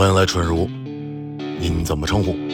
欢迎来春如，您怎么称呼？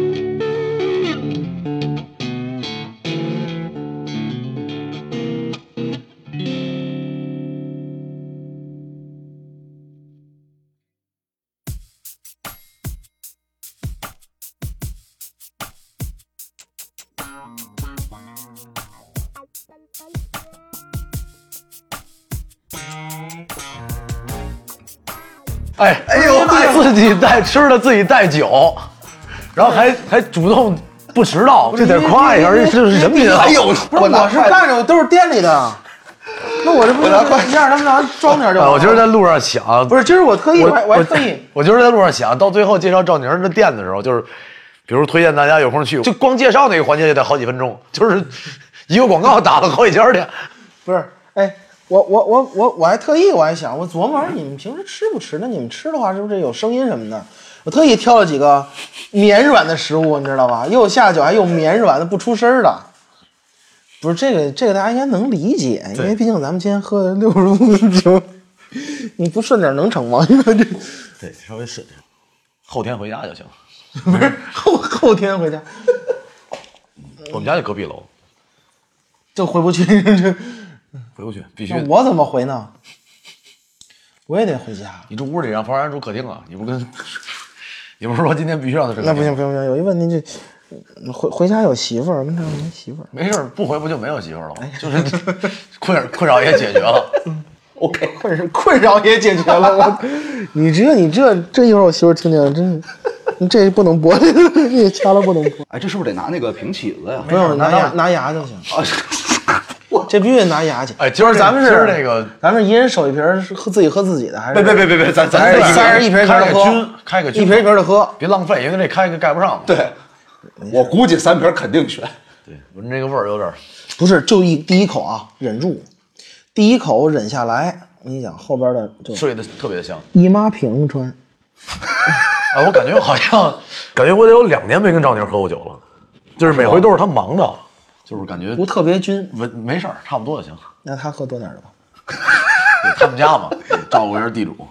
哎呦，自己带吃的，自己带酒，然后还主动不迟到，这得夸一下，这是人品好。 哎呦， 我是干着都是店里的，那我这不让他们拿装点就好了。 我今儿在路上想， 不是，今儿我特意，我还特意， 我今儿在路上想到最后介绍赵宁的店的时候，就是比如推荐大家有空去，就光介绍那个环节就得好几分钟，就是一个广告打了好几家店。 不是，哎。我还特意我还想，我琢磨你们平时吃不吃？那你们吃的话，是不是有声音什么的？我特意挑了几个绵软的食物，你知道吧？又下酒还又绵软的，不出声的。不是这个大家应该能理解，因为毕竟咱们今天喝的60度酒，你不顺点能成吗？ 对，稍微顺点，后天回家就行。 不是后天回家， 我们家就隔壁楼， 就回不去。 回不去，必须。 我怎么回呢？我也得回家。 你住屋里，让房然住客厅啊？你不是说今天必须让他睡？ 那不行，有一问题就回家有媳妇儿，跟这没媳妇儿。 没事，不回不就没有媳妇儿了吗？就是困扰也解决了。 OK， 困扰也解决了。你这一会儿我媳妇儿听见了，真是，你这不能播，你掐了不能播。 哎，这是不是得拿那个平起子呀？ 不用，拿牙就行。这必须得拿牙去。 哎，今儿咱们是这个， 咱们一人手一瓶，是自己喝自己的，还是？ 别，咱仨人一瓶的喝， 开个均， 一瓶的喝， 别浪费，因为这开个盖不上。 对，我估计3瓶肯定全。 对，闻这个味儿有点。 不是，就第一口啊，忍住，第一口忍下来，我跟你讲，后边的就睡得特别的香。 姨妈平穿。 啊，我感觉我得有2年没跟赵宁喝过酒了，就是每回都是他忙的。就是感觉不特别均， 没事儿，差不多就行。 那他喝多点的吧？ 他们家嘛，照顾一下地主。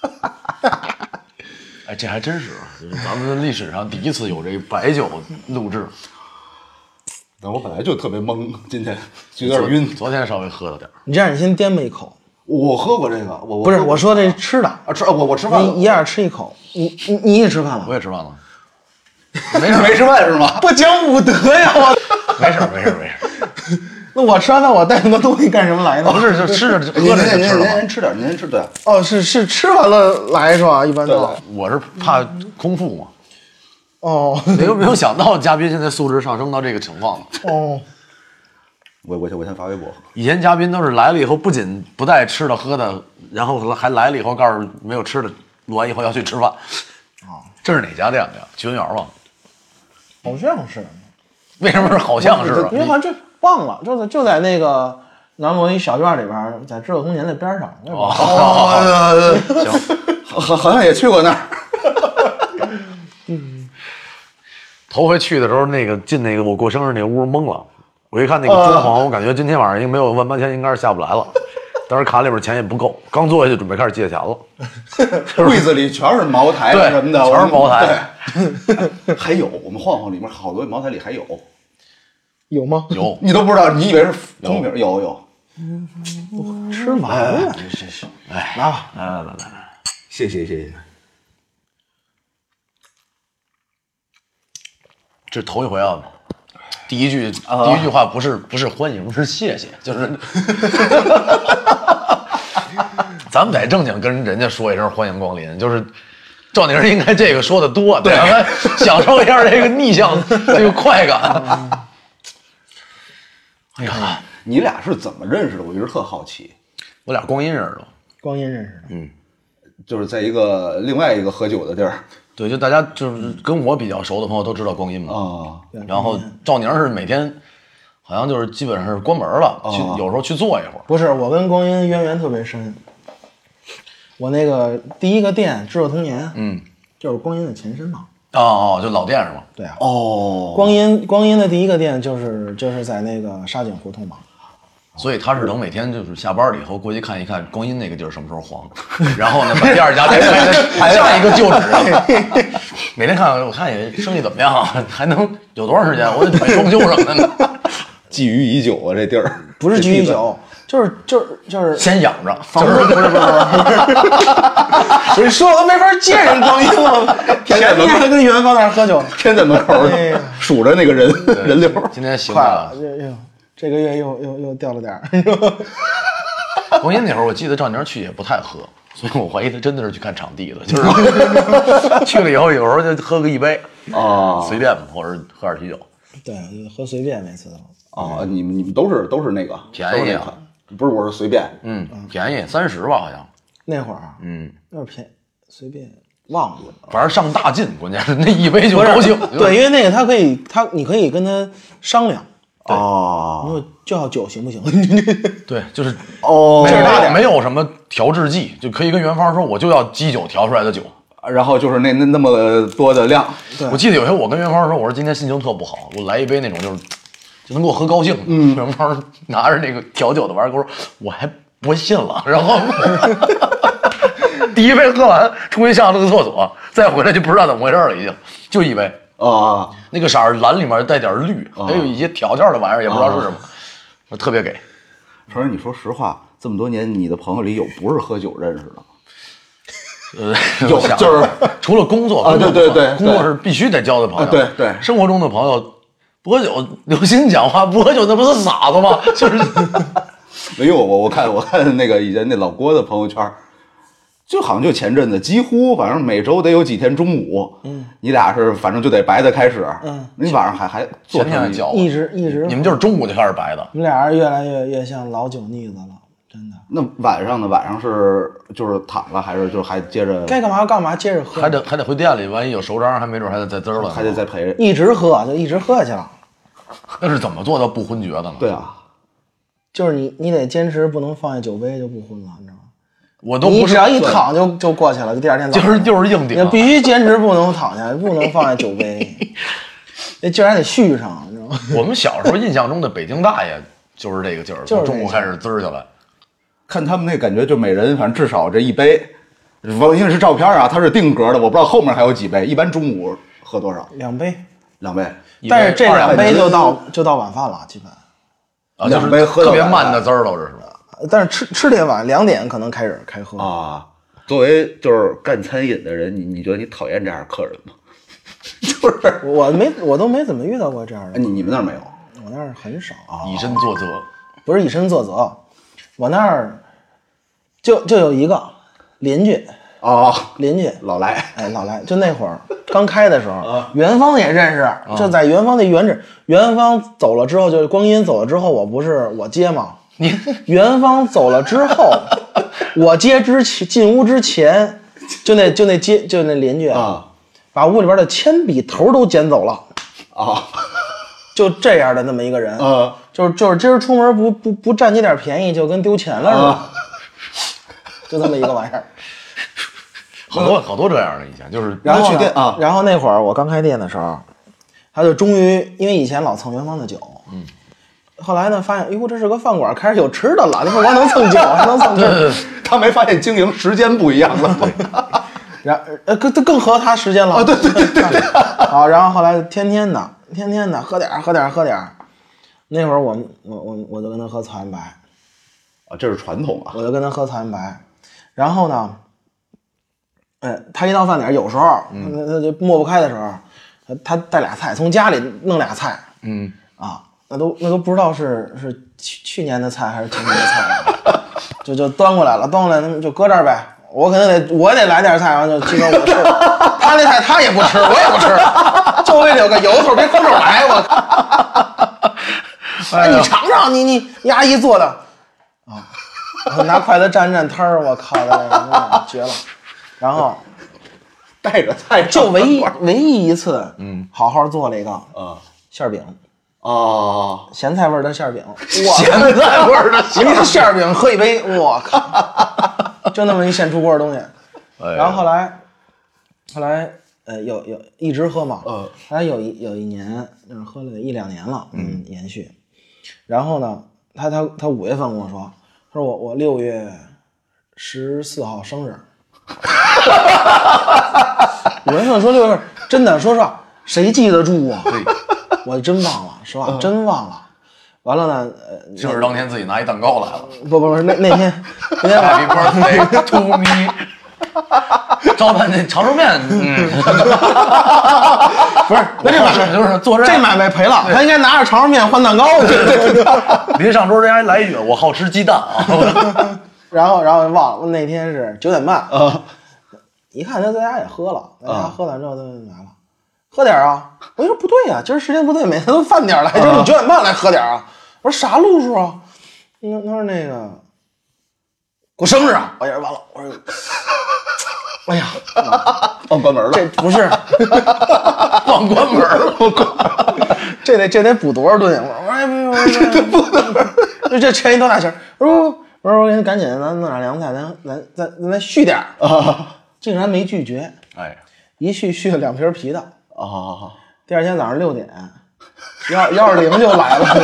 哎，这还真是，就是咱们历史上第一次有这白酒录制。 但我本来就特别懵，今天有点晕。 昨天稍微喝了点。 你这样，你先颠吧一口。 我喝过这个， 不是我说这吃的啊，我吃饭了， 你一样吃一口。你也吃饭了？ 我也吃饭了。 没吃饭是吗？ 不讲武德呀！我没事。 那我吃完饭我带那么多东西干什么来呢？ 不是，就吃着喝着就吃了。 您吃点，您吃对。 哦，是吃完了来是吧？一般都。 我是怕空腹嘛。 哦。 没有想到嘉宾现在素质上升到这个情况了。 哦。 我先发微博。 以前嘉宾都是来了以后不仅不带吃的喝的，然后还来了以后告诉没有吃的，录完以后要去吃饭。啊，这是哪家店的呀？菊文园吗？ 好像是。 为什么是好像是？ 因为好像就忘了，就在那个南锣一小院里边，在知乐空年的边上。 行，好像也去过那儿。 头回去的时候，那个进那个我过生日那屋懵了。我一看那个装潢，我感觉今天晚上应该没有18000，应该是下不来了。当时卡里边钱也不够，刚坐下就准备开始借钱了。 柜子里全是茅台什么的， 全是茅台。 还有，我们晃晃里面好多茅台里还有。 有吗？ 有， 你都不知道，你以为是空瓶？有。 吃完了， 是，哎， 拿吧， 来，谢谢。 这是头一回啊。第一句话不是欢迎，是谢谢，就是，咱们得正经跟人家说一声欢迎光临，就是赵宁应该这个说的多，对，让他享受一下这个逆向这个快感。哎呀， 你俩是怎么认识的？我一直特好奇。 我俩光阴认识的。 光阴认识的。 就是在另外一个喝酒的地儿。 对，就大家就是跟我比较熟的朋友都知道光阴嘛。 啊。 然后赵宁是每天，好像就是基本上是关门了，有时候去坐一会儿。 不是，我跟光阴渊源特别深。我那个第一个店知乐童年，就是光阴的前身嘛。 哦，就老店是吗？ 对啊。 哦。 光阴的第一个店就是在那个沙井胡同嘛。 所以他是等每天就是下班了以后过去看一看光阴那个地儿什么时候黄，然后呢把第二家再开下一个旧址，每天看看我看生意怎么样，还能有多长时间，我得准备装修什么的呢。 觊觎已久啊，这地儿不是居酒，就是先养着， 房子不是，你说我都没法见人光阴了，天天还跟元芳那儿喝酒， 天在门口数着那个人流。 今天醒快了， 这个月又掉了点儿。 光阴那会儿我记得赵宁去也不太喝，所以我怀疑他真的是去看场地的，就是去了以后有时候就喝个一杯啊， 随便嘛，或者喝点啤酒。 对，喝随便每次都。 啊，你们都是那个便宜啊， 不是我是随便， 便宜30吧好像。 那会儿那会儿便宜随便忘了， 反正上大劲，关键是那一杯就高兴。 对，因为那个你可以跟他商量。 哦， 你说就要酒行不行？ 对，就是哦， 没有什么调制剂，就可以跟元芳说我就要基酒调出来的酒， 然后就是那么多的量。 对， 我记得有一回我跟元芳说，我说今天心情特不好，我来一杯那种就能给我喝高兴。元芳拿着那个调酒的玩意儿跟我说，我还不信了，然后第一杯喝完出去上了个厕所，再回来就不知道怎么回事了，已经就一杯。 啊， 那个色儿蓝里面带点绿，还有一些调的玩意儿，也不知道是什么，我特别给。 成儿，你说实话，这么多年你的朋友里有不是喝酒认识的？有，就是除了工作啊，对， 工作是必须得交的朋友， 对， 生活中的朋友不喝酒，刘鑫讲话不喝酒，那不是傻子吗？就是， 因为我看那个以前那老郭的朋友圈。就好像就前阵子，几乎反正每周得有几天中午，你俩是反正就得白的开始，你晚上还做前天还叫我， 一直， 你们就是中午就开始白的， 你们俩人越来越像老酒腻子了，真的。 那晚上是就是躺了，还是就还接着该干嘛干嘛，接着喝， 还得回店里，万一有熟章，还没准还得再滋了， 还得再陪着， 一直喝就一直喝下去了。 那是怎么做到不昏厥的呢？ 对啊， 就是你得坚持不能放下酒杯就不昏了，你知道吗？ 我都不你只要一躺就过去了，就第二天早上就是硬顶， 你必须坚持不能躺下，不能放下酒杯，那劲儿还得续上，你知道吗？ 我们小时候印象中的北京大爷就是这个劲儿，从中午开始滋下来。 看他们那感觉，就每人反正至少这一杯，因为是照片啊，它是定格的，我不知道后面还有几杯。一般中午喝多少 ？2杯 ，2杯。 但是这2杯就到晚饭了，基本。 啊，2杯喝特别慢的滋儿都是。 但是吃点晚，2点可能开喝啊。作为就是干餐饮的人，你觉得你讨厌这样的客人吗？就是我都没怎么遇到过这样的。 你们那儿没有？ 我那儿很少。 以身作则， 不是以身作则，我那儿就有一个邻居。 邻居老来， 老来，就那会儿刚开的时候，元芳也认识，就在元芳那原址。元芳走了之后，就是光阴走了之后，我不是我接吗？元芳走了之后，我接进屋之前，就那邻居把屋里边的铅笔头都捡走了就这样的那么一个人就是今儿出门不占你点便宜，就跟丢钱了似的，就这么一个玩意儿。 好多这样的以前就是， 然后去店然后那会儿我刚开店的时候，他就终于因为以前老蹭元芳的酒，后来呢发现，哟，这是个饭馆，开始有吃的了。你不光能蹭酒，还能蹭吃。 他没发现经营时间不一样了。 然更合他时间了。对。好，然后后来天天的喝点。那会儿我就跟他喝草原白。 这是传统啊。 我就跟他喝草原白，然后呢，他一到饭点，有时候他就抹不开的时候，他带俩菜，从家里弄俩菜，那都不知道是去年的菜还是前年的菜，就端过来了，就搁这儿呗。我也得来点菜，然后就基本我吃。他那菜他也不吃，我也不吃，就为了有个由头，别空手来。你尝尝，你阿姨做的拿筷子蘸摊儿，我靠的绝了。然后带着菜， 就唯一一次，好好做了一个馅饼。咸菜味的馅饼， 咸菜味的馅饼喝一杯，我靠，就那么一现出锅的东西。然后后来有一直喝嘛，后来有一年就是喝了1-2年了，延续。然后呢， 他5月份跟我说，他说我6月14号生日。5月份说6月，真的说实话，谁记得住啊？我真忘了，实话真忘了。完了呢， 生日当天自己拿一蛋糕来了。 不是那天 Happy birthday to me。招牌那长寿面， 不是，那这买卖就是做这买卖赔了，他应该拿着长寿面换蛋糕去。 临上桌人家还来一句：“我好吃鸡蛋啊。” 然后忘了，那天是9点半一看他在家也喝了，在家喝完之后他就来了，喝点啊。我说不对呀，今儿时间不对，每天都饭点来，就是你9点半来喝点啊。我说啥路数啊？他说那个过生日啊。我也是完了，我说哎呀， 忘关门了。 这不是忘关门了， 这得补多少顿？我说哎不用，这钱一多大钱？我说赶紧咱弄点凉菜，咱续点啊！竟然没拒绝， 哎， 一续了2瓶啤的啊！ 第二天早上6点，120就来了。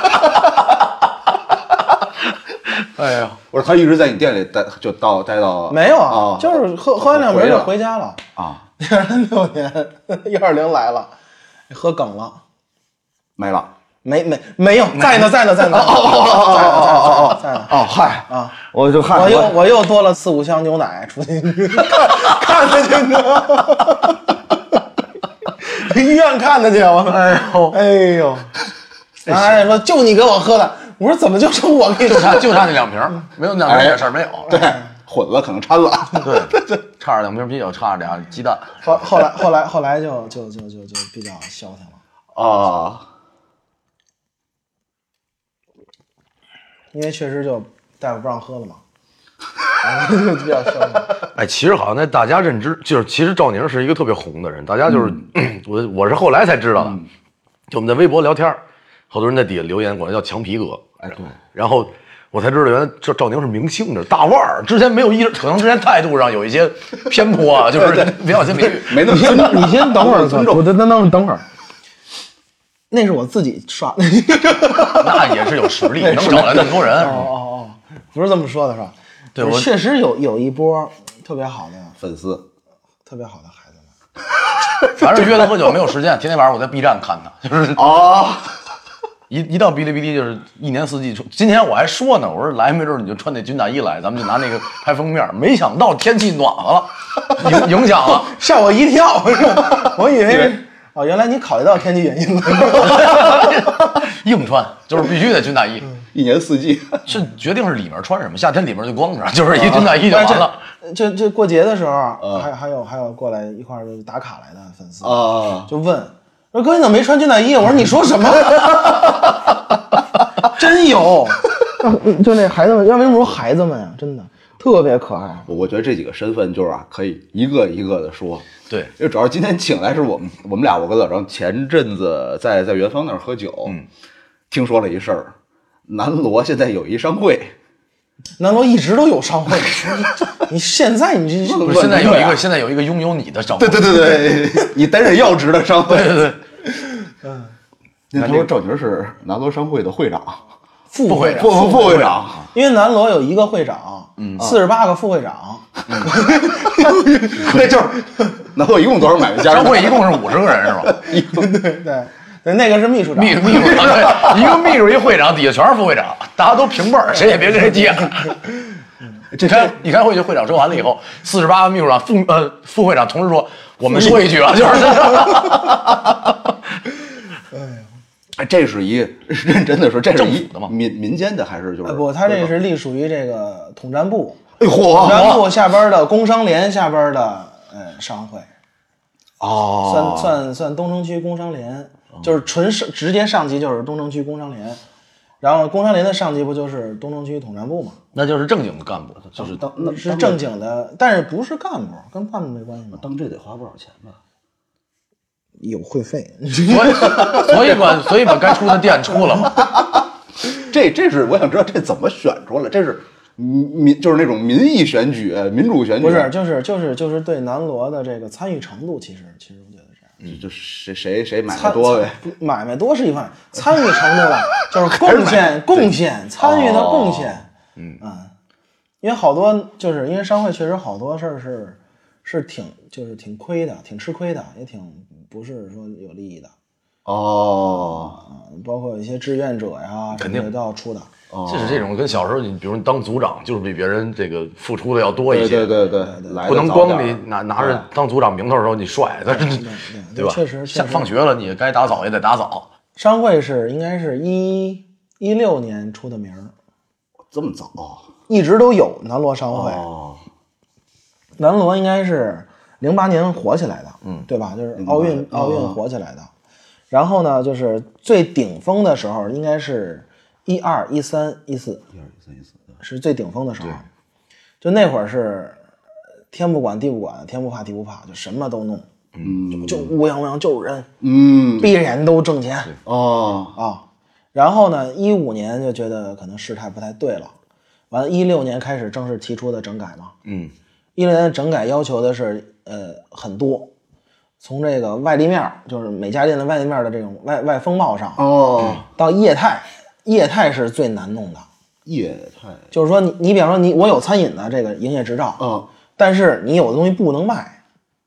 哎呀， 我说他一直在你店里待到没有啊，就是喝完2瓶就回家了啊。 第二天6点120来了，喝梗了， 没了。 没有，在呢。在呢。 哦，嗨啊！ 我就嗨， 我又多了4-5箱牛奶出去看他去呢，医院看他去我。哎呦，哎说就你给我喝的，我说怎么就剩我给你？ 就差那2瓶，没有2瓶这事儿没有。 对，混了可能掺了。 对，差着2瓶啤酒，差着2鸡蛋。 后来就比较消停了啊。 因为确实就大夫不让喝了嘛，就比较消停。 哎，其实好像在大家认知，就是其实赵宁是一个特别红的人，大家就是、我是后来才知道的，就我们在微博聊天，好多人在底下留言管他叫强皮哥， 哎对， 然后我才知道原来赵宁是明星的大腕儿，之前没有可能之前态度上有一些偏颇啊，就是比较心理没那么尊重。 你先等会儿，等会儿。那是我自己刷的， 那也是有实力，能找来那么多人。 哦，不是这么说的是吧？ 对，我确实有一波特别好的粉丝， 特别好的孩子们。 反正约他喝酒没有时间，天天晚上我在 B 站看他，就是一到哔哩哔哩就是1年4季。今天我还说呢，我说来没准你就穿那军大衣来，咱们就拿那个拍封面。没想到天气暖和了，影响了， 吓我一跳，我以为。哦，原来你考虑到天气原因了。 硬穿就是必须得军大衣 ，1年4季是决定是里面穿什么，夏天里面就光着，就是一军大衣就完了。 这过节的时候，还有过来一块儿打卡来的粉丝就问说哥你怎么没穿军大衣？我说你说什么？真有，就那孩子们，要为什么说孩子们呀？真的特别可爱。 我觉得这几个身份就是可以一个一个的说。 对， 因为主要今天请来是我们俩，我跟老张前阵子在元芳那儿喝酒，听说了一事儿，南锣现在有一商会， 南锣一直都有商会，你现在你这现在有一个拥有你的商会， 对，你担任要职的商会， 对， 那说赵宁是南锣商会的会长。 副会长， 因为南锣有1个会长，48个副会长， 对，就是南锣一共多少买卖家？ 商会一共是50个人是吧？ 对，那个是秘书长， 秘书长，一个秘书一会长，底下全是副会长，大家都平辈儿，谁也别跟谁接。一开会就会长说完了以后，48个秘书长副会长同时说：“我们说一句啊，就是。” 这是一认真的说，这是一政府的吗？ 民间的还是就是？ 不，他这是隶属于这个统战部。 哎嚯！ 统战部下边的工商联下边的商会。哦。算东城区工商联，就是直接上级就是东城区工商联，然后工商联的上级不就是东城区统战部嘛？ 那就是正经的干部，就是是正经的，但是不是干部，跟干部没关系嘛。 当这得花不少钱吧？ 有会费， 所以把该出的店出了嘛。 这是我想知道这怎么选出来？这是就是那种民意选举、民主选举， 不是就是对南锣的这个参与程度，其实我觉得这样， 就谁买的多呗。 买卖多是一方面，参与程度的，就是贡献，参与的贡献。因为好多就是因为商会确实好多事儿是挺亏的，挺吃亏的，也挺不是说有利益的。包括一些志愿者呀， 肯定都要出的。 就是这种跟小时候你比如你当组长，就是比别人这个付出的要多一些。 对， 不能光你拿着当组长名头的时候你帅，对吧？ 确实放学了你该打扫也得打扫。 商会应该是16年出的名儿， 这么早， 一直都有南锣商会。南锣应该是08年火起来的，对吧？就是奥运火起来的。然后呢，就是最顶峰的时候应该是12、13、14，是最顶峰的时候。就那会儿是天不管地不管，天不怕地不怕，就什么都弄。就乌泱乌泱就是人，闭着眼睛都挣钱。然后呢，15年就觉得可能事态不太对了，完了16年开始正式提出的整改嘛。16年的整改要求的是很多。从这个外立面，就是每家店的外立面的这种外风貌上，到业态是最难弄的。 业态就是说你比方说我有餐饮的这个营业执照，但是你有的东西不能卖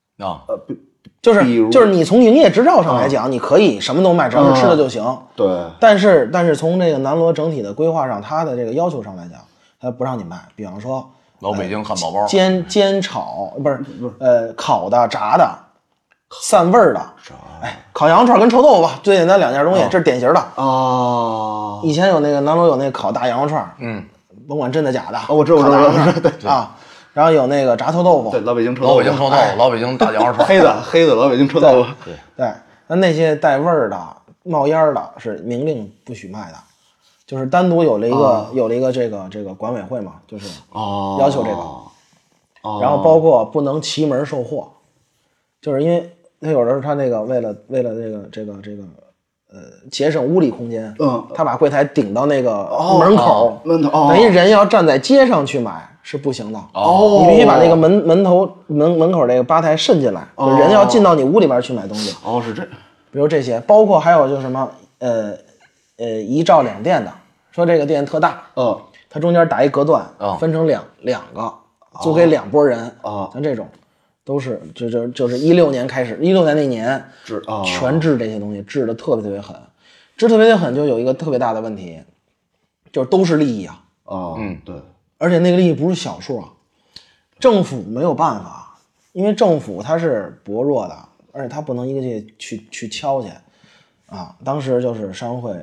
就是你从营业执照上来讲，你可以什么都卖，只要是吃的就行。 对。 但是从这个南锣整体的规划上，它的这个要求上来讲，它不让你卖。比方说老北京汉堡包， 煎炒不是烤的炸的。散味儿的，烤羊肉串跟臭豆腐最简单两件东西，这是典型的。以前有那个南锣有那个烤大羊肉串，甭管真的假的， 我知道啊。然后有那个炸臭豆腐， 对，老北京臭豆腐， 老北京大羊肉串， 黑的老北京臭豆腐， 对，那些带味儿的、冒烟的，是明令不许卖的，就是单独有了一个这个管委会嘛，就是要求这个，然后包括不能齐门售货。就是因为他有人他那个为了这个节省物理空间，他把柜台顶到那个门口，等于人要站在街上去买是不行的。你必须把那个门口这个吧台渗进来，人要进到你屋里边去买东西。 是这， 比如这些，包括还有就是什么一照两店的，说这个店特大，它中间打一隔断，分成两个，租给2拨人，像这种。都是就是16年开始，16年那年全治这些东西，治的特别特别狠，治特别狠就有一个特别大的问题，就是都是利益啊。 对， 而且那个利益不是小数啊，政府没有办法，因为政府它是薄弱的，而且它不能一个去敲去啊。当时就是商会，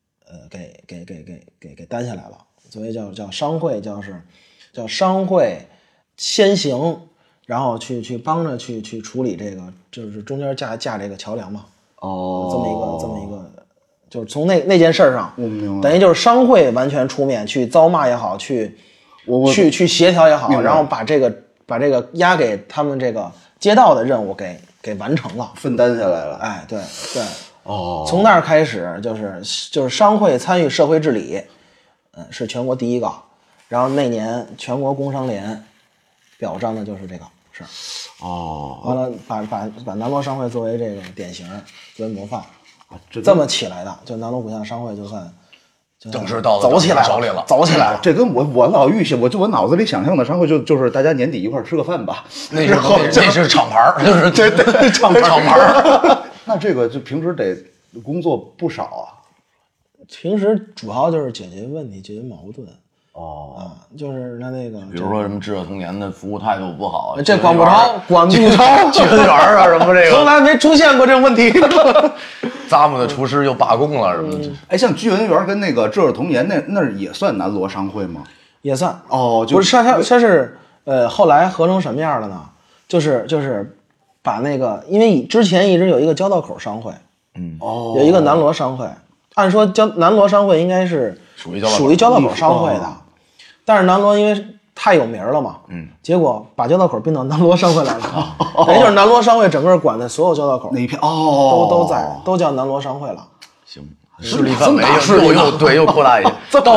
给担下来了，所以叫商会，叫商会先行。然后去帮着去处理这个，就是中间架这个桥梁嘛。这么一个，就是从那件事上，等于就是商会完全出面去遭骂也好，去协调也好，然后把这个压给他们这个街道的任务给完成了， 分担下来了。 对。从那儿开始就是商会参与社会治理，是全国第一个。然后那年全国工商联表彰的就是这个。完了把南锣商会作为这个典型，作为模范，这么起来的，就南锣鼓巷商会就算正式到走起来手里了， 走起来了。 这跟我老预想，我脑子里想象的商会就是大家年底一块吃个饭吧， 那是厂牌，就是对厂牌。 那这个就平时得工作不少啊。 平时主要就是解决问题，解决矛盾。就是那个， 比如说什么智恶童年的服务态度不好， 这管不着， 聚恩园啊什么这个， 从来没出现过这个问题。 咱们的厨师又罢工了什么的。 像聚恩园跟那个智恶童年那也算南锣商会吗？ 也算。不是，它是后来合成什么样的呢？就是把那个，因为之前一直有一个交道口商会，有一个南锣商会，按说南锣商会应该是属于交道口商会的。但是南锣因为太有名了嘛，结果把交道口并到南锣商会来了，等于就是南锣商会整个管的所有交道口那一片都在，都叫南锣商会了。 行，势力范围又扩大一些。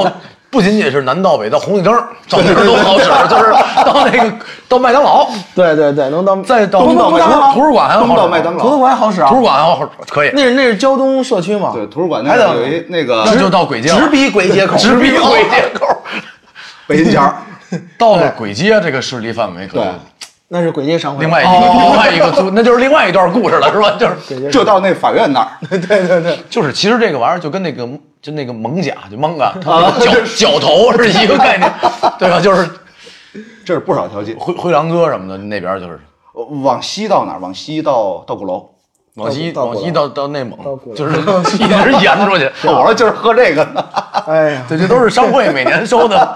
不仅仅是南到北到红绿灯，照明都好使，就是到麦当劳， 对，能到再到东到图书馆还好使， 东到麦当劳， 图书馆好使啊， 图书馆还好可以。 那是交通社区嘛？ 对，图书馆那还得有一那个那就到簋街了， 直逼簋街口， 直逼簋街口， 北新桥， 到了簋街这个势力范围可对， 那是簋街商会。 另外一个，那就是另外一段故事了，是吧？就是就到那法院那儿， 对， 就是其实这个玩意儿就跟那个蒙甲就蒙啊，脚头是一个概念，对吧？就是这是不少条街。 灰狼哥什么的那边就是往西到哪儿？往西到鼓楼， 往西到内蒙到鼓，楼就是一直沿出去。 我说就是喝这个呢。 哎呀， 对，这都是商会每年收的。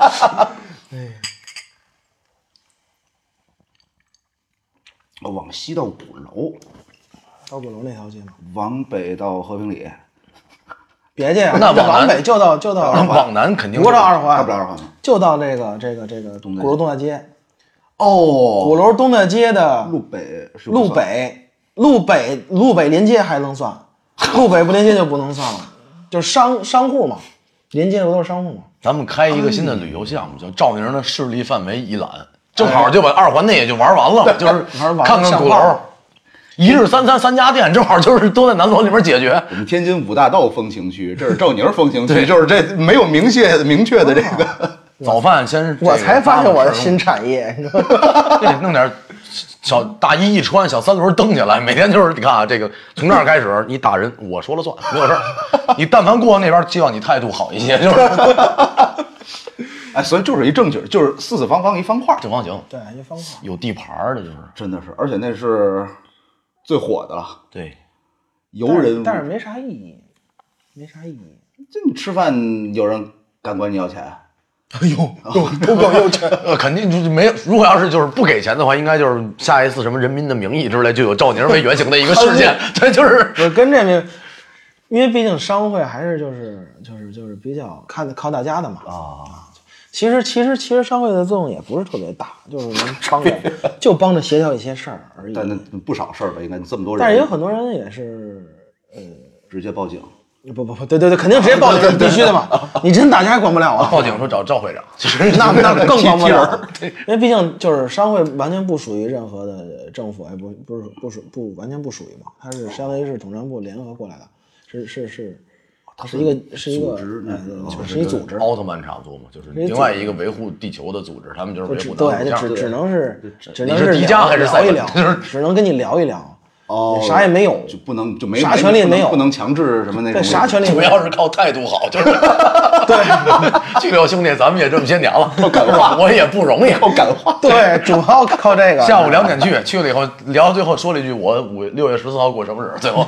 往西到鼓楼， 到鼓楼那条街嘛。 往北到和平里， 别介啊， 那往北就到往南肯定不过到二开环， 不了二环吗？ 就到这个鼓楼东大街。 哦， 鼓楼东大街的路北是路北连接还能算，路北不连接就不能算了，就是商户嘛，连接的不都是商户嘛？ 咱们开一个新的旅游项目，叫赵宁的势力范围一览，正好就把二环内也就玩完了，就是看看鼓楼。一日三餐3家店，正好就是都在南锣里面解决。 我们天津五大道风情区，这是赵宁风情区，就是这没有明确的这个。 早饭先是我才发现我的新产业，你知道吗？ 得弄点小大衣一穿，小3轮蹬起来，每天就是你看啊，这个从这儿开始，你打人我说了算，没有事儿。你但凡过那边，希望你态度好一些，就是。 哎，所以就是一正经，就是四四方方一方块， 正方形， 对，一方块有地盘的，就是真的是，而且那是最火的了。 对， 游人， 但是没啥意义，没啥意义。 这你吃饭有人敢管你要钱？ 哎呦，不管要钱， 肯定就是没有。如果要是就是不给钱的话，应该就是下一次什么《人民的名义》之类，就有赵宁为原型的一个事件。对，就是我跟这个，因为毕竟商会还是就是比较靠大家的嘛啊。其实商会的作用也不是特别大，就是能帮着协调一些事儿而已。 但那不少事儿吧，应该这么多人。 但是也有很多人也是直接报警。 不，对，肯定直接报警，必须的嘛。你真打架管不了啊！ 报警说找赵会长，就是那更管不了，因为毕竟就是商会完全不属于任何的政府，也不完全不属于嘛，它是相当于是统战部联合过来的，它是一个组织， 是一组织， 奥特曼差不多嘛，就是另外一个维护地球的组织，他们就是维护对，只能是迪迦还是聊一聊，只能跟你聊一聊。 哦， 啥也没有， 就没啥权利没有， 不能强制什么那种。 对，啥权利主要是靠态度好，就是对。 这个兄弟，咱们也这么些年了， 靠感化， 我也不容易， 靠感化。 对，主要靠这个。 下午2点去了以后，聊到最后说了一句：“我6月14号过生日。”最后，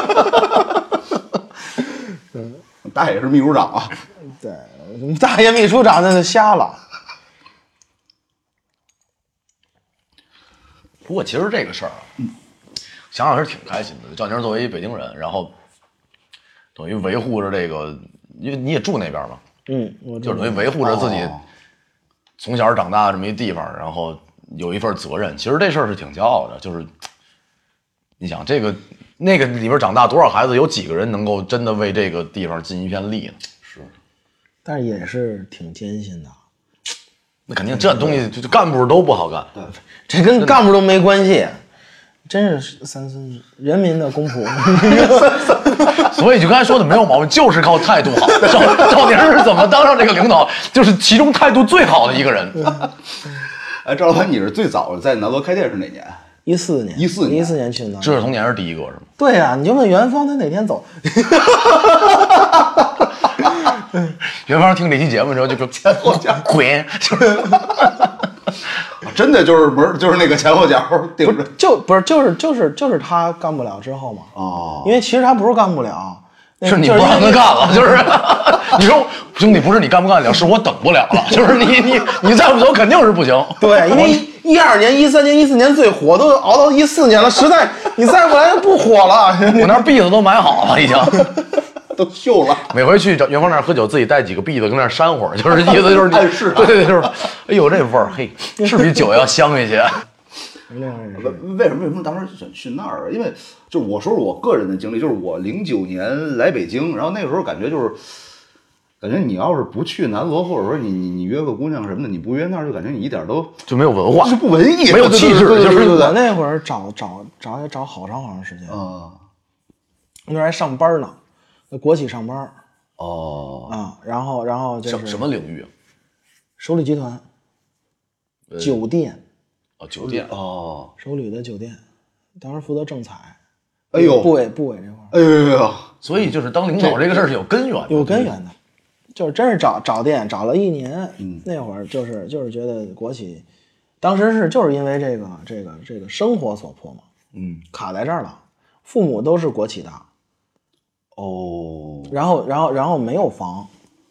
大爷是秘书长啊。 对，大爷秘书长那就瞎了。 不过其实这个事儿，想想是挺开心的。赵宁作为一北京人，然后等于维护着这个，因为你也住那边嘛，就是等于维护着自己从小长大这么一地方，然后有一份责任。其实这事儿是挺骄傲的，就是你想那个里边长大多少孩子，有几个人能够真的为这个地方尽一片力呢？ 是， 但是也是挺艰辛的。 那肯定这东西就干部都不好干， 对， 这跟干部都没关系。真是三孙子，人民的公仆。 所以就刚才说的没有毛病，就是靠态度好。赵宁是怎么当上这个领导？就是其中态度最好的一个人。 哎，赵老板，你是最早在南锣开店是哪年 ？14年。14年去的。 知识童年是第一个是吗？ 对呀，你就问元芳他哪天走。 元芳听这期节目的时候就说前后脚滚，就是真的就是不是就是那个前后脚顶着， 就是他干不了之后嘛。 哦， 因为其实他不是干不了， 是你不让他干了，就是你说兄弟不是你干不干了，是我等不了了，就是你再不走肯定是不行。 对，因为12年、13年、14年最火，都熬到14年了，实在你再不来就不火了。 我那篦子都买好了，已经。 都锈了。 每回去元芳那儿喝酒，自己带几个篦子跟那儿扇会儿，就是意思就是你暗示， 对，就是哎呦这味儿，嘿，是比酒要香一些。 为什么当时想去那儿？因为就是我说说我个人的经历，就是我09年来北京，然后那个时候感觉就是感觉你要是不去南锣，或者说你约个姑娘什么的，你不约那儿，就感觉你一点都就没有文化， 就是不文艺， 没有气质，就是我那会儿找也找好长时间啊。 那时候还上班呢，在国企上班。 哦啊，然后就是什么领域啊？ 首旅集团，酒店。 酒店哦， 首旅的酒店，当时负责政采。 哎呦， 部委这块儿。 哎呦， 所以就是当领导这个事儿是有根源的， 有根源的，就是真是找店找了1年。那会儿就是觉得国企，当时就是因为这个生活所迫嘛，卡在这儿了。父母都是国企的， 哦， 然后没有房，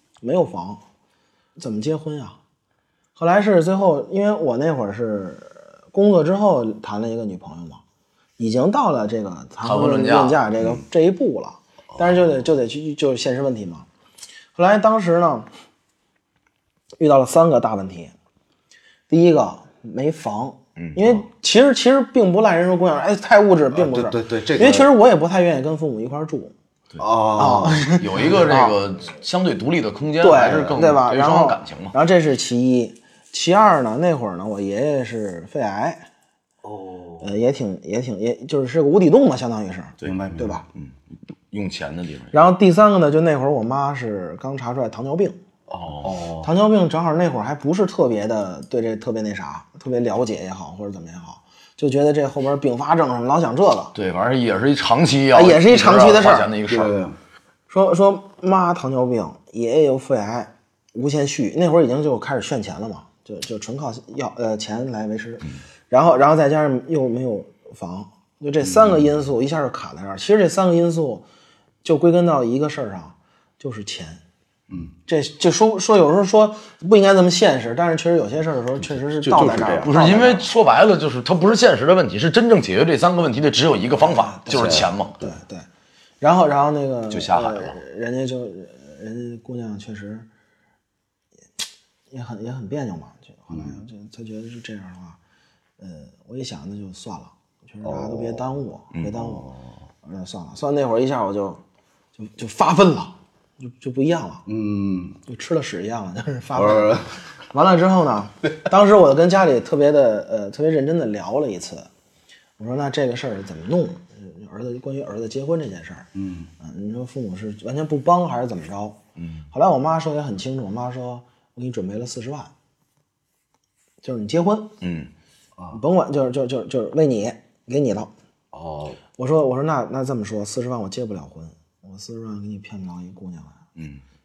怎么结婚呀？后来是最后，因为我那会儿是工作之后谈了一个女朋友嘛，已经到了这个谈婚论嫁这一步了，但是就得去就是现实问题嘛。后来当时呢遇到了3个大问题，第一个没房。因为其实并不赖人说姑娘太物质，并不是。 对，这个因为确实我也不太愿意跟父母一块住。 有一个这个相对独立的空间， 对， 还是更对吧？然后感情嘛。 然后这是其一，其二呢，那会儿呢，我爷爷是肺癌。也就是个无底洞嘛，相当于是。 明白， 对吧？ 用钱的地方。 然后第3个呢，就那会儿我妈是刚查出来糖尿病。糖尿病正好那会儿还不是特别的对这特别那啥，特别了解也好，或者怎么也好，就觉得这后边并发症什么老想这个。 对，反正也是一长期也是一长期的事儿。 的一个事儿。 说妈糖尿病，爷爷有肺癌，无限续，那会儿已经就开始炫钱了嘛，就纯靠钱来维持。然后再加上又没有房，就这3个因素一下就卡在这儿。其实这3个因素就归根到一个事儿上，就是钱。这就说有时候说不应该这么现实，但是确实有些事儿的时候确实是到在这儿。 不是因为说白了就是它不是现实的问题，是真正解决这3个问题的只有一个方法，就是钱嘛。 对。然后那个就下海了。 人家姑娘确实也很别扭嘛。后来他觉得是这样的话，我一想那就算了，确实大家都别耽误我，那算了。那会儿一下我就发奋了。就不一样了，就吃了屎一样了，就是发奋。完了之后呢，当时我跟家里特别认真的聊了一次，我说那这个事儿怎么弄？关于儿子结婚这件事儿，你说父母是完全不帮还是怎么着？后来我妈说也很清楚，我妈说我给你准备了40万，就是你结婚，甭管就是为你给你了。我说那这么说，40万我结不了婚。我40万给你骗不着一姑娘来，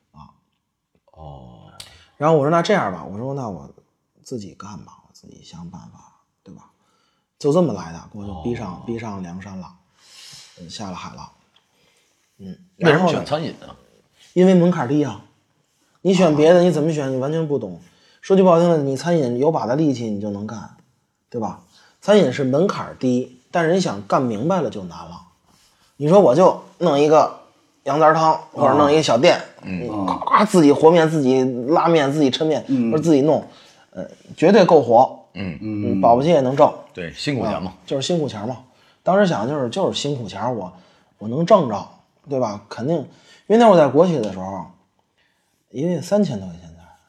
然后我说那这样吧，我说那我自己干吧，我自己想办法，对吧？就这么来的，给我就逼上梁山了，下了海了， 为什么选餐饮啊？ 因为门槛低啊，你选别的你怎么选？你完全不懂。说句不好听的，你餐饮有把的力气你就能干，对吧？餐饮是门槛低，但是你想干明白了就难了。你说我就弄一个羊杂汤，或者弄一个小店，自己和面，自己拉面，自己抻面，或者自己弄，绝对够活，保不齐也能挣。 对，辛苦钱嘛， 就是辛苦钱嘛。当时想就是辛苦钱，我能挣着，对吧？肯定，因为那会儿在国企的时候，一个月3000多块钱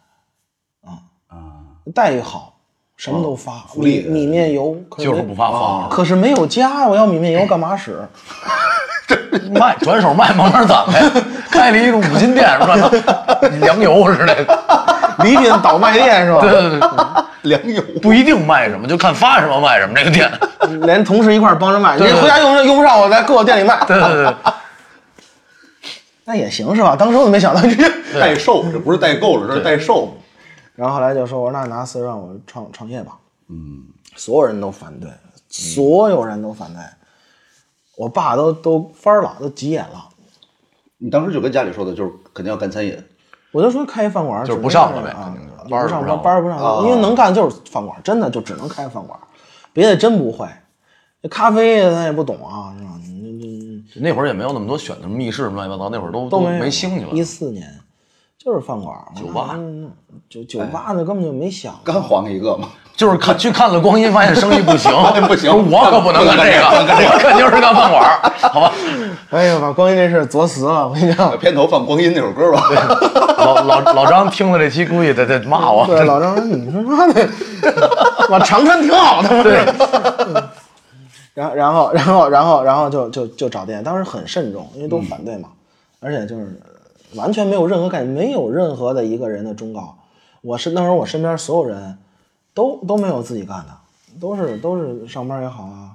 待遇好，什么都发，米面油， 就是不发房， 可是没有家，我要米面油干嘛使？ 卖，转手卖，慢慢攒呗。开了一个5金店是吧？粮油似的， 礼品倒卖店是吧？ 对， 粮油不一定卖什么，就看发什么卖什么。这个店连同事一块帮着卖，你回家用不上，我再搁我店里卖。 对， 那也行是吧？当时我都没想到这代售，这不是代购了，这是代售。 然后后来就说，我说那拿40万我创业吧。所有人都反对，所有人都反对。我爸都翻了，都急眼了。 你当时就跟家里说的，就是肯定要干餐饮。 我就说开一饭馆， 就是不上了呗， 班不上，因为能干就是饭馆，真的就只能开饭馆，别的真不会。这咖啡咱也不懂啊，是吧？ 那会儿也没有那么多选的密室乱七八糟，那会儿都没兴起来。 14年就是饭馆， 酒吧， 酒吧那根本就没想。 刚黄一个嘛。 就是去看了光阴，发现生意不行， 不行， 我可不能干这个，我肯定是干饭馆，好吧？ 哎呀，把光阴这事作死了，我跟你讲。 片头放光阴那首歌吧。 老张听了这期估计得骂我。 对，老张说你他妈的，往长春挺好的嘛。对。然后就找店，当时很慎重，因为都反对嘛，而且就是完全没有任何感觉，没有任何的一个人的忠告。那时候我身边所有人都没有自己干的，都是上班也好啊，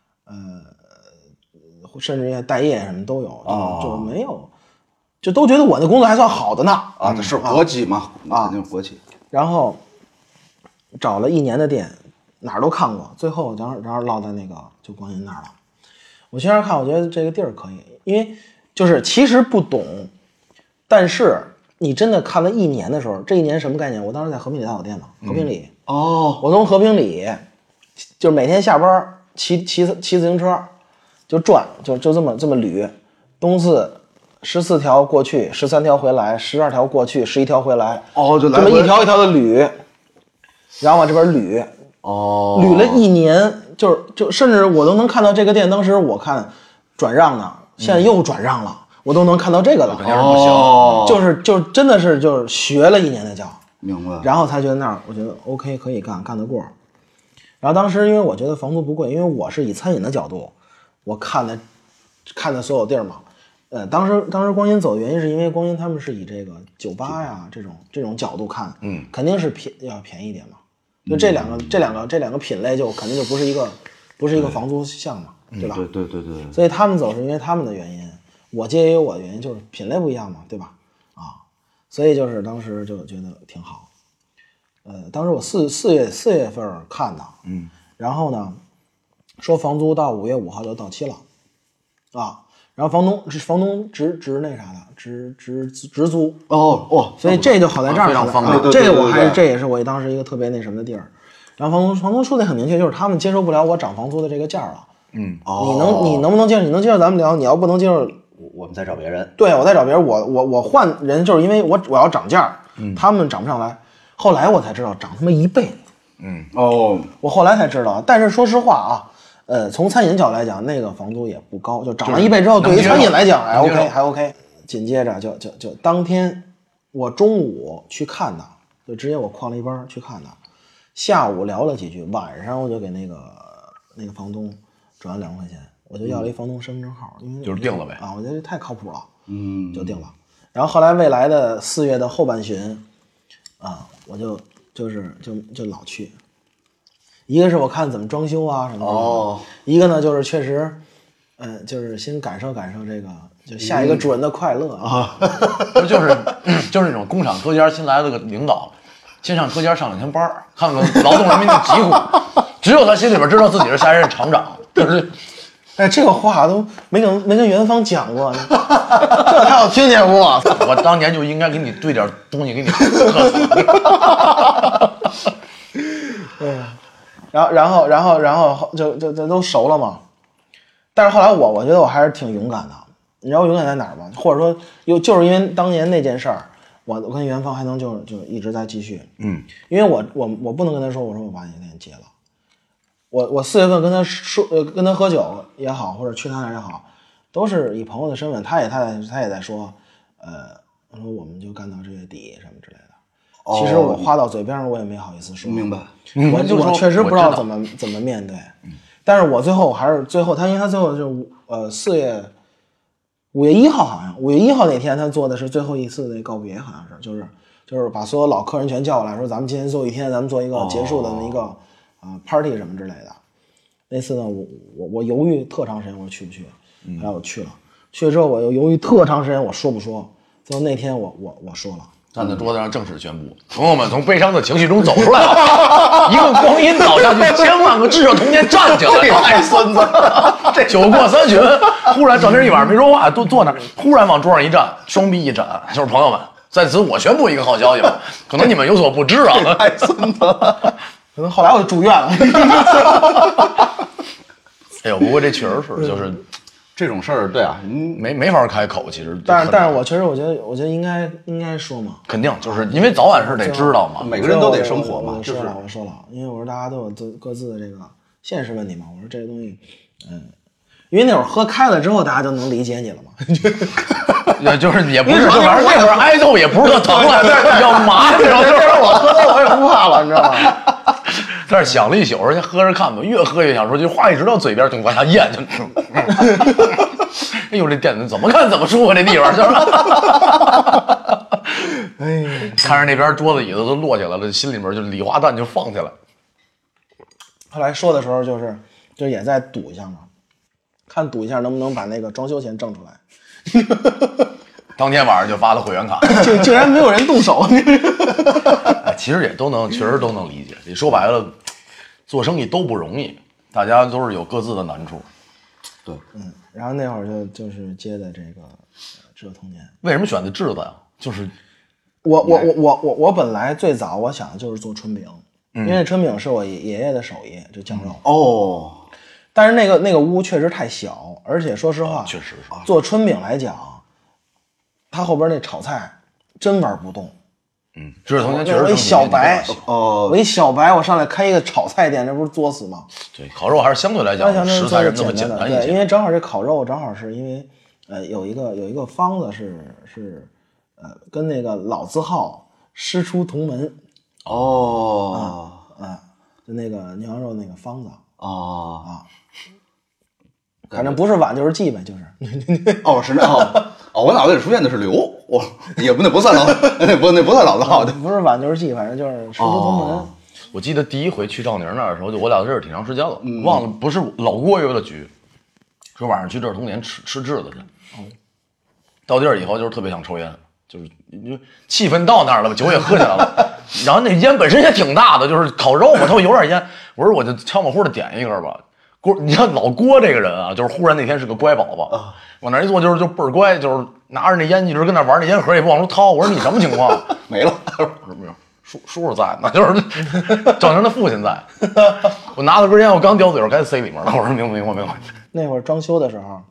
甚至待业什么都有，就没有，就都觉得我那工作还算好的呢。 啊，这是国企嘛，肯定是国企。 然后找了1年的店，哪儿都看过，最后然后落在那个就光阴那儿了。我去那儿看，我觉得这个地儿可以，因为就是其实不懂，但是你真的看了1年的时候，这1年什么概念？我当时在和平里大酒店嘛，和平里。我从和平里就是每天下班骑自行车就转，就这么捋，东四14条过去，13条回来，12条过去，11条回来， 就这么一条一条的捋，然后往这边捋，捋了1年，就甚至我都能看到这个店，当时我看转让的，现在又转让了，我都能看到这个了。 肯定是不行， 就真的是就是学了1年的觉， 明白。 然后才觉得那儿我觉得 OK 可以干得过。然后当时因为我觉得房租不贵，因为我是以餐饮的角度，我看的所有地儿嘛。当时光阴走的原因是因为光阴他们是以这个酒吧呀这种角度看，肯定是要便宜一点嘛。就这两个品类就肯定就不是一个房租项嘛，对吧？ 对。 所以他们走是因为他们的原因，我接也有我的原因，就是品类不一样嘛，对吧？所以就是当时就觉得挺好。当时我4月份看的，然后呢，说房租到5月5号就到期了，然后房东直那啥的，直租所以这就好在这儿， 非常方便。 这也是我当时一个特别那什么的地儿。然后房东说的很明确，就是他们接受不了我涨房租的这个价了。你能不能接受？你能接受咱们聊，你要不能接受， 我们再找别人。 对，我再找别人，我换人，就是因为我要涨价，他们涨不上来。后来我才知道涨他妈1倍。我后来才知道，但是说实话从餐饮角度来讲，那个房租也不高，就涨了1倍之后，对于餐饮来讲还 OK。紧接着就当天我中午去看的，就直接我旷了一班去看的，下午聊了几句，晚上我就给那个房东转了2万块钱，我就要了一房东身份证号，因为就是定了呗我觉得太靠谱了，就定了。然后后来未来的4月的后半旬我就老去。一个是我看怎么装修啊什么的，一个呢就是确实，就是先感受这个，就下一个主人的快乐就是那种工厂科间新来了个领导，先上科间上2天班，看看劳动人民的疾苦，只有他心里边知道自己是下一任厂长，就是。 这个话都没跟元芳讲过，这他要听见过。 我当年就应该给你兑点东西给你喝死。 然后就都熟了嘛。但是后来我觉得我还是挺勇敢的，你知道我勇敢在哪儿吗？或者说就是因为当年那件事儿，我跟元芳还能就一直在继续。因为我不能跟他说，我说我把你的店结了。我4月份跟他说，跟他喝酒也好，或者去他那也好，都是以朋友的身份，他也在说，说我们就干到这月底什么之类的。其实我话到嘴边上，我也没好意思说。 明白。 我确实不知道怎么面对，但是我最后因为他最后就5月1号好像5月1号那天他做的是最后一次的告别，好像是就是把所有老客人全叫过来，说咱们今天最后一天，咱们做一个结束的一个。party 什么之类的。那次呢，我犹豫特长时间，我说去不去？后来我去了，去了之后我又犹豫特长时间，我说不说？最后那天我说了， 站在桌子上正式宣布，朋友们从悲伤的情绪中走出来了，一个光阴倒下去，千万个炙热童年站起来了， 太孙子了！ 酒过3巡，忽然赵明一晚上没说话，都坐那，忽然往桌上一站，双臂一展，就是朋友们，在此我宣布一个好消息，可能你们有所不知啊， 太孙子了。 可能后来我就住院了。 哎呦，不过这确实是，就是这种事儿，对啊， 没法开口，其实。 但是我确实我觉得应该说嘛。 肯定就是因为早晚是得知道嘛， 每个人都得生活嘛。 我说了，因为我说大家都有各自的这个现实问题嘛。我说这个东西，因为那会儿喝开了之后，大家就能理解你了嘛。 就是也不是，就反正那会儿挨揍也不是特疼了，要麻，然后这会儿我喝多我也不怕了，你知道吗？ 在那想了一宿，人家喝着看吧，越喝越想说，就话一直到嘴边就往下咽，就哎呦这店怎么看怎么舒服，这地方就是。 哎， 看着那边桌子椅子都落下来了，心里面就礼花弹就放下来。 后来说的时候就也在赌一下嘛，看赌一下能不能把那个装修钱挣出来。 当天晚上就发了会员卡， 竟然没有人动手。 哎，其实也都能，确实都能理解。你说白了，做生意都不容易，大家都是有各自的难处。 对， 然后那会儿就是接的这个智者童年。 为什么选的质子呀？就是我本来最早我想的就是做春饼，因为春饼是我爷爷的手艺，就酱肉。 哦， 但是那个屋确实太小，而且说实话， 确实是做春饼来讲，它后边那炒菜真玩不动。 质子童年确实我一小白， 哦， 我一小白，我上来开一个炒菜店，这不是作死吗？ 对烤肉还是相对来讲食材那么简单一些。 对，因为正好这烤肉正好是因为有一个方子是跟那个老字号师出同门。 哦， 就那个牛羊肉那个方子反正不是碗就是记呗，就是。 哦，是那我脑子里出现的是刘，我也不算老，那不算老字号的， 不是碗就是记，反正就是师出同门。 我记得第一回去赵宁那儿的时候，就我俩认识挺长时间了，忘了不是老郭约的局，说晚上去这儿童年吃炙子去。到地儿以后就是特别想抽烟，就是气氛到那儿了吧，酒也喝起来了，然后那烟本身也挺大的，就是烤肉嘛，它会有点烟。我说我就悄马虎的点一根吧。郭，你看老郭这个人啊，就是忽然那天是个乖宝宝，往那一坐就倍儿乖，就是拿着那烟一直跟那玩，那烟盒也不往出掏。我说你什么情况？ 没了。 我说没有，叔叔在呢，就是赵宁的父亲在。我拿了根烟，我刚叼嘴上，赶紧塞里面了。我说明白。 那会儿装修的时候，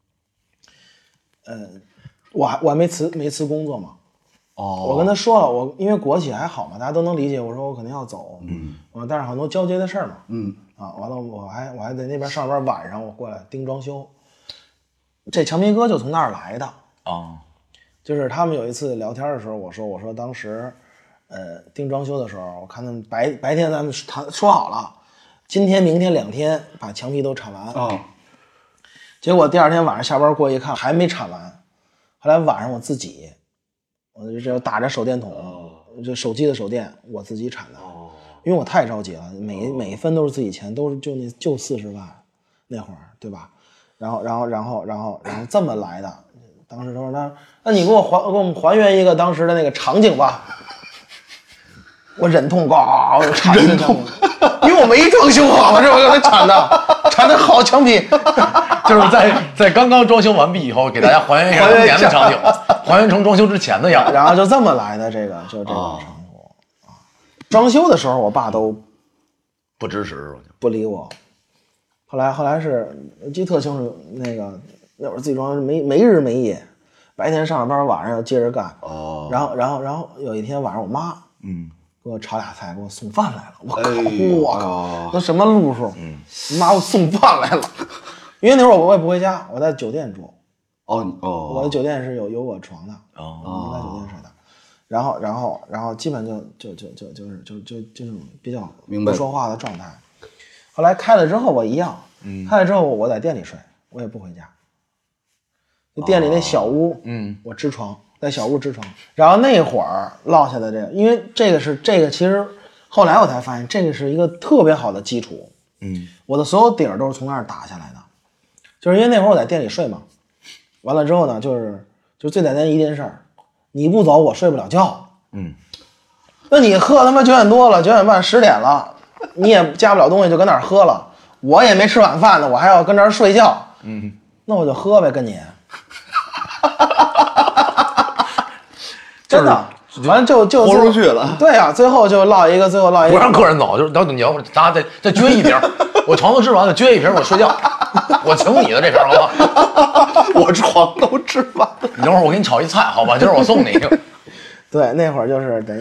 我还没辞工作嘛。我跟他说了，因为国企还好嘛，大家都能理解。我说我肯定要走，但是很多交接的事儿嘛，完了我还在那边上班，晚上我过来盯装修。这强皮哥就从那儿来的就是他们有一次聊天的时候，我说当时盯装修的时候，我看他们白天咱们说好了，今天明天2天把墙皮都铲完结果第二天晚上下班过一看还没铲完，后来晚上我自己。我就打着手电筒，就手机的手电，我自己铲的，因为我太着急了，每一分都是自己钱，都是就40万那会儿，对吧？然后这么来的。当时他说那你给我们还原一个当时的那个场景吧。我忍痛我就铲忍痛，因为我没装修好，是我给他铲的好墙皮。 就是在刚刚装修完毕以后，给大家还原一下当年的场景，还原成装修之前的样子。 然后就这么来的，这个成果装修的时候，我爸都不支持， 不理我。后来是记得特清楚，那会儿自己装修没日没夜，白天上着班，晚上要接着干。然后有一天晚上，我妈给我炒俩菜，给我送饭来了。我靠，都什么路数？妈，我送饭来了。因为那会儿我也不回家，我在酒店住。我的酒店是有我床的。我在酒店睡的。然后基本就是这种比较不说话的状态。后来开了之后我一样，开了之后我在店里睡，我也不回家。店里那小屋，我支床，在小屋支床。然后那会儿落下的这个，因为这个其实后来我才发现，这个是一个特别好的基础。我的所有底儿都是从那儿打下来的，就是因为那会儿我在店里睡嘛。完了之后呢，就最简单一件事儿，你不走我睡不了觉。那你喝他妈9点多了，9点半10点了，你也加不了东西，就跟那儿喝了。我也没吃晚饭呢，我还要跟这儿睡觉。那我就喝呗，跟你。真的，完了就豁出去了。 对啊，最后落一个， 不让客人走，就是你要咱再撅一瓶，我床都吃完了，撅一瓶我睡觉，我请你的这瓶好吧？ 我床都吃完了， 你等会儿我给你炒一菜好吧？今儿我送你一个。 对，那会儿就是等于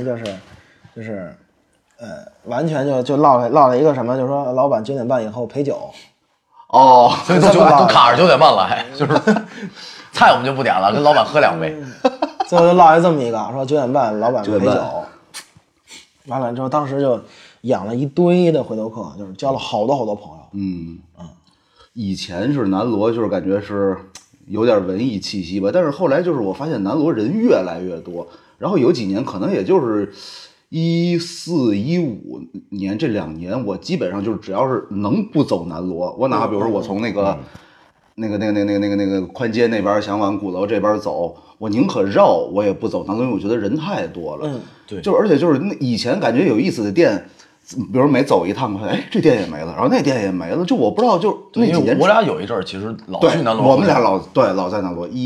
完全就落了一个什么，就是说老板9点半以后陪酒。 所以都卡着9点半来，就是菜我们就不点了，跟老板喝2杯。 最后就落下这么一个，说9点半老板陪 9点酒，完了之后当时就养了一堆的回头客，就是交了好多朋友。 以前是南锣，就是感觉是有点文艺气息吧，但是后来就是我发现南锣人越来越多，然后有几年可能也就是14、15年这2年，我基本上就是只要是能不走南锣，我哪怕比如说我从那个宽街那边想往鼓楼这边走，我宁可绕我也不走南锣，因为我觉得人太多了。 对， 就是而且就是那以前感觉有意思的店。比如每走一趟，哎，这店也没了，然后那店也没了，就我不知道，就那几年我俩有一阵儿其实老去南锣， 我们俩老在南锣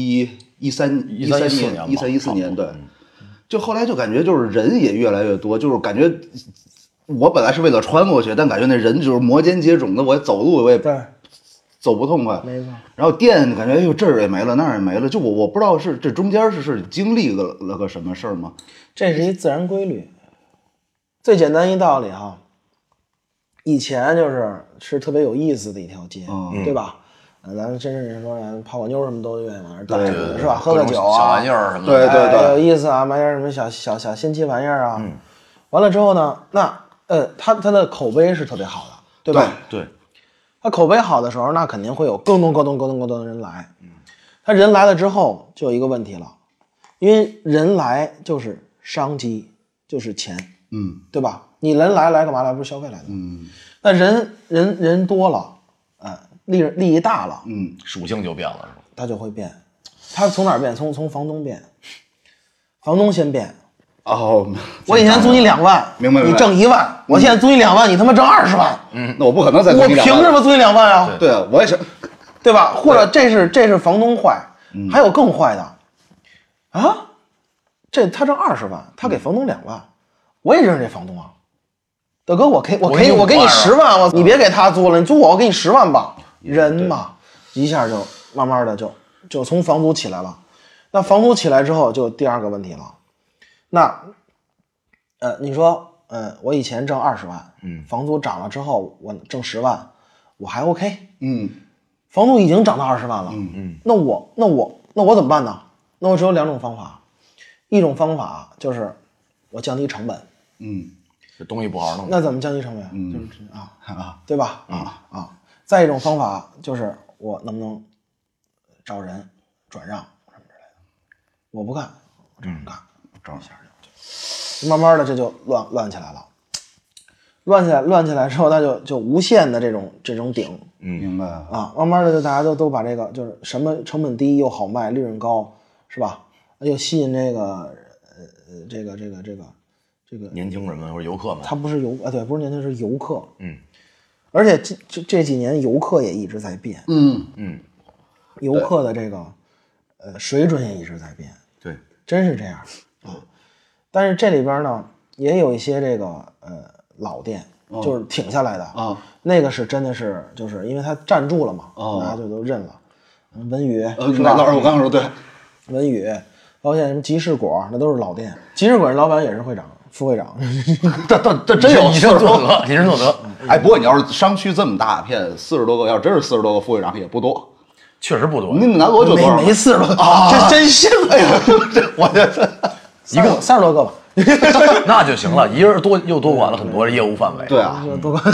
，13、14年，对，就后来就感觉就是人也越来越多，就是感觉我本来是为了穿过去，但感觉那人就是摩肩接踵的，我走路我也走不痛快， 没错。 然后店感觉哎呦这儿也没了那儿也没了，就我不知道是这中间是经历了个什么事儿吗？ 这是一自然规律。最简单一道理哈，以前是特别有意思的一条街，对吧？咱真是说泡个妞什么都愿意往那儿待着，是吧？喝个酒啊， 小玩意儿什么的，对， 有意思啊，买点什么小新奇玩意儿啊。完了之后呢，那他的口碑是特别好的，对吧？ 对， 他口碑好的时候，那肯定会有更多的人来。他人来了之后，就有一个问题了，因为人来就是商机，就是钱。对吧？你人来干嘛来？不是消费来的。那人多了，利益大了， 属性就变了，是吧？ 它就会变。它从哪儿变？从房东变，房东先变。 哦， 我以前租你2万， 明白， 你挣1万，我现在租你2万，你他妈挣20万。 那我不可能再租你2万。 我凭什么租你2万啊？ 对啊，我也是， 对吧？或者这是房东坏，还有更坏的啊，他挣20万，他给房东2万。我也认识这房东啊，大哥，我给你10万，你别给他租了，你租我给你10万吧。人嘛，一下就慢慢的就从房租起来了。那房租起来之后，就第二个问题了。那你说我以前挣20万，房租涨了之后我挣10万，我还 OK。房租已经涨到20万了。那我怎么办呢？那我只有2种方法，一种方法就是我降低成本。 这东西不好好弄。 那怎么降低成本？就是对吧？再一种方法就是我能不能找人转让什么之类的？我不干，我找人干，找一下就慢慢的这就乱起来了。乱起来之后，它就无限的这种顶。 明白啊，慢慢的就大家都把这个就是什么成本低又好卖，利润高，是吧？又吸引这个年轻人们或者游客们， 他不是对，不是年轻人，是游客。而且这几年游客也一直在变。游客的这个水准也一直在变。 对， 真是这样啊。但是这里边呢，也有一些这个老店，就是挺下来的啊。 那个是真的是，就是因为他站住了嘛，大家就都认了。文宇是吧？老师，我刚说对， 文宇，包括现在什么集市果，那都是老店。集市果老板也是会长。副会长， 这真有事儿，你是诺德。 哎，不过你要是商区这么大片，40多个，要真是40多个副会长也不多， 确实不多。 那南锣就多少？ 没40多个啊，这真信了呀！ 我这一个30多个吧， 那就行了。一人又多管了很多业务范围。 对啊， 多管。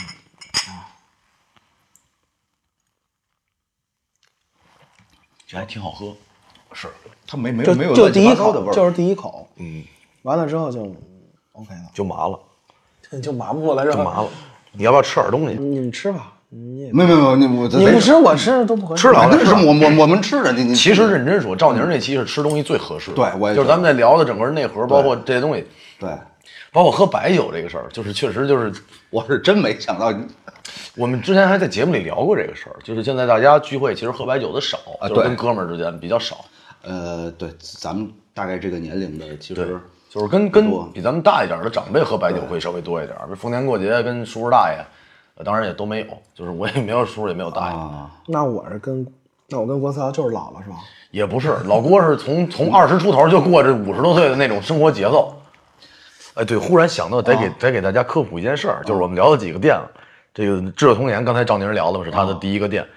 这还挺好喝， 是它没有就第一口的味儿， 就是第一口，完了之后就 OK 了， 就麻了， 就麻不过来，就麻了。你要不要吃点东西？ 你们吃吧，没有，你不吃我吃都不合适。 吃了， 那是我们吃的。你其实认真说，赵宁这期是吃东西最合适的。 对，我也就是咱们在聊的整个内核，包括这些东西， 对， 包括喝白酒这个事儿，就是确实就是， 我是真没想到。 我们之前还在节目里聊过这个事儿，就是现在大家聚会其实喝白酒的少，就是跟哥们儿之间比较少。 对，咱们大概这个年龄的，其实就是跟比咱们大一点的长辈喝白酒会稍微多一点，比如逢年过节跟叔叔大爷，当然也都没有，就是我也没有叔叔也没有大爷。 那我跟郭思瑶就是老了是吧？ 也不是，老郭是从20出头就过这50多岁的那种生活节奏。哎，对，忽然想到得给大家科普一件事儿，就是我们聊了几个店了，这个智者童年刚才赵宁聊的是他的第一个店。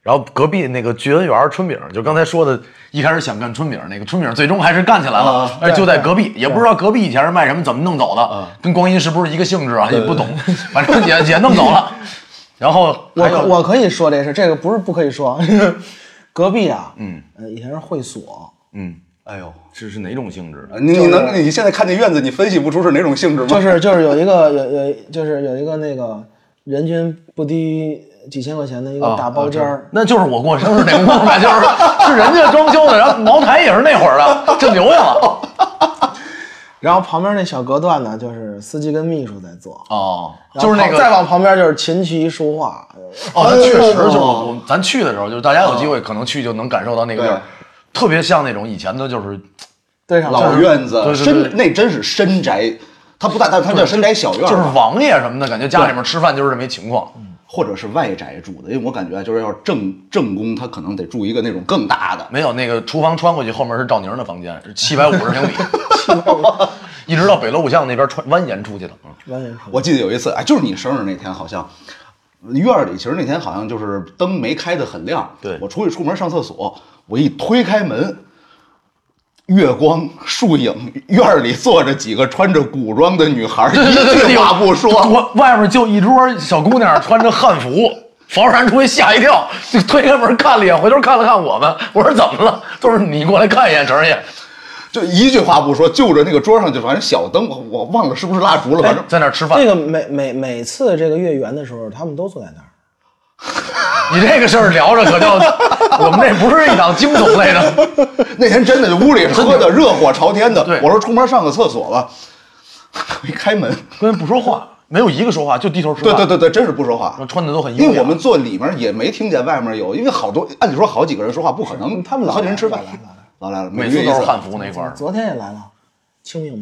然后隔壁那个聚恩园春饼，就刚才说的，一开始想干春饼，那个春饼最终还是干起来了，哎，就在隔壁，也不知道隔壁以前是卖什么，怎么弄走的，跟光阴是不是一个性质啊？也不懂，反正也弄走了。然后我可以说这事，这个不是不可以说，隔壁啊，以前是会所， 哎呦， 这是哪种性质的？ 你现在看那院子，你分析不出是哪种性质吗？ 就是有一个就是有一个那个人均不低几千块钱的一个大包间儿， 那就是我过生日那屋呗，是人家装修的，然后茅台也是那会儿的，就留下了。 然后旁边那小隔断呢，就是司机跟秘书在做。 哦，就是那个再往旁边就是琴棋书画。 哦，那确实就是咱去的时候，就是大家有机会可能去就能感受到那个地儿，特别像那种以前的，就是对老院子， 对那真是深宅，它不大，但它叫深宅小院， 就是王爷什么的感觉，家里面吃饭就是这么一情况。 或者是外宅住的，因为我感觉就是要正宫，他可能得住一个那种更大的。 没有那个厨房穿过去，后面是赵宁的房间，是750平米，一直到北锣鼓巷那边蜿蜒出去的。 我记得有一次，哎，就是你生日那天，好像院里其实那天好像就是灯没开得很亮。 对， 我出门上厕所，我一推开门。月光树影，院里坐着几个穿着古装的女孩，一句话不说。 外面就一桌小姑娘穿着汉服，房山出去吓一跳，就推开门看了一眼，回头看了看我们，我说怎么了？都是你过来看一眼，成爷。 就一句话不说，就着那个桌上就反正小灯，我忘了是不是蜡烛了，反正在那儿吃饭。 这个每次这个月圆的时候，他们都坐在那儿。 你这个事儿聊着可叫我们这不是一档惊悚类的。 那天真的屋里喝的热火朝天的， 对， 我说出门上个厕所吧，一开门根本不说话，没有一个说话，就低头吃饭。 对，真是不说话， 穿的都很优雅。 因为我们坐里面也没听见外面有，因为好多按理说好几个人说话不可能， 他们好几人吃饭老来了， 每次都是汉服那块儿。 昨天也来了，清明嘛。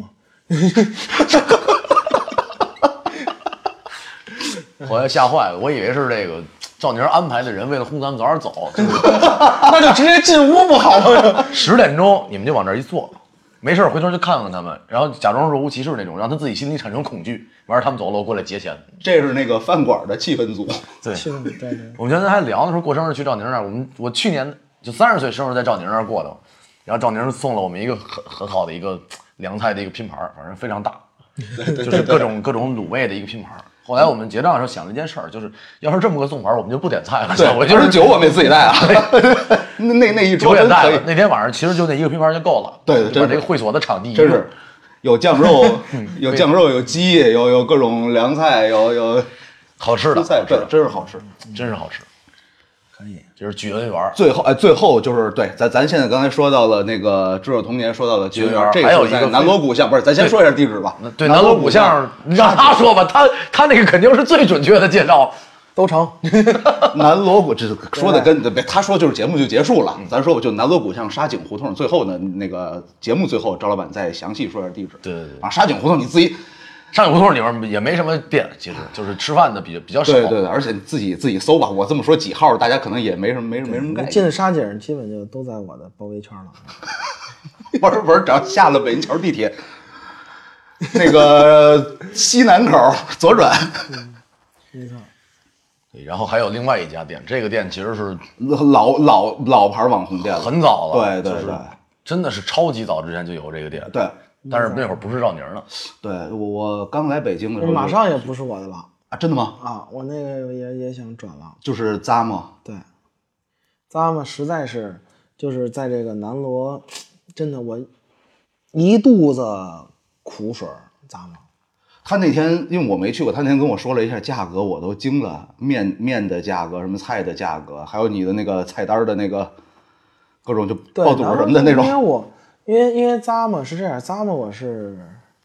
后来吓坏了，我以为是这个赵宁安排的人，为了哄咱们早点走， 那就直接进屋不好吗 ？10点钟你们就往这儿一坐，没事回头就看看他们，然后假装若无其事那种，让他自己心里产生恐惧。完事他们走了，我过来结钱。 这是那个饭馆的气氛组。 对， 对。 我们刚才还聊的时候，过生日去赵宁那儿，我去年就30岁生日在赵宁那儿过的，然后赵宁送了我们一个很好的一个凉菜的一个拼盘，反正非常大，就是各种卤味的一个拼盘。后来我们结账的时候想了一件事儿，就是要是这么个送法，我们就不点菜了。 对， 我就是酒我们自己带啊。那一桌也带了。那天晚上其实就那一个拼盘就够了。 对， 把这个会所的场地真是有酱肉，有酱肉，有鸡，有各种凉菜，有好吃的菜，对，真是好吃， 真是好吃。 可以， 就是聚恩园。 最后就是对，咱现在刚才说到了那个知友童年，说到了聚恩园，这还有一个南锣鼓巷，不是，咱先说一下地址吧。 对，南锣鼓巷，你让他说吧，他那个肯定是最准确的介绍。 都成。 南锣鼓这说的跟他说就是节目就结束了，咱说吧，就南锣鼓巷沙井胡同。最后呢，那个节目最后赵老板再详细说一下地址。 对啊，沙井胡同你自己。 沙井胡同里面也没什么店，其实就是吃饭的比较少。 对，而且自己搜吧。我这么说几号，大家可能也没什么概念。 进沙井基本就都在我的包围圈了。 不是，只要下了北银桥地铁，那个西南口左转。 没错。 对，然后还有另外一家店，这个店其实是老牌网红店了， 很早了。 对， 真的是超级早之前就有这个店。 对。 但是那会儿不是赵宁呢。 对，我刚来北京的时候， 马上也不是我的了啊！真的吗？ 啊，我那个也想转了， 就是咂嘛。 对，咂嘛实在是就是在这个南锣，真的我一肚子苦水咂嘛。 他那天因为我没去过，他那天跟我说了一下价格，我都惊了，面的价格，什么菜的价格，还有你的那个菜单的那个各种就爆肚什么的那种。 因为咂嘛是这样，咂嘛我是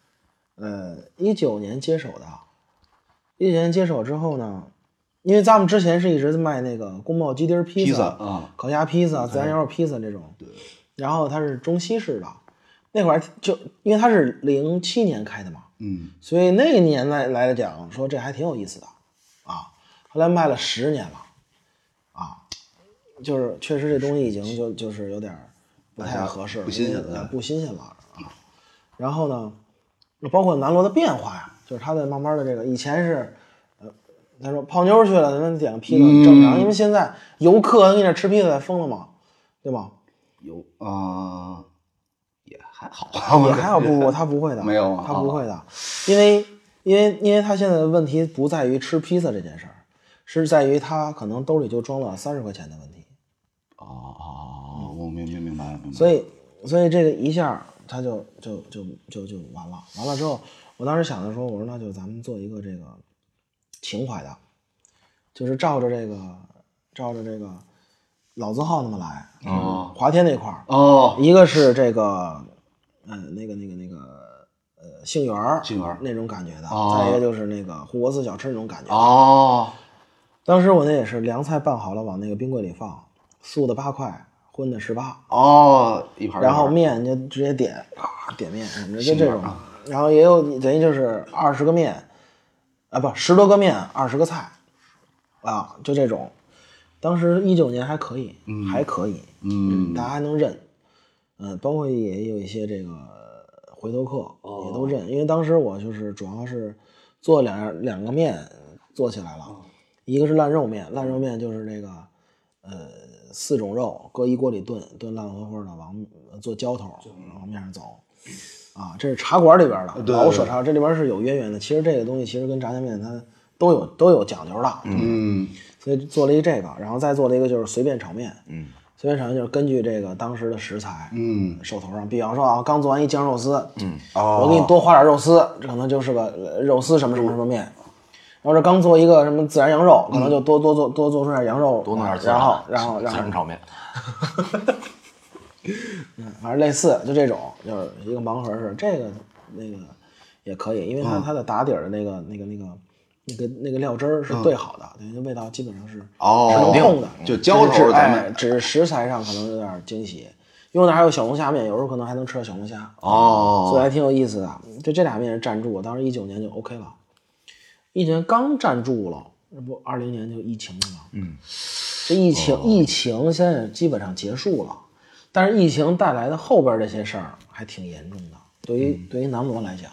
19年接手的，19年接手之后呢，因为咂嘛之前是一直卖那个宫保鸡丁披萨啊， 烤鸭披萨、孜然羊肉披萨这种，对，然后它是中西式的，那会儿就因为它是07年开的嘛，所以那个年来讲说这还挺有意思的啊，后来卖了10年了啊，就是确实这东西已经就是有点不太合适， 不新鲜了， 不新鲜了啊。然后呢，包括南锣的变化呀，就是它在慢慢的这个以前是他说泡妞去了，咱点个披萨正常，因为现在游客跟那吃披萨疯了嘛，对吧？ 有也还好， 也还好不，他不会的， 没有他不会的，因为他现在的问题不在于吃披萨这件事儿，是在于他可能兜里就装了30块钱的问题。 我明白了。 所以这个一下他就完了。完了之后，我当时想着说，我说那就咱们做一个这个情怀的，就是照着这个老字号那么来。华天那块儿一个是这个杏园那种感觉的，再一个就是那个护国寺小吃那种感觉。当时我那也是凉菜拌好了，往那个冰柜里放，素的8块，荤的18。 一盘。 然后面就直接点点面什么的，就这种。然后也有等于就是20个面，不10多个面20个菜，就这种。当时19年还可以，还可以，大家还能认，包括也有一些这个回头客也都认，因为当时我就是主要是做两个面做起来了，一个是烂肉面就是这个4种肉搁一锅里炖烂乎乎的，做浇头往面上走，这是茶馆里边的老舍茶，这里边是有渊源的。其实这个东西其实跟炸酱面它都有讲究的，所以做了一这个，然后再做了一个就是随便炒面，随便炒面就是根据这个当时的食材，手头上，比方说刚做完一酱肉丝，我给你多划点肉丝，这可能就是个肉丝什么面，然后这刚做一个什么孜然羊肉，可能就多做出点羊肉， 多弄点孜然，然后孜然炒面， 反正类似就这种，就是一个盲盒似的，这个那个也可以，因为它的打底儿的那个料汁儿是兑好的，等于味道基本上是能控的， 就浇头咱们只是食材上可能有点惊喜，用的还有小龙虾面，有时候可能还能吃到小龙虾，所以还挺有意思的。就这俩面是站住，我当时19年就 OK 了，19年刚站住了，这不20年就疫情了吗？这疫情现在基本上结束了，但是疫情带来的后边这些事儿还挺严重的，对于南锣来讲。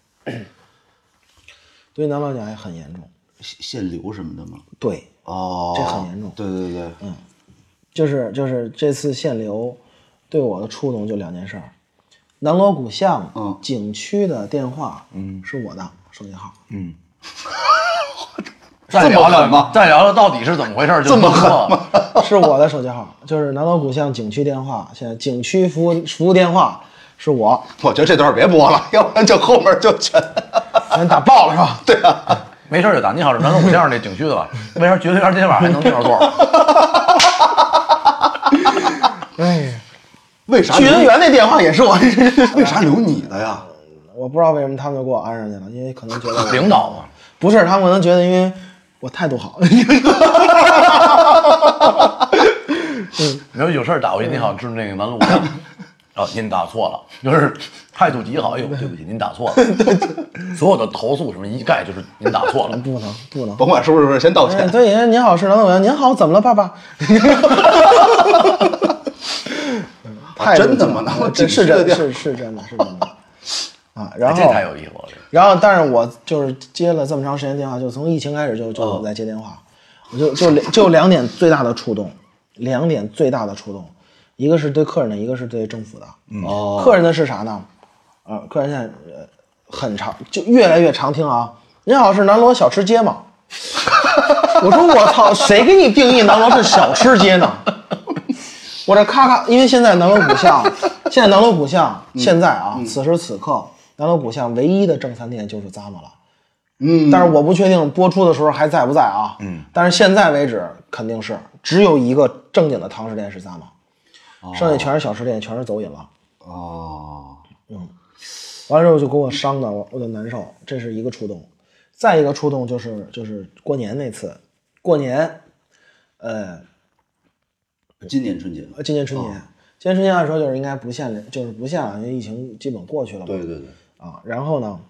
对于南锣讲也很严重， 限流什么的吗？ 对，这很严重。 对， 就是这次限流，对我的触动就2件事儿。南锣鼓巷景区的电话，是我的手机号， 再聊聊到底是怎么回事，这么狠吗？ 是我的手机号，就是南锣鼓巷景区电话，现在景区服务电话是我。 我觉得这段别播了，要不然就后面就全打爆了是吧？ 对啊， 没事就打。你好，是南锣鼓巷那景区的吧？为啥绝对园今天晚上还能订着座？ 哎， 为啥聚恩园那电话也是我？ 为啥留你的呀？ 我不知道为什么他们就给我安上去了，因为可能觉得领导嘛， 不是，他们可能觉得因为我态度好。 有事打过去，你好，是那个南锣鼓巷。您打错了，就是态度极好。哎呦，对不起，您打错了。所有的投诉什么一概就是您打错了， 不能， 甭管是不是先道歉。 对，您好，是南锣鼓巷。您好，怎么了，爸爸？ 真的吗？ 是真的然后这太有意思了。 然后，但是我就是接了这么长时间电话，就从疫情开始就我在接电话，我就2点最大的触动，2点最大的触动。一个是对客人的，一个是对政府的。客人的是啥呢？客人现在很常，就越来越常听啊。您好，是南锣小吃街吗？我说我操，谁给你定义南锣是小吃街呢？我这咔咔，因为现在南锣鼓巷，现在此时此刻，南锣鼓巷唯一的正餐店就是咂摸了。但是我不确定播出的时候还在不在啊。但是现在为止肯定是只有一个正经的堂食店是咂摸。剩下全是小吃店，全是走饮了。完了之后就给我伤的，我就难受，这是一个触动。再一个触动就是过年那次，过年， 今年春节， 今年春节按说就是应该不限了，因为疫情基本过去了嘛。 对然后呢，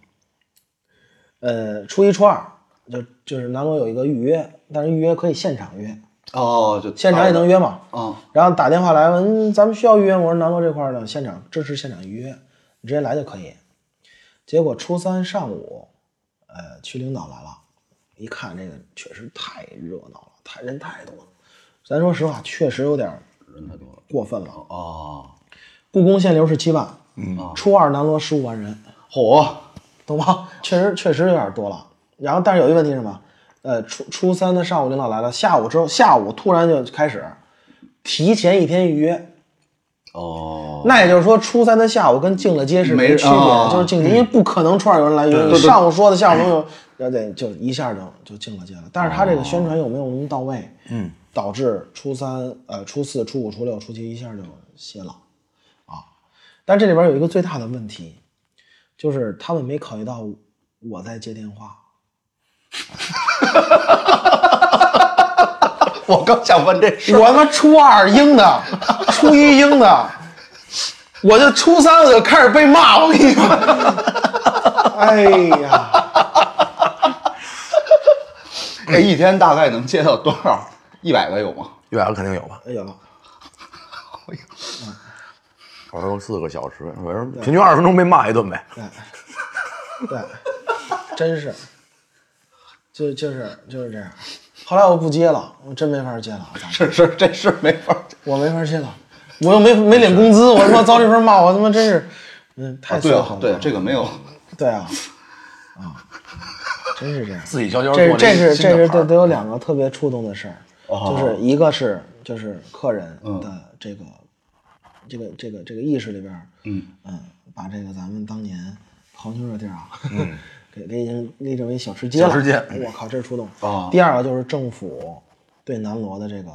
初1、初2就是南锣有一个预约，但是预约可以现场约。 就现场也能约嘛。然后打电话来问咱们需要预约，我说南锣这块的现场支持现场预约，你直接来就可以。结果初3上午，区领导来了， 一看这个确实太热闹了，人太多了。咱说实话，确实有点人太多了， 过分了。 哦， 故宫限流17万，初二南锣15万人， 嚯， 懂吗？确实有点多了。然后，但是有一个问题是什么？初三的上午领导来了，下午突然就开始提前1天预约。 哦， 那也就是说，初三的下午跟敬了街是没区别的，就是敬，因为不可能初二有人来预约。上午说的，下午对，就一下就敬了街了。但是他这个宣传有没有那么到位？导致初三、初四、初5、初6、初7一下就歇了啊。但这里边有一个最大的问题，就是他们没考虑到我在接电话。 我刚想问这事， 我他妈初2应的，初1应的，我就初3我就开始被骂，我跟你说，哎呀， 这一天大概能接到多少？100个有吗 ？100个肯定有吧？ 有了。 24个小时，反正平均20分钟被骂一顿呗。 对，真是，就是这样。后来我不接了，我真没法接了。 是，这是没法接， 我没法接了，我又没领工资，我他妈遭这份骂，我他妈真是，太对错了。 对，这个没有。 对啊，真是这样。 自己悄悄这过是得有2个特别触动的事儿，就是一个是就是客人的这个意识里边，把这个咱们当年黄牛热店啊，给已经立正为小吃街了。 小吃街， 我靠，这是触动。第二个就是政府对南锣的这个，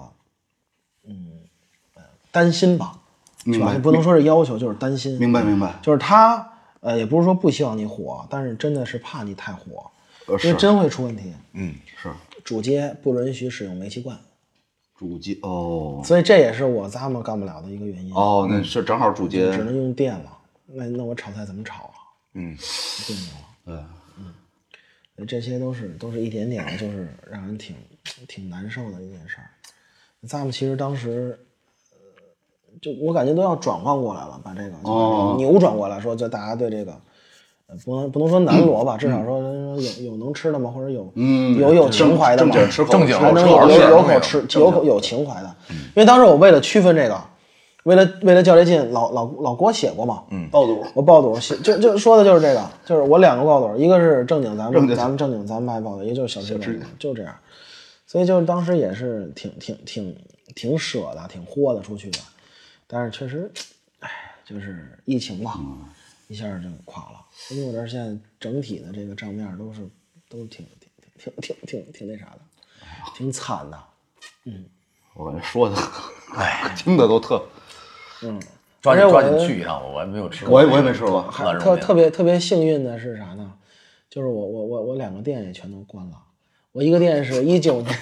担心吧，是吧？不能说是要求，就是担心。 明白。 就是他，也不是说不希望你火，但是真的是怕你太火，因为真会出问题。 是。 主街不允许使用煤气罐。 主街哦， 所以这也是咱们干不了的一个原因。 哦，那是正好主街只能用电了。那我炒菜怎么炒啊？电没了。这些都是一点点的，就是让人挺难受的一件事儿。咱们其实当时，就我感觉都要转换过来了，把这个扭转过来，说就大家对这个，不能说南锣吧，至少说有能吃的吗？或者有情怀的吗？ 正经还能有情怀的。因为当时我为了区分这个。为了较这劲，老郭写过嘛， 爆肚， 我爆肚写就说的就是这个，就是我2个爆肚，一个是正经咱们正经咱卖爆肚，一个就是小吃爆肚，就这样。所以就是当时也是挺舍的，挺豁的出去的，但是确实，就是疫情吧，一下就垮了。因为我这现在整体的这个账面都挺那啥的，挺惨的。 我感觉说的，听的都特。 抓紧去一趟，我还没有吃过。 我也没吃过。 特别幸运的是啥呢？就是我2个店也全都关了。我一个店是19年，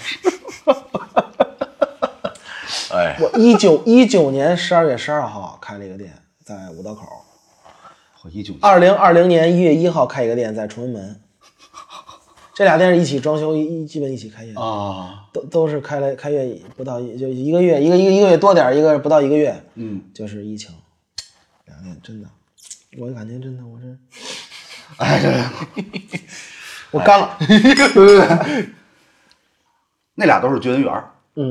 我19年12月12号开了一个店，在五道口。2020年1月1号开一个店在崇文门。这俩店是一起装修，基本一起开业啊， 都是开业不到就一个月，一个月多点，一个不到1个月，就是疫情，两店真的，我感觉真的我我干了， 对，那俩都是绝缘园，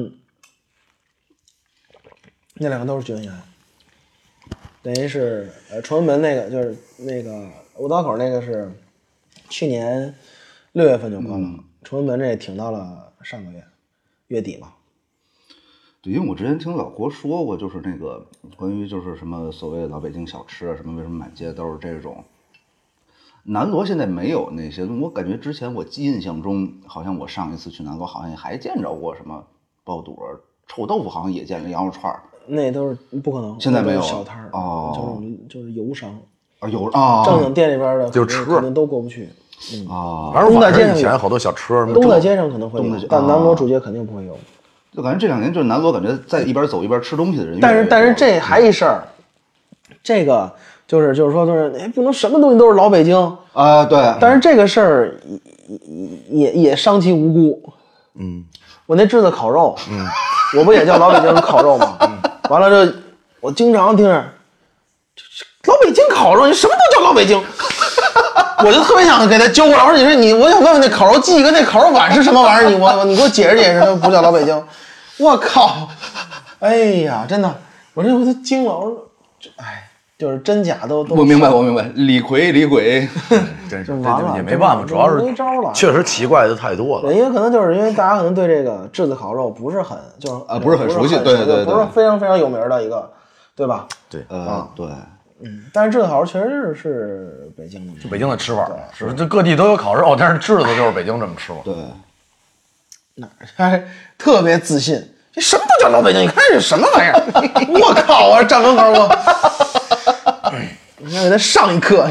那2个都是绝缘园，等于是崇文门那个就是那个五道口那个是去年6月份就关了，崇文门这挺到了上个月底吧。 对，因为我之前听老郭说过，就是那个关于就是什么所谓的老北京小吃啊，什么为什么满街都是这种。南锣现在没有那些，我感觉之前我印象中，好像我上一次去南锣，好像还见着过什么爆肚、臭豆腐，好像也见了羊肉串， 那都是不可能。 现在没有小摊儿哦，就是油商啊，有啊， 正经店里边的就吃肯定都过不去。 反正晚上以前好多小吃， 东大街上可能会有，但南锣主街肯定不会有。 就感觉这2年就是南锣，感觉在一边走一边吃东西的人但是这还一事儿，这个就是说不能什么东西都是老北京啊，对。 但是这个事儿也伤其无辜。我那炙子烤肉，我不也叫老北京烤肉吗？完了就我经常听着，老北京烤肉，你什么都叫老北京。 我就特别想给他揪过来，我说我想问问那烤肉季跟那烤肉碗是什么玩意儿？你给我解释解释，那不叫老北京。我靠！哎呀，真的，我都惊了，我说，哎，就是真假都。 我明白，李逵， 这完了也没办法，主要是没招了。 确实奇怪的太多了。 对，因为可能就是因为大家可能对这个炙子烤肉不是很不是很熟悉，对， 不是非常非常有名的一个，对吧？ 对， 对。 但是炙子烤肉确实是北京的， 就北京的吃法是这各地都有烤肉，但是炙子就是北京这么吃法。 对， 哪还特别自信，这什么都叫老北京，你看这是什么玩意儿？我靠！我站门口你要给他上一课。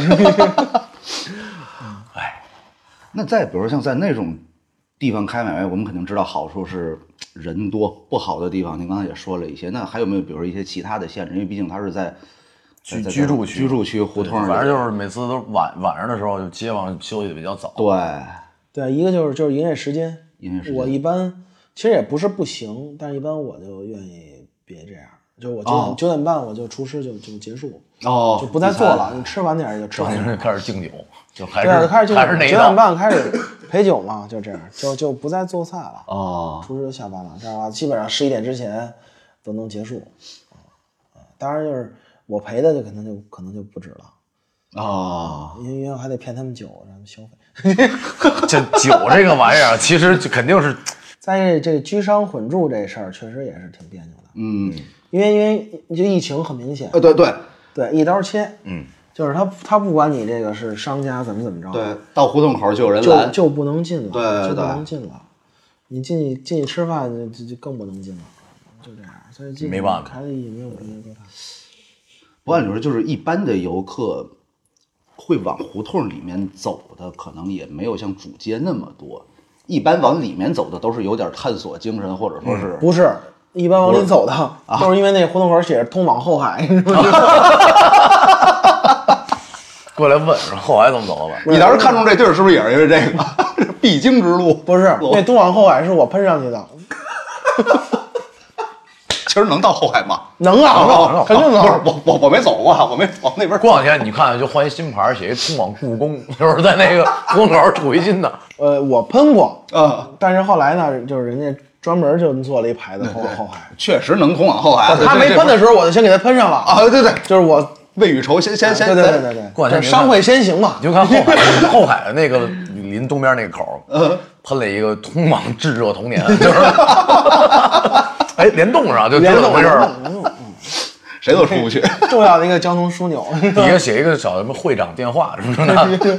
哎，那再比如像在那种地方开买卖，我们肯定知道好处是人多，不好的地方您刚才也说了一些。那还有没有比如说一些其他的限制？因为毕竟它是在居住区胡同， 反正就是每次都晚上的时候，就街坊休息的比较早。 对，一个就是营业时间。我一般其实也不是不行，但是一般我就愿意别这样，就我9点半我就厨师就结束，就不再做了。你吃晚点就吃晚点， 开始敬酒，就还是开始敬酒 9 点半开始陪酒嘛，就这样，就不再做菜了。厨师就下班了，这样的话基本上11点之前都能结束。当然就是我赔的就可能就不止了。因为我还得骗他们酒，让他们消费。 这酒这个玩意儿，其实肯定是在这居商混住这事儿，确实也是挺别扭的。因为就疫情很明显。对，一刀切。就是他不管你这个是商家怎么着， 对，到胡同口就有人拦， 就不能进了， 对， 就不能进了。你进去吃饭就更不能进了，就这样。所以没办法， 开的意义没有别的多大。 不按理说，就是一般的游客会往胡同里面走的，可能也没有像主街那么多。一般往里面走的都是有点探索精神，或者说是不是一般往里走的，都是因为那胡同口写着通往后海。 过来问后海怎么走吧？ 你当时看中这地儿是不是也是因为这个必经之路？ 不是，那通往后海是我喷上去的。 其实能到后海吗？ 能啊，肯定能。 我没走过，我没往那边。 过两天你看，就换一新牌，写一通往故宫，就是在那个胡同口杵一新的。 我喷过，但是后来呢，就是人家专门就做了一牌子通往后海， 确实能通往后海。 他没喷的时候，我就先给他喷上了。 对， 就是我未雨绸缪，先对， 过两天商会先行嘛。 你就看后海的那个临东边那个口，喷了一个通往炙热童年，就是。哎，联动上就知道怎么回事了， 谁都出不去。 重要的一个交通枢纽， 底下写一个小什么会长电话什么的。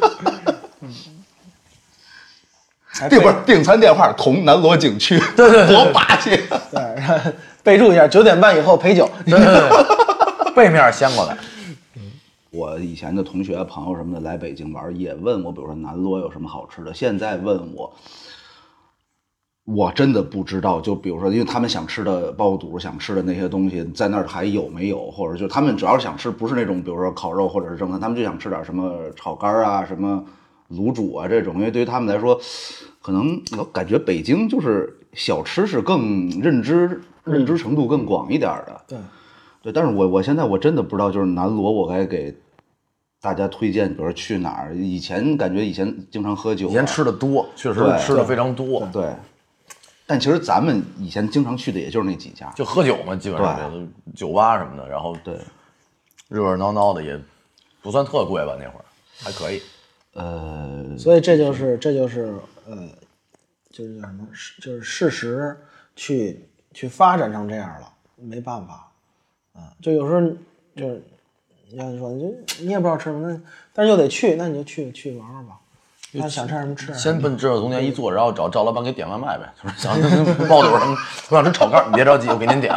不是订餐电话同南锣景区， 对， 多霸气。 对，备注一下，9点半以后陪酒。 对，背面掀过来。 我以前的同学朋友什么的来北京玩，也问我，比如说南锣有什么好吃的。现在问我真的不知道，就比如说，因为他们想吃的爆肚，想吃的那些东西，在那儿还有没有？或者就他们主要是想吃，不是那种比如说烤肉或者是蒸饭，他们就想吃点什么炒肝啊、什么卤煮啊这种。因为对于他们来说，可能我感觉北京就是小吃是更认知程度更广一点的。对，但是我现在我真的不知道，就是南锣我该给大家推荐，比如说去哪儿？以前感觉经常喝酒， 以前吃的多，确实吃的非常多。 对。但其实咱们以前经常去的也就是那几家， 就喝酒嘛，基本上酒吧什么的，然后对， 热热闹闹的，也不算特贵吧，那会儿还可以。 所以这就是就是叫什么？就是事实去发展成这样了，没办法就有时候就是你要说你也不知道吃什么，但是又得去，那你就去玩玩吧。他想吃什么吃， 先奔炙热童年一坐，然后找赵老板给点外卖呗，就是想爆肚什么，我想吃炒肝，你别着急，我给您点。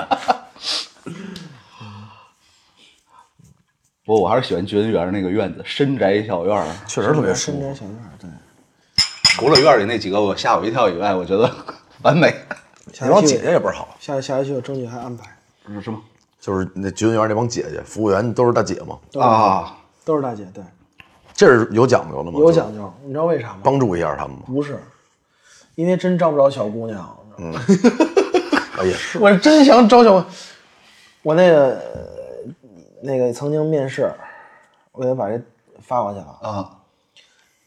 不过我还是喜欢菊恩园那个院子，深宅小院， 确实特别舒服。 深宅小院，对。 除了院里那几个我吓我一跳以外，我觉得完美。 那帮姐姐也倍儿好。 下学期我争取还安排。 是吗？ 就是那菊恩园那帮姐姐，服务员都是大姐嘛。 都是大姐，对。 这是有讲究的吗？ 有讲究，你知道为啥吗？ 帮助一下他们吗？ 不是，因为真招不着小姑娘。 也是。 我真想招小，我那个曾经面试，我也把这发过去了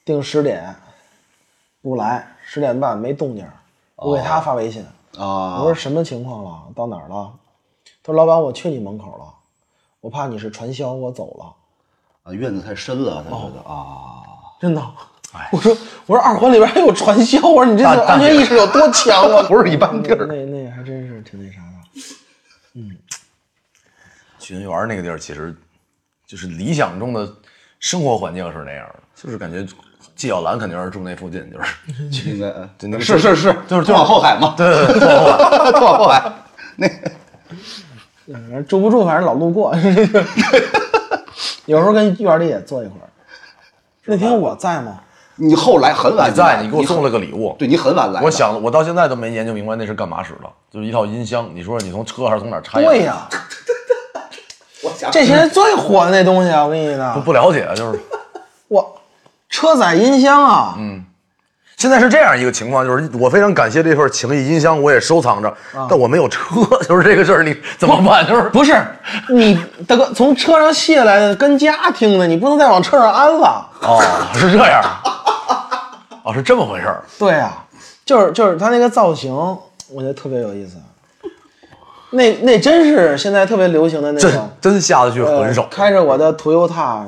定10点，不来，10点半没动静，我给他发微信我说什么情况了？到哪儿了？他说老板，我去你门口了，我怕你是传销，我走了。 啊，院子太深了，他觉得真的。我说二环里边还有传销，我说你这个安全意识有多强啊？ 不是一般地儿。 那还真是挺那啥的。 曲云园那个地儿其实就是理想中的生活环境是那样的，就是感觉纪晓岚肯定是住那附近，就是应该是， 就是通往后海嘛。 对，通往后海那个住不住反正老路过，有时候跟院里也坐一会儿。那天我在吗？ 你后来很晚你在，你给我送了个礼物。 对你很晚来。 我到现在都没研究明白那是干嘛使的，就是一套音箱。你说你从车还是从哪儿拆？ 对呀，这些人最火的那东西啊，我跟你讲， 不了解，就是我车载音箱啊， 现在是这样一个情况，就是我非常感谢这份情谊，音箱我也收藏着，但我没有车，就是这个事儿，你怎么办？就是不是你大哥从车上卸来的，跟家听的，你不能再往车上安了。 哦，是这样，哦，是这么回事儿。 对啊，就是他那个造型，我觉得特别有意思。那真是现在特别流行的那种， 真下得去狠手。 开着我的Toyota，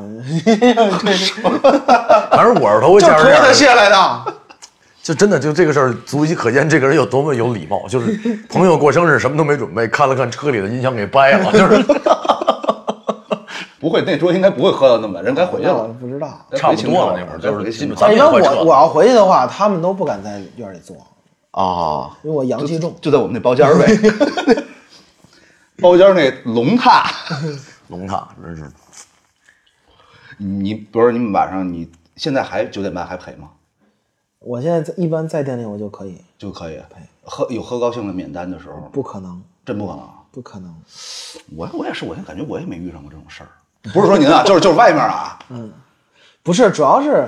反正我是头回见着这样的，卸来的。 就真的就这个事儿，足以可见这个人有多么有礼貌。就是朋友过生日，什么都没准备，看了看车里的音箱给掰了，就是。 不会，那桌应该不会喝到那么晚，人该回去了。 不知道， 差不多了那会儿，就是基本。 一般我要回去的话，他们都不敢在院里坐啊， 因为我阳气重， 就在我们那包间呗。包间那龙榻， 龙榻真是。 你比如说你们晚上，你现在还9点半还陪吗？ 我现在一般在店里我就可以陪，有喝高兴的免单的时候， 不可能， 真不可能， 不可能。 我也是，我现在感觉我也没遇上过这种事儿。不是说您啊，就是外面啊， 不是，主要是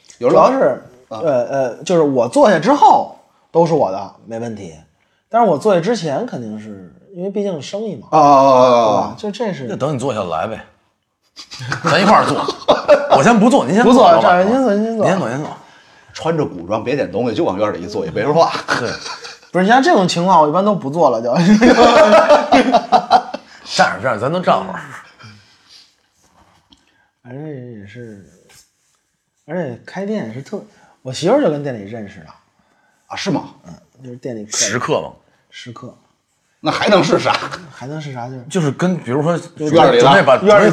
就是我坐下之后都是我的，没问题。但是我坐下之前肯定是因为毕竟生意嘛，对吧？就这是。 那等你坐下来呗，咱一块儿坐。我先不坐，您先不坐， 您先坐。 穿着古装别点东西，就往院里一坐，也别说话。 对， 不是像这种情况，我一般都不坐了，就站着，咱能站会儿。 反正也是，而且开店也是我媳妇儿就跟店里认识的啊，是吗？ 就是店里食客嘛， 食客，那还能是啥？ 还能是啥？ 就是跟比如说院里准备把院里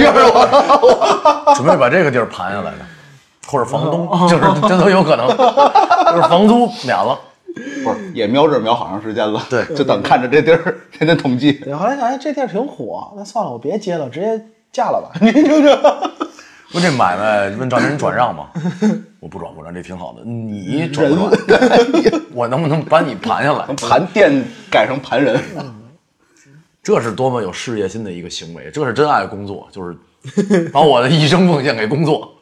准备把这个地儿盘下来的。或者房东，就是这都有可能，就是房租免了， 不是也瞄着瞄好长时间了， 对， 就等看着这地儿天天统计。 对，后来想，这地儿挺火，那算了，我别接了，直接嫁了吧。 不，这买卖问赵您转让吗？我不转，这挺好的。你转不转？我能不能把你盘下来？ 盘店改成盘人， 这是多么有事业心的一个行为，这是真爱工作，就是把我的一生奉献给工作。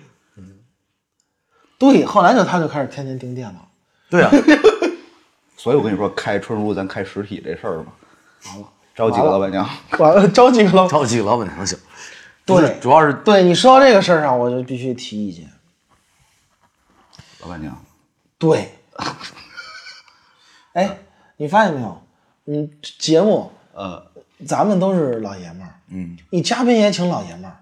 对，后来他就开始天天盯店了。 对啊， 所以我跟你说，开春如咱开实体这事儿嘛，完了，招几个老板娘， 完了，招几个老板娘行。 对， 主要是对你说到这个事儿上，我就必须提意见。 老板娘， 对。哎，你发现没有？节目咱们都是老爷们儿，你嘉宾也请老爷们儿，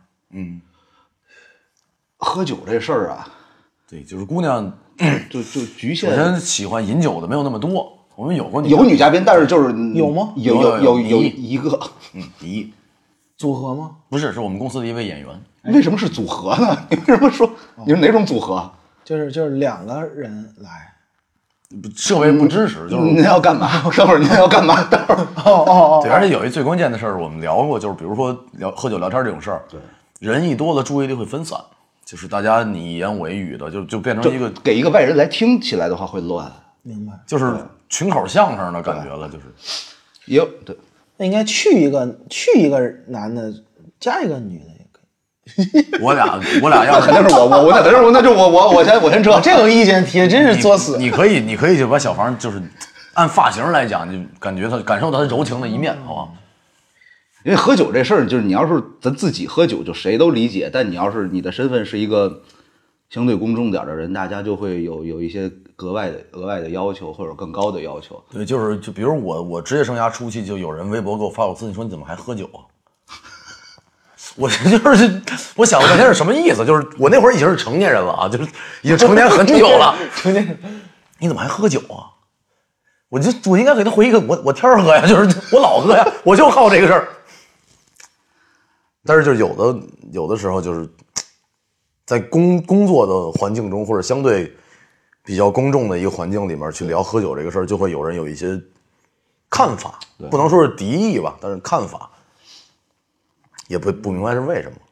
喝酒这事儿啊。 对，就是姑娘就局限。 首先喜欢饮酒的没有那么多，我们有过有女嘉宾，但是就是有吗？ 有一个， 第一组合吗？ 不是，是我们公司的一位演员。 为什么是组合呢？你为什么说你是哪种组合？ 就是2个人来， 设备不支持，就是您要干嘛？等会儿您要干嘛？等会儿对，而且有一最关键的事儿，我们聊过，就是比如说喝酒聊天这种事儿， 对， 人一多了，注意力会分散。就是大家你一言我一语的，就变成一个给一个外人来听起来的话会乱， 明白？ 就是群口相声的感觉了，就是也有对。 那应该去一个男的，加一个女的也可以。我俩要肯定是我先撤。 这种意见提的真是作死。 你可以就把小房就是按发型来讲，就感受到他柔情的一面，好吧？ 因为喝酒这事儿，就是你要是咱自己喝酒，就谁都理解。但你要是你的身份是一个相对公众点的人，大家就会有一些额外的要求或者更高的要求。 对，就比如我职业生涯初期，就有人微博给我发过私信说你怎么还喝酒啊？我我想了半天是什么意思？就是我那会儿已经是成年人了啊，就是已经成年很久了。 成年人， 你怎么还喝酒啊？我应该给他回一个我天儿喝呀，就是我老喝呀，我就好这个事儿。但是就有的时候就是在工作的环境中，或者相对比较公众的一个环境里面去聊喝酒这个事儿，就会有人有一些看法，不能说是敌意吧，但是看法也不明白是为什么。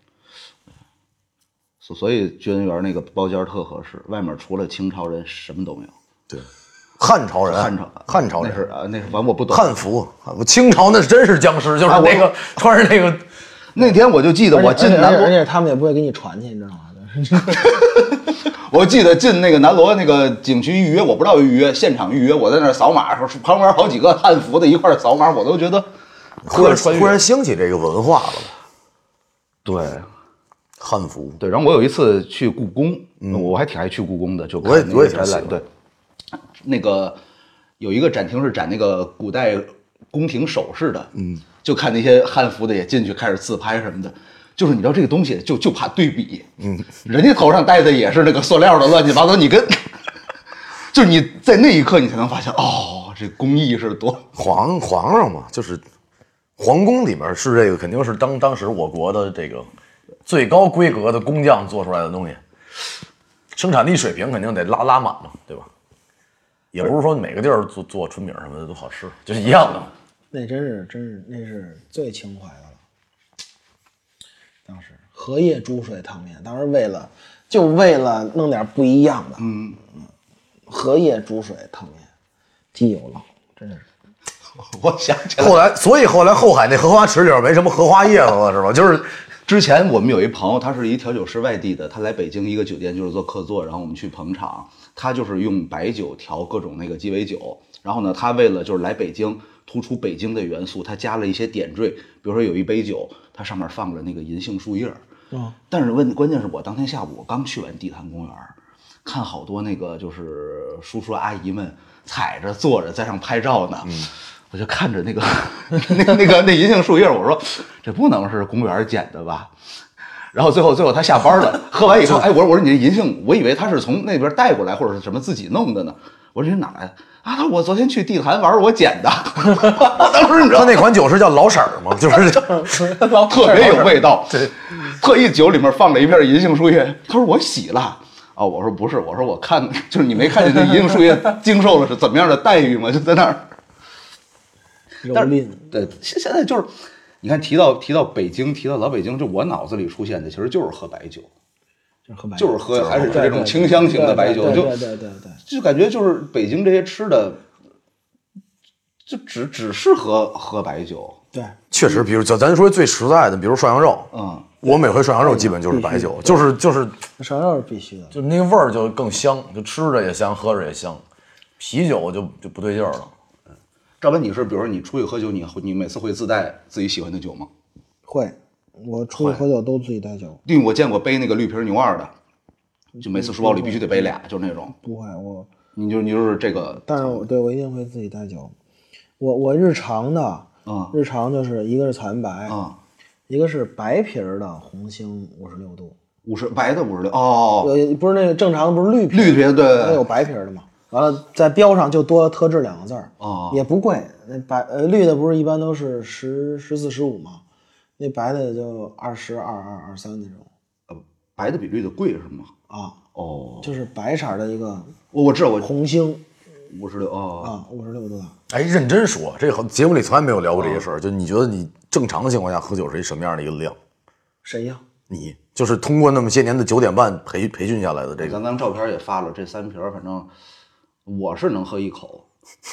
所以军人园那个包间特合适，外面除了清朝人什么都没有。 对，汉朝人， 汉朝人那是反正我不懂。 汉服，清朝那真是僵尸，就是那个穿着那个。 那天我就记得我进南锣， 而且他们也不会给你传去，你知道吗？ 我记得进那个南锣那个景区预约，我不知道预约，现场预约，我在那儿扫码，旁边好几个汉服的一块扫码，我都觉得忽然兴起这个文化了。 对， 汉服。 对，然后我有一次去故宫，我还挺爱去故宫的，就看那个展览。对，那个有一个展厅是展那个古代宫廷首饰的，就看那些汉服的也进去开始自拍什么的。就是你知道这个东西就怕对比，人家头上戴的也是那个塑料的乱七八糟，你跟，就是你在那一刻你才能发现，哦，这工艺是多。 皇上嘛，就是皇宫里面是这个肯定是当时我国的这个最高规格的工匠做出来的东西，生产力水平肯定得拉满嘛，对吧？也不是说每个地儿做春饼什么的都好吃，就是一样的。 那真是那是最情怀的了。当时荷叶煮水汤面，当时为了弄点不一样的，荷叶煮水汤面，基友老，真是。 我想起来， 所以后来后海那荷花池里边没什么荷花叶子了，是吧？就是之前我们有一朋友，他是一调酒师，外地的，他来北京一个酒店就是做客座，然后我们去捧场，他就是用白酒调各种那个鸡尾酒，然后呢，他为了就是来北京突出北京的元素，他加了一些点缀，比如说有一杯酒，它上面放着那个银杏树叶，但是关键是我当天下午我刚去完地坛公园，看好多那个就是叔叔阿姨们踩着坐着在上拍照呢，我就看着那个那银杏树叶，我说这不能是公园捡的吧？然后最后他下班了，喝完以后，哎，我说你这银杏，我以为他是从那边带过来或者是什么自己弄的呢。我说这哪来的啊？他说我昨天去地坛玩，我捡的。当时你知道他那款酒是叫老婶儿吗？就是特别有味道，对，特意酒里面放了一片银杏树叶。他说我洗了。哦，我说不是，我说我看就是你没看见这银杏树叶经受了是怎么样的待遇吗？就在那儿。但是对，现在就是你看提到北京，提到老北京，就我脑子里出现的其实就是喝白酒。就是喝还是这种清香型的白酒，就感觉就是北京这些吃的，就只适合喝白酒。 对， 确实，比如咱说最实在的，比如涮羊肉，我每回涮羊肉基本就是白酒，就是涮羊肉是必须的， 就那个味儿就更香，就吃着也香，喝着也香。啤酒就不对劲儿了。 赵文，你是比如说你出去喝酒，你每次会自带自己喜欢的酒吗？ 会。我出去喝酒都自己带酒， 因为我见过背那个绿瓶牛二的，就每次书包里必须得背俩，就是那种。 不会， 你就是这个。 但是我一定会自己带酒。我日常的，日常就是一个是草原白，一个是白瓶的红星56度白的56哦， 不是那个正常的不是绿瓶对， 那有白瓶的嘛。完了在标上就多特制2个字儿，也不贵。那绿的不是一般都是14、15吗？那白的就20、22、23那种， 白的比绿的贵是吗？ 就是白色的一个， 我知道， 红星 56 56度的。 哎，认真说，这个节目里从来没有聊过这些事儿。就你觉得你正常情况下喝酒是一什么样的一个量？ 谁呀？ 你就是通过那么些年的9点半培训下来的这个。 咱照片也发了，这3瓶，反正我是能喝1口。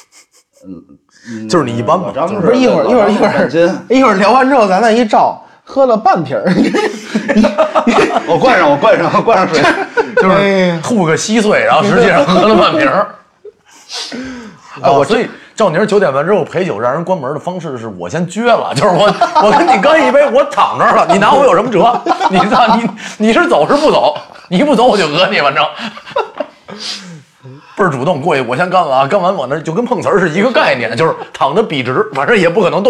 就是你一般吧， 不是一会儿聊完之后，咱再一照，喝了半瓶我灌上水， 就是吐个稀碎，然后实际上喝了半瓶。所以照你是9点半之后陪酒让人关门的方式是我先撅了，就是我跟你干一杯，我躺这儿了，你拿我有什么辙？你是走是不走？ 你不走我就讹你，反正倍儿主动过去，我先干了啊，干完我那就跟碰瓷儿是一个概念，就是躺着笔直，反正也不可能动。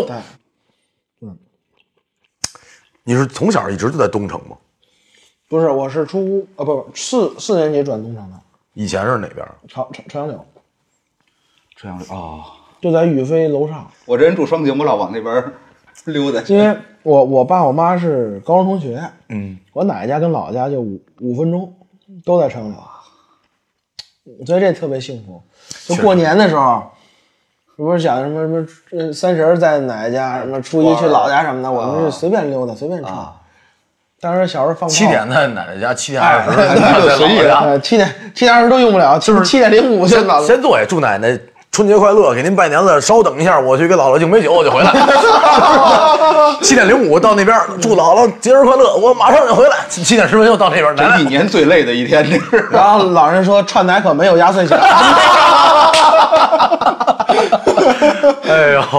你是从小一直就在东城吗？ 不是，我是四年级转东城的。 以前是哪边？ 朝阳柳。 这样哦， 就在宇飞楼上。 我这人住双井，我老往那边溜达。 因为我爸我妈是高中同学，我奶奶家跟姥姥家就五分钟，都在朝阳柳，所以这特别幸福。就过年的时候，不是想什么30在奶奶家，什么初一去姥姥家什么的，我们是随便溜达，随便唱。当时小时候放炮 7点在奶奶家，7点20在随意家 ，7点20都用不了，就是7点05就到了。 先坐下，祝奶奶春节快乐，给您拜年了。稍等一下，我去给姥姥敬杯酒，我就回来。7点05到那边，祝姥姥节日快乐，我马上就回来。7点10分又到这边， 这一年最累的一天，这是。 然后老人说串奶可没有压岁钱。 哎呦，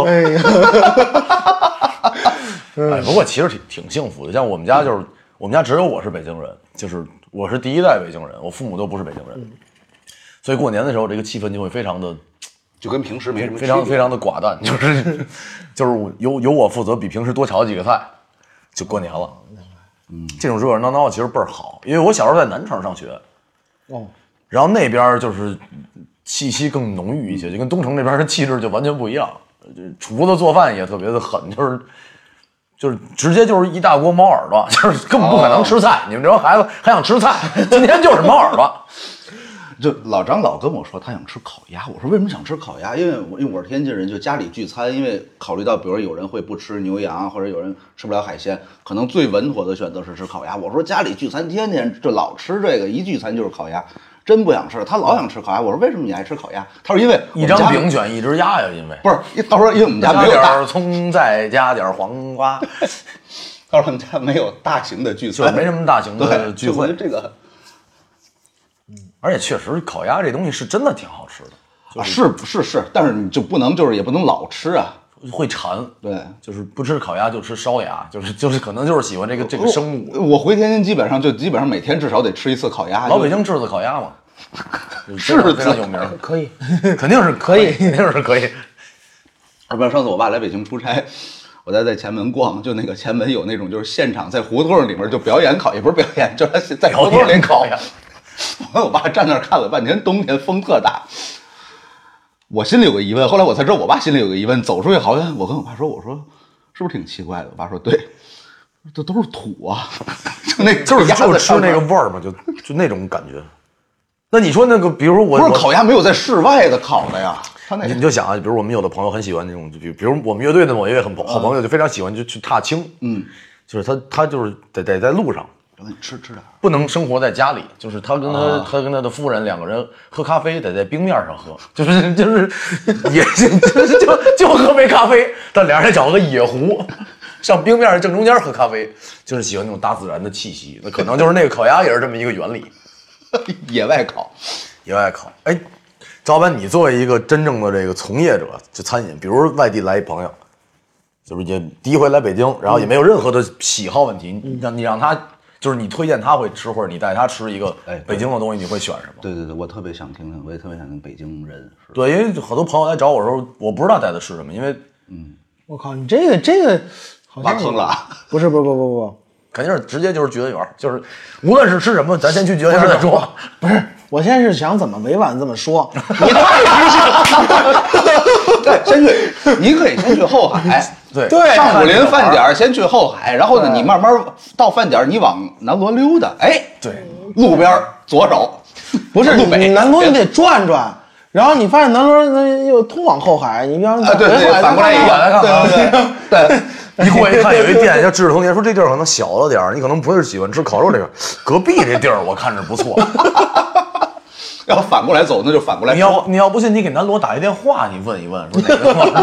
哎，不过其实挺幸福的。像我们家就是我们家只有我是北京人，就是我是第一代北京人，我父母都不是北京人，所以过年的时候这个气氛就会非常的， 就跟平时没什么非常的寡淡，就是由我负责，比平时多炒几个菜，就过年了。这种热热闹闹其实倍儿好，因为我小时候在南城上学，然后那边就是气息更浓郁一些，就跟东城那边的气质就完全不一样。厨子做饭也特别的狠，就是直接就是一大锅猫耳朵，就是根本不可能吃菜。你们这帮孩子还想吃菜，今天就是猫耳朵。 就老张老跟我说他想吃烤鸭，我说为什么想吃烤鸭？因为我是天津人，就家里聚餐，因为考虑到比如有人会不吃牛羊，或者有人吃不了海鲜，可能最稳妥的选择是吃烤鸭。我说家里聚餐天天就老吃这个，一聚餐就是烤鸭，真不想吃。他老想吃烤鸭，我说为什么你爱吃烤鸭？他说因为一张饼卷一只鸭呀，因为不是，他说因为我们家没有加点葱，再加点黄瓜。 他说我们家没有大型的聚餐， 没什么大型的聚会。 这个。 而且确实，烤鸭这东西是真的挺好吃的， 是，但是你就不能，就是也不能老吃啊， 会馋。 对， 就是不吃烤鸭就吃烧鸭，就是可能就是喜欢这个生物。 我回天津基本上每天至少得吃一次烤鸭。 老北京炙子烤鸭嘛， 是非常有名， 可以， 肯定是可以，肯定是可以。 要不然上次我爸来北京出差，我在前门逛，就那个前门有那种就是现场在胡同里面就表演烤，也不是表演，就是在胡同里烤。我爸站那儿看了半天，冬天风特大，我心里有个疑问，后来我才知道我爸心里有个疑问。走出去好远，我跟我爸说，我说是不是挺奇怪的？我爸说对，这都是土啊， 就是吃那个味儿嘛，就那种感觉。那你说那个，比如说我不是烤鸭没有在室外的烤的呀， 你就想啊，比如我们有的朋友很喜欢那种，就比如我们乐队的某一位好朋友就非常喜欢就去踏青，就是他就是得在路上。 吃点， 不能生活在家里，就是他跟他的夫人两个人喝咖啡得在冰面上喝，就是也就喝杯咖啡，但俩人找个野湖，上冰面正中间喝咖啡，就是喜欢那种大自然的气息。那可能就是那个烤鸭也是这么一个原理， 野外烤。 哎，赵老板，你作为一个真正的这个从业者，就餐饮，比如外地来一朋友，就是也第一回来北京，然后也没有任何的喜好问题，你让他。就是你推荐他会吃，或者你带他吃一个北京的东西，你会选什么？ 对，我特别想听听，我也特别想听北京人。 对，因为很多朋友来找我的时候，我不知道带的是什么，因为我靠，你这个好像挖坑了。 不， 肯定是直接就是聚德园，就是无论是吃什么，咱先去聚德园再说。 不是，我现在是想怎么委婉这么说，你太直接了。 对，你可以先去后海。 对， 上武林饭点先去后海，然后呢，你慢慢到饭点，你往南锣溜达。哎， 对， 路边左手， 不是你南锣你得转转，然后你发现南锣那又通往后海，你要对，反过来一看，对。一过一看，有一店叫知识童年，说这地儿可能小了点，你可能不是喜欢吃烤肉这个，隔壁这地儿我看着不错。 要反过来走，那就反过来。 你要不信，你给南锣打一电话，你问一问，说哪个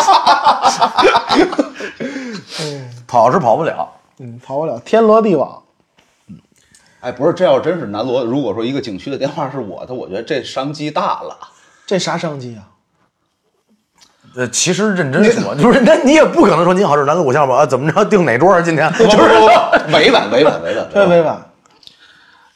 跑是跑不了， 跑不了，天罗地网。 哎，不是，这要真是南锣，如果说一个景区的电话是我的，我觉得这商机大了。 这啥商机啊？ 其实认真说， 就是那你也不可能说您好，这是南锣鼓巷吧？怎么着订哪桌啊？今天就是委婉， 特委婉。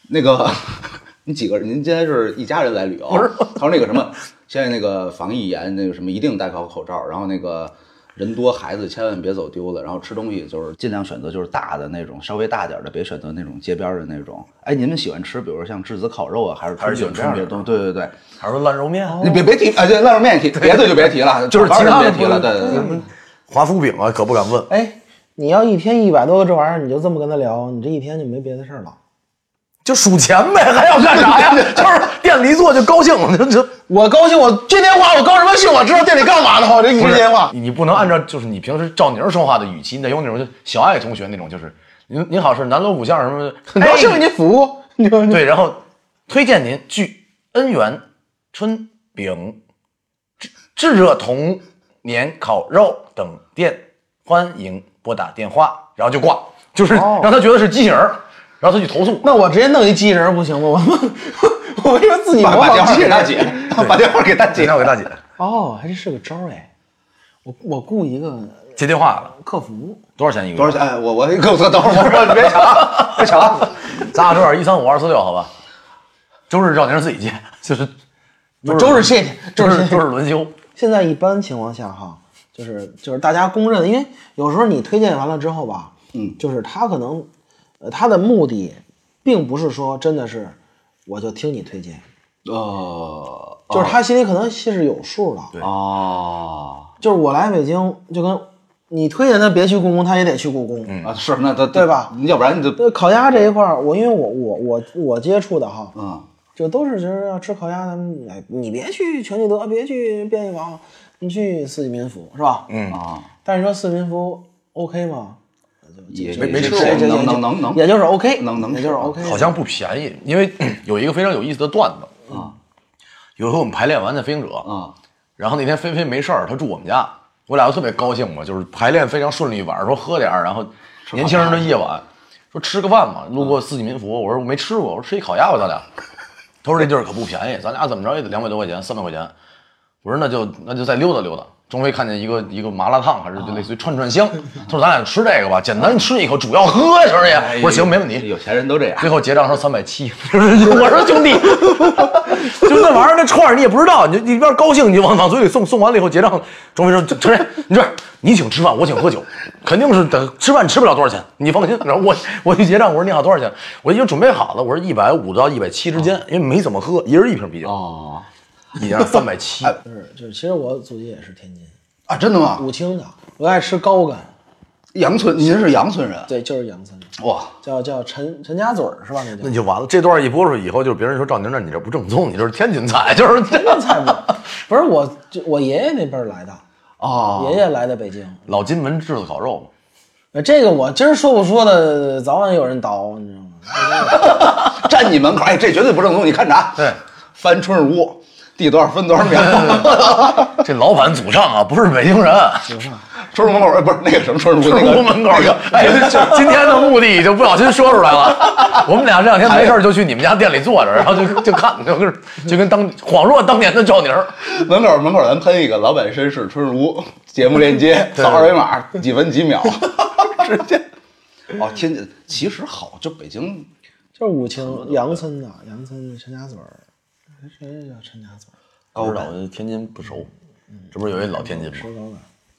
那个你几个人？您今天是一家人来旅游？不是，他说那个什么，现在那个防疫严，那个什么一定戴好口罩，然后那个人多孩子千万别走丢了，然后吃东西就是尽量选择就是大的那种，稍微大点的，别选择那种街边的那种。哎，你们喜欢吃，比如说像质子烤肉啊，还是喜欢这样的东西？对对对， 还是说烂肉面？ 你别提啊，对，烂肉面提，别的就别提了， 就是其他的别提了。对对对， 华夫饼啊，可不敢问。 哎，你要一天100多个这玩意儿，你就这么跟他聊，你这一天就没别的事儿了。 就数钱呗，还要干啥呀？就是店里一坐就高兴， 我高兴，我接电话，我高什么兴？我知道店里干嘛呢？我这一接电话， 你不能按照就是你平时赵宁说话的语气，你得用那种就小爱同学那种，就是您好，是南锣鼓巷什么的， 很高兴为您服务。 对，然后推荐您去恩源春饼、炙热童年烤肉等店，欢迎拨打电话，然后就挂，就是让他觉得是机器人。然后他去投诉， 那我直接弄一机器人不行吗？我为什么自己模仿机器人？ 大姐，把电话给大姐， 打给大姐。 哦，还真是个招哎！我雇一个接电话了， 客服多少钱一个月？ 多少钱？哎，我等会儿，你别抢，别抢， 咱俩这点135-246，好吧？周日赵宁自己接，就是周日谢谢， 周日轮休。 现在一般情况下哈，就是大家公认的，因为有时候你推荐完了之后吧，就是他可能。他的目的并不是说真的是我就听你推荐，就是他心里可能是有数的。 对就是我来北京就跟你推荐他别去故宫，他也得去故宫。 是那他对吧？ 要不然你就烤鸭这一块儿，因为我接触的哈，就都是就是要吃烤鸭，咱们你别去全聚德，别去便宜坊，你去四季民福是吧？但是说四季民福 OK 吗？ 也没吃过， 能， 也就是 OK， 能， 也就是 OK。 好像不便宜，因为有一个非常有意思的段子有一回我们排练完在飞行者然后那天菲菲没事儿，她住我们家，我俩都特别高兴嘛，就是排练非常顺利，晚上说喝点然后年轻人的夜晚，说吃个饭嘛，路过四季民福，我说我没吃过，我说吃一烤鸭吧，咱俩。他说这地儿可不便宜，咱俩怎么着也得200多块钱，300块钱。我说那就再溜达溜达。终于看见一个麻辣烫，还是就类似于串香。他说咱俩吃这个吧，简单吃一口，主要喝呀，兄弟。我说行，没问题。 有钱人都这样。 最后结账说370，我说兄弟，就那玩意儿那串你也不知道，你一边高兴你就往嘴里送完了以后结账，钟飞说承认你这你请吃饭，我请喝酒，肯定是等吃饭吃不了多少钱，你放心。然后我去结账，我说你好多少钱？我已经准备好了，我说150到170之间，因为没怎么喝，一人1瓶啤酒。一人370， 就是，其实我祖籍也是天津啊，真的吗？ 武清的，我爱吃高干。 杨村，您是杨村人？ 对，就是杨村。 哇， 叫陈家嘴是吧？ 那就完了。这段一播出以后，就是别人说赵宁，那你这不正宗，你这是天津菜，就是天津菜不是我爷爷那辈来的爷爷来的北京， 老金门炙子烤肉嘛。这个我今儿说不说的，早晚有人倒，你知道吗？ 站你门口，哎，这绝对不正宗，你看着。 对， 翻春屋。地多少分多少秒？ 这老板祖上啊，不是北京人。 春入门口，不是那个什么春入门口。哎，今天的目的就不小心说出来了。我们俩这2天没事就去你们家店里坐着，然后就看，就跟恍若当年的赵宁。 门口咱喷一个老板绅士春入屋节目链接，扫2维码，几分几秒，直接。天津其实好，就北京就是武清杨村的杨村陈家嘴。谁叫陈家嘴？ 不知道，天津不熟。这不是有一老天津吗？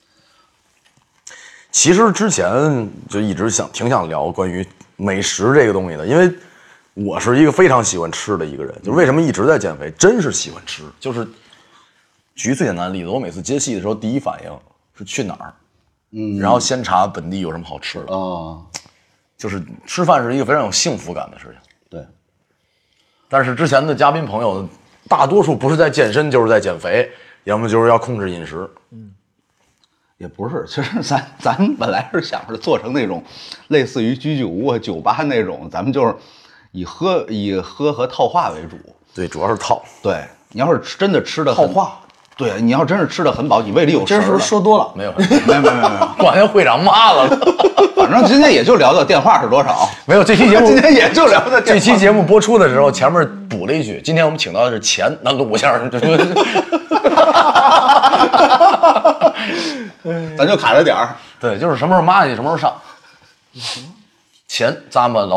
其实之前就一直挺想聊关于美食这个东西的，因为我是一个非常喜欢吃的一个人。就为什么一直在减肥，真是喜欢吃。就是举最简单的例子，我每次接戏的时候，第一反应是去哪儿，然后先查本地有什么好吃的。就是吃饭是一个非常有幸福感的事情。 对。但是之前的嘉宾朋友，大多数不是在健身，就是在减肥，要么就是要控制饮食。 也不是，其实咱本来是想着做成那种类似于居酒屋、酒吧那种，咱们就是以喝和套话为主。 对，主要是套。 对，你要是真的吃的套话， 对，你要真是吃的很饱，你胃里有食儿。 这是不是说多了？ 没有，管人会长骂了。 反正今天也就聊到电话是多少。 没有，这期节目今天也就聊到这期节目播出的时候，前面补了一句：今天我们请到的是前南锣鼓巷。 咱就卡着点儿。 对，就是什么时候骂你，什么时候上。前咱们老板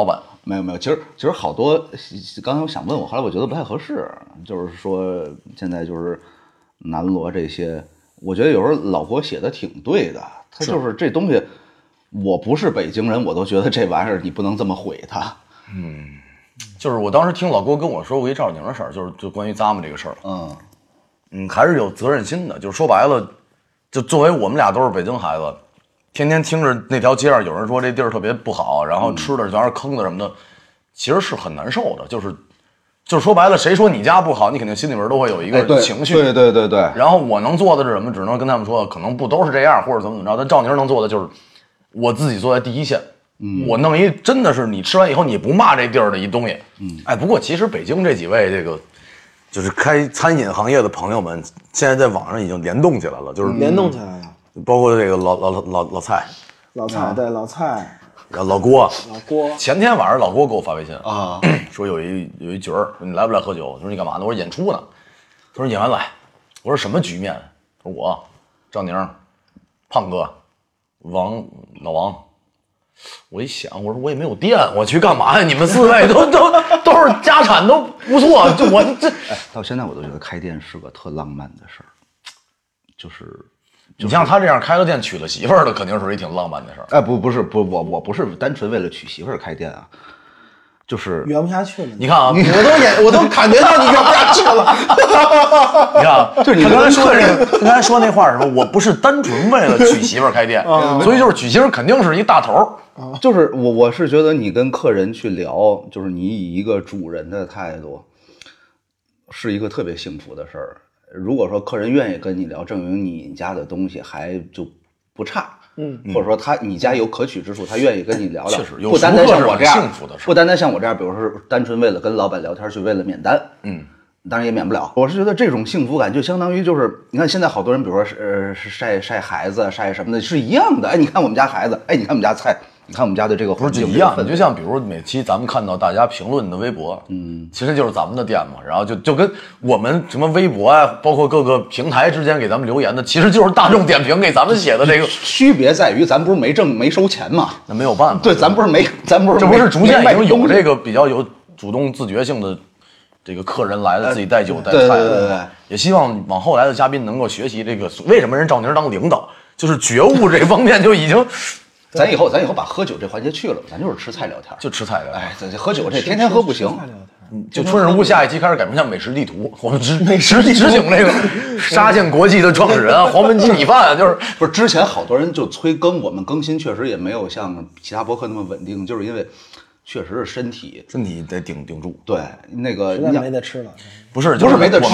没有，其实好多，刚才我想问我，后来我觉得不太合适，就是说现在就是南锣这些，我觉得有时候老郭写的挺对的，他就是这东西，我不是北京人，我都觉得这玩意儿你不能这么毁它。 就是我当时听老郭跟我说过一赵宁的事儿，就关于咂摸这个事儿。还是有责任心的。就是说白了，就作为我们俩都是北京孩子，天天听着那条街上有人说这地儿特别不好，然后吃的全是坑子什么的，其实是很难受的。就是说白了，谁说你家不好，你肯定心里边都会有一个情绪。 对。 然后我能做的是什么？只能跟他们说，可能不都是这样，或者怎么着。但赵宁能做的就是我自己坐在第一线。我弄一真的是你吃完以后你不骂这地儿的一东西。不过其实北京这几位这个就是开餐饮行业的朋友们，现在在网上已经联动起来了，就是联动起来了。 包括这个老蔡， 对老蔡， 然后老郭，前天晚上老郭给我发微信啊， 说有一局儿，说你来不来喝酒？我说你干嘛呢？我说演出呢。他说演完来。我说什么局面？他说我赵宁、胖哥、老王。我一想，我说我也没有店，我去干嘛呀？你们4位都是家产都不错，就我这到现在我都觉得开店是个特浪漫的事儿，就是你像他这样开了店娶了媳妇儿的，肯定是一挺浪漫的事儿。 不是，我不是单纯为了娶媳妇儿开店啊，就是圆不下去了。 你看啊， 我都感觉到你圆不下去了。 你看啊，就是你刚才说那话是什么？我不是单纯为了娶媳妇儿开店，所以就是娶媳妇儿肯定是一大头。 就是我是觉得你跟客人去聊，就是你以一个主人的态度，是一个特别幸福的事儿。如果说客人愿意跟你聊，证明你家的东西还就不差，或者说你家有可取之处，他愿意跟你聊聊。 确实， 不单单像我这样， 幸福的事， 不单单像我这样，比如说单纯为了跟老板聊天去为了免单，当然也免不了。我是觉得这种幸福感就相当于就是你看现在好多人，比如说晒孩子晒什么的，是一样的。哎，你看我们家孩子，哎，你看我们家菜。你看我们家的这个不是就一样的，就像比如每期咱们看到大家评论的微博，其实就是咱们的店嘛。然后就跟我们什么微博啊，包括各个平台之间给咱们留言的，其实就是大众点评给咱们写的这个。 区别在于咱不是没收钱嘛， 那没有办法。 对，咱不是这不是逐渐已经有这个比较有主动自觉性的这个客人来了，自己带酒带菜的。对，也希望往后来的嘉宾能够学习这个为什么人赵宁当领导，就是觉悟这方面就已经。 咱以后把喝酒这环节去了，咱就是吃菜聊天， 就吃菜聊天。 哎，咱喝酒这天天喝不行。 就春日屋下一期开始改名叫美食地图，我们执行这个沙县国际的创始人黄焖鸡米饭，就是不是之前好多人就催更，我们更新确实也没有像其他博客那么稳定，就是因为确实是身体得顶住。 对，那个实在没得吃了， 不是没得吃，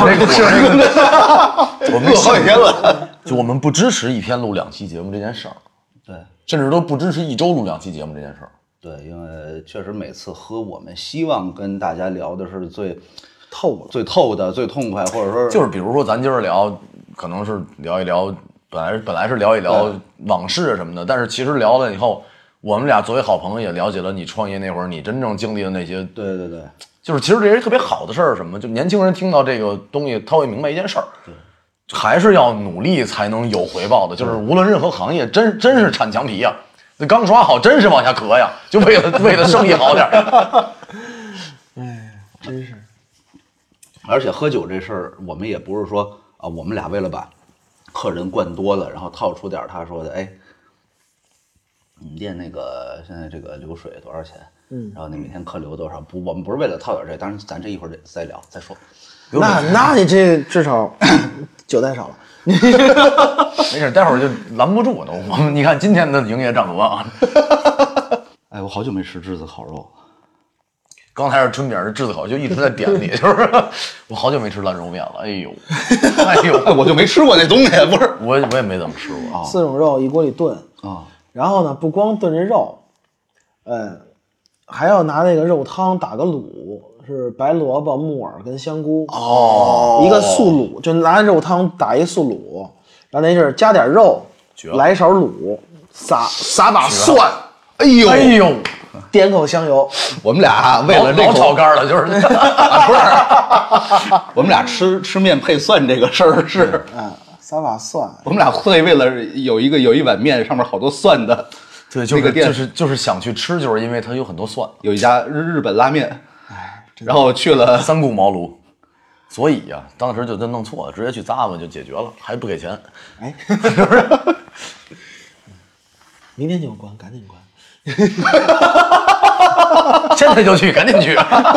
我们饿好几天了。就我们不支持一天录2期节目这件事儿。 对， 甚至都不支持1周录2期节目这件事儿。 对，因为确实每次喝，我们希望跟大家聊的是最透的、最痛快，或者说就是比如说咱今儿聊，可能是聊一聊，本来是聊一聊往事什么的，但是其实聊了以后，我们俩作为好朋友也了解了你创业那会儿你真正经历的那些。 对， 就是其实这是特别好的事儿，什么就年轻人听到这个东西，他会明白一件事儿。还是要努力才能有回报的，就是无论任何行业，真是铲墙皮呀，那刚刷好真是往下磕呀，就为了生意好点。 哎，真是。 而且喝酒这事儿，我们也不是说啊，我们俩为了把客人灌多了，然后套出点他说的，哎，你们店那个现在这个流水多少钱？然后你每天客流多少？不，我们不是为了套点这，当然咱这一会儿再聊再说。 那你这至少酒太少了。 没事，待会儿就拦不住呢。我们你看今天的营业账额啊。 哎，我好久没吃炙子烤肉。 刚才是春饼，炙子烤就一直在点你，就是我好久没吃烂肉面了。哎呦， 我就没吃过那东西，不是我也没怎么吃过。 4种肉一锅里炖啊， 然后呢，不光炖这肉，还要拿那个肉汤打个卤。是白萝卜、木耳跟香菇一个素卤，就拿肉汤打一素卤，然后那阵加点肉，来一勺卤，撒把蒜，哎呦，点口香油。 我们俩为了这老炒肝了，就是不是？ 我们俩吃面配蒜这个事儿是撒把蒜。 我们俩会为了有一碗面上面好多蒜的对，就那个店就是想去吃，就是因为它有很多蒜， 有一家日本拉面，然后去了三顾茅庐。所以呀，当时就真弄错了，直接去咂巴就解决了，还不给钱。 哎，是不是？明天就关，赶紧关。 现在就去，赶紧去。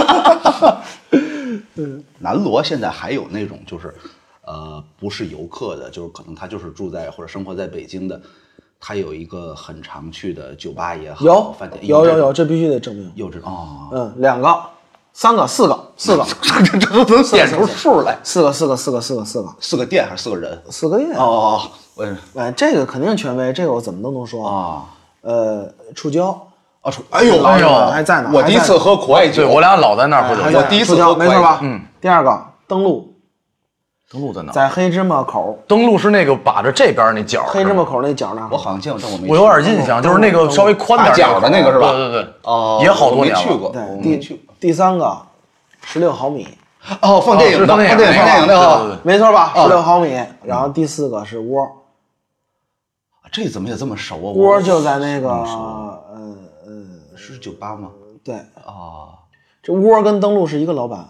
南锣现在还有那种就是不是游客的，就是可能他就是住在或者生活在北京的，他有一个很常去的酒吧也好， 有饭店有，这必须得证明。 有这种 2个、3个、4个， 这都能点出数来。 四个 4个店还是4个人 ？4个店。 哦， 哎，这个肯定权威，这个我怎么都能说啊。 触礁。 哎呦， 还在呢。 我第一次喝苦艾酒， 对我俩老在那儿喝酒。 我第一次喝没错吧？第2个登陆。 登陆在哪？ 在黑芝麻口。 登陆是那个把着这边那角， 黑芝麻口那角那。 我好像见过，但我没。 我有点印象，就是那个稍微宽点角的那个是吧？ 对。哦，也好多年了。 没去过。 对，第3个16毫米。 哦，放电影的，放电影的， 没错吧？16毫米。然后第4个是窝。 这怎么也这么熟啊？ 窝就在那个是酒吧吗？ 对这窝跟登陆是一个老板。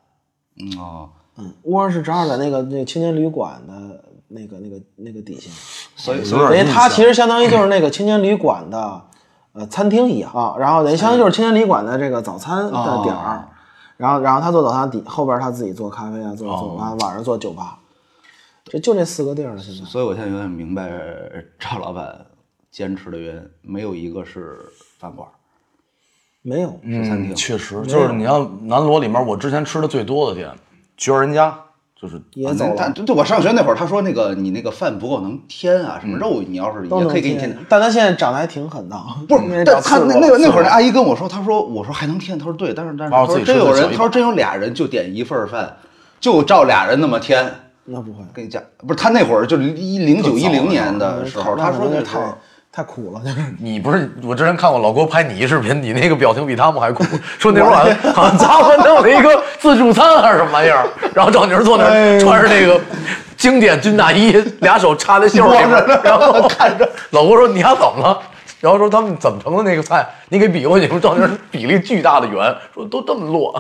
窝是正好在那个青年旅馆的那个底下， 所以它其实相当于就是那个青年旅馆的餐厅一样啊，然后等于相当于就是青年旅馆的这个早餐的点儿，然后他做早餐后边他自己做咖啡啊，做晚上做酒吧。就这4个地儿了，现在。 所以我现在有点明白赵老板坚持的原因，没有一个是饭馆， 没有是餐厅。 确实，就是你要南锣里面，我之前吃的最多的店，菊儿人家，就是也走了。 对，我上学那会儿，他说那个你那个饭不够能添啊，什么肉你要是也可以给你添。 但他现在长得还挺狠的， 不是？但他那会儿那阿姨跟我说，我说还能添，他说对，但是他说真有人，他说真有俩人就点一份饭，就照俩人那么添。 那不会， 跟你讲，不是他那会儿就是09、10年的时候，他说那太苦了，就是你不是我之前看过老郭拍你视频，你那个表情比他们还苦，说那会儿好像咱们弄了一个自助餐还是什么玩意儿，然后赵宁坐那儿穿着那个经典军大衣，俩手插在袖里面，然后看着老郭说你丫怎么了？然后说他们怎么成了那个菜？你给比划去。赵宁比例巨大的圆，说都这么落。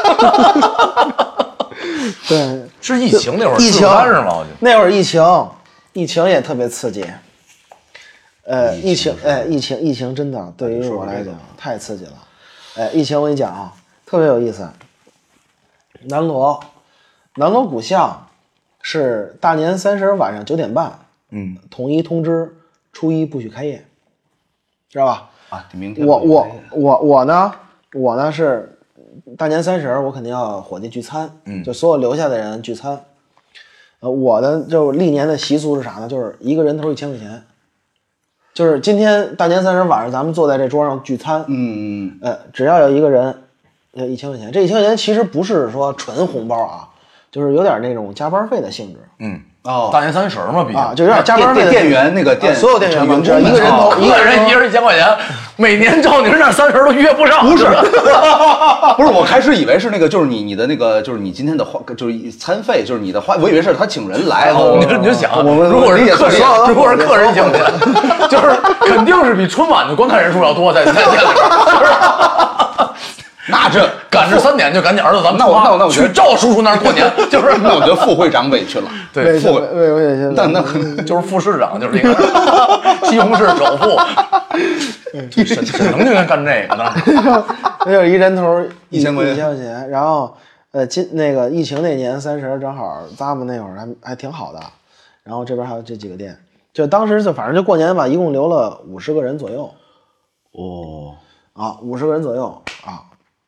对， 是疫情那会儿， 疫情是吗？ 那会儿疫情也特别刺激。疫情真的对于我来讲太刺激了。疫情我跟你讲啊，特别有意思。南锣古巷是大年30晚上9点半，统一通知初一不许开业，知道吧？ 啊，明天我呢是大年30我肯定要伙计聚餐，就所有留下的人聚餐。我的就历年的习俗是啥呢？就是一个人头1000块钱。就是今天大年30晚上咱们坐在这桌上聚餐，只要有一个人要1000块钱。这1000块钱其实不是说纯红包啊，就是有点那种加班费的性质。 大年30嘛，毕竟就有点加班费的店员那个店所有店员员工一个人头一个人1000块钱，每年照您那30都约不上。 不是，不是，我开始以为是那个，就是你的那个，就是你今天的花，就是餐费，就是你的花，我以为是他请人来。 你就想，如果是客人1000块钱，就是肯定是比春晚的观看人数要多，在店里边。 那这赶着3点就赶紧儿子，咱们那我去赵叔叔那儿过年，就是那我觉得副会长委屈了， 对， 副会，那就是副市长，就是那个西红柿首富，沈腾就该干这个呢。 那就是一人头 1000块钱，然后那个疫情那年30正好咱们那会儿还挺好的，然后这边还有这几个店，就当时就反正就过年吧，一共留了50个人左右。50个人左右啊。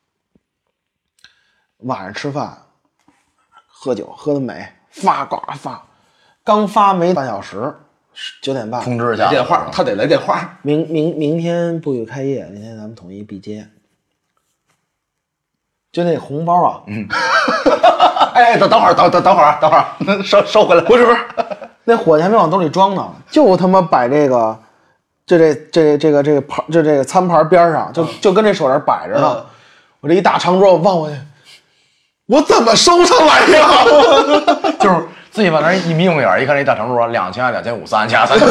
晚上吃饭，喝酒喝得美，发，刚发没半小时，9点半通知一下电话，他得来电话。 明天不许开业，明天咱们统一闭街。就那红包啊， 哎，等会儿，收回来。不是， 那伙计还没往兜里装呢，就他妈摆这个，这个盘，就这个餐盘边上，就跟这手这摆着呢。我这一大长桌，我望过去。我怎么收上来呀？ 就是自己往那一眯眼，一看这大长桌，2000、2500、3000、3000。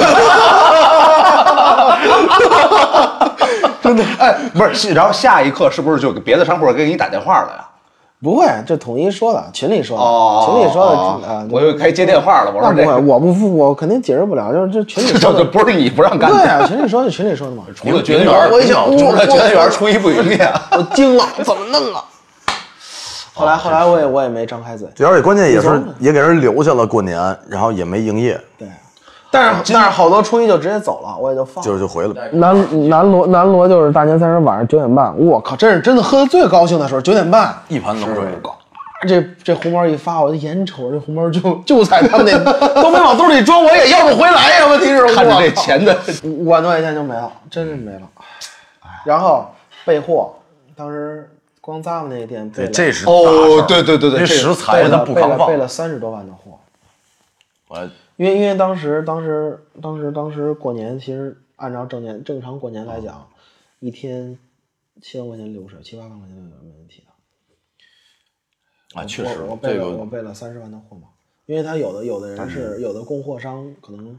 真的，哎，不是，然后下一刻是不是就别的商铺给你打电话了呀？ 不会，这统一说的，群里说的， 群里说的啊。 我以为开接电话了，我说那不会，我肯定解释不了，就是这群里说的， 不是你不让干。 对啊，群里说的的嘛。 除了绝缘员， 我一想， 除了绝缘员，初一不营业， 我惊了，怎么弄啊？后来我也没张开嘴， 而且关键也给人留下了过年，然后也没营业。 对，但是好多初一就直接走了，我也就放了， 就回了。 南锣就是大年30晚上9点半，我靠，真的喝的最高兴的时候9点半， 一盘冷水。 这红包一发，我就眼瞅这红包就在他们那都没往兜里装，我也要不回来呀。问题是看着这钱的 5万多块钱就没了，真是没了。然后备货，当时光咱们那个店备了， 这是对， 这食材它不抗放， 备了30多万的货。因为当时过年，其实按照正常过年来讲，一天7万块钱流水，7、8万块钱没问题的。 啊，确实， 我备了30万的货嘛，因为他有的人是有的供货商可能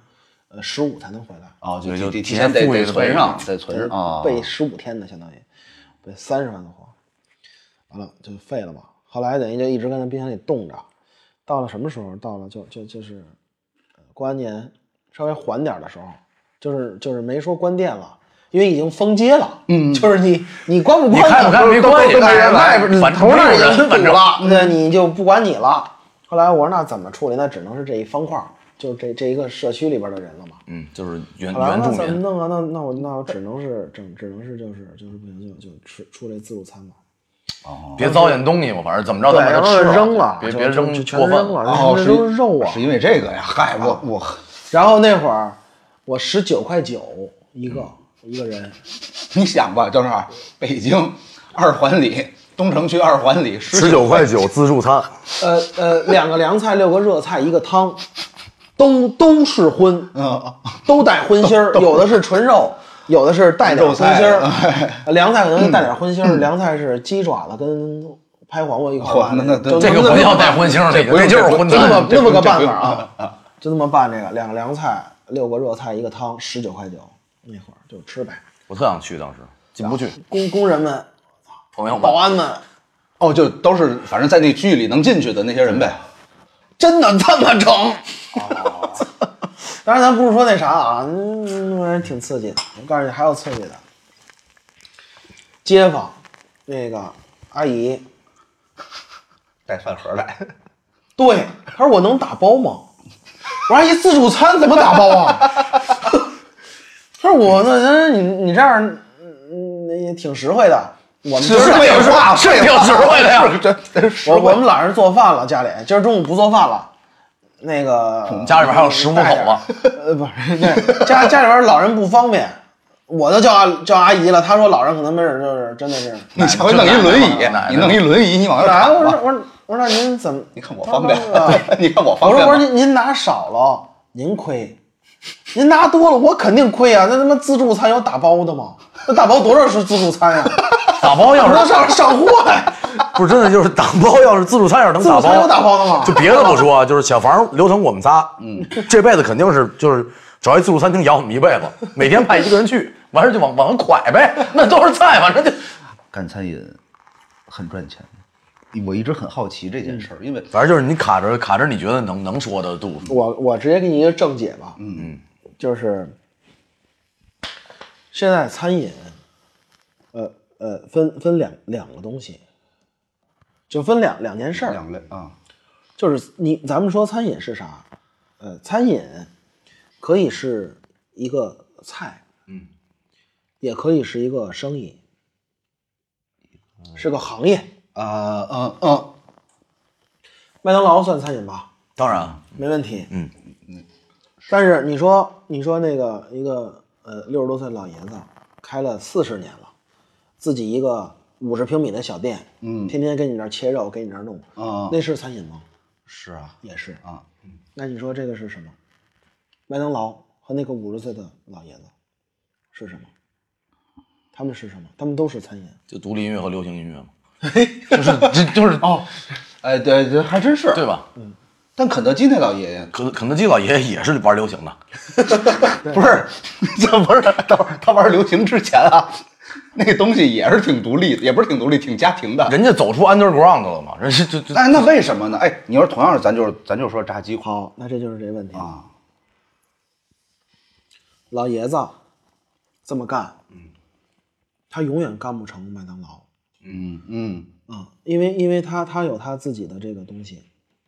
15才能回来。 哦，就提前得存上，得存上， 备15天的，相当于备30万的货，完了就废了嘛。后来等于就一直跟那冰箱里冻着，到了什么时候？到了就是过完年稍微缓点的时候，就是没说关店了。因为已经封街了，就是你关不关， 你开不开没关系， 外边头那已经堵了， 那你就不管你了。后来我说那怎么处理？那只能是这一方块，就是这一个社区里边的人了嘛。 就是原住民。怎么弄啊？那我只能是就是不行就出这自助餐吧。 哦，别糟践东西嘛，反正怎么着咱们就吃扔了， 别扔全扔了。哦， 是都是肉啊， 是因为这个呀？嗨，我。 然后那会儿我19.9块一个人， 你想吧，就是北京2环里，东城区2环里 19.9块自助餐。 2个凉菜，6个热菜，1个汤，都是荤，都带荤腥儿，有的是纯肉，有的是带点荤腥儿。凉菜可能就带点荤腥儿，凉菜是鸡爪子跟拍黄瓜一块儿。 那这个不要带荤腥儿，这就是荤菜。那么个办法啊，就这么办这个，2个凉菜，6个热菜，1个汤，19.9块。那会儿就吃呗， 我特想去，当时进不去。 工人们、 朋友们、 保安们， 就都是反正在那区域里能进去的那些人呗。 真的这么整？当然，咱不是说那啥啊，那玩意挺刺激的。我告诉你，还有刺激的。街坊那个阿姨带饭盒来， 对，她说我能打包吗？我说阿姨，自助餐怎么打包啊？他说我那你这样，也挺实惠的。我们是废话， 是挺实惠的呀。 我们晚上做饭了，家里今儿中午不做饭了。那个家里边还有15口子， 不是，对，家里边老人不方便，我都叫阿姨了。他说老人可能没准就是真的是， 你下回弄一轮椅，你弄一轮椅，你往那来。我说那您怎么？ 你看我方便，你看我方便。 我说您拿少了，您亏。您拿多了，我肯定亏啊！那他妈自助餐有打包的吗？那打包多少是自助餐呀？ 打包要是上货呀？ 不是真的，就是打包要是自助餐要是能打包， 有打包的吗？ 就别的不说，就是小房流程我们仨，这辈子肯定是就是找一自助餐厅养我们一辈子，每天派1个人去，完事就往上蒯呗，那都是菜，反正就干餐饮很赚钱。我一直很好奇这件事儿，因为反正就是你卡着，你觉得能说的度。 我直接给你一个正解吧，就是现在餐饮，分两个东西，就分两件事儿， 两类啊， 就是咱们说餐饮是啥？餐饮可以是一个菜，也可以是一个生意，是个行业。麦当劳算餐饮吧？ 当然没问题。但是你说那个一个60多岁的老爷子开了40年了，自己一个50平米的小店，天天给你这儿切肉，给你这儿弄，那是餐饮吗？ 是啊， 也是啊。那你说这个是什么？麦当劳和那个50岁的老爷子是什么？他们是什么？他们都是餐饮， 就独立音乐和流行音乐嘛。 就是哦， 哎，对，还真是， 对吧？ 但肯德基那老爷爷肯德基老爷爷也是玩流行的， 不是，这不是他玩流行之前啊，那东西也是挺独立的，也不是挺独立，挺家庭的。 人家走出 underground 了嘛，人家就那为什么呢？哎，你说同样是咱就说炸鸡好，那这就是这问题啊。 老爷子这么干，他永远干不成麦当劳。因为他有他自己的这个东西，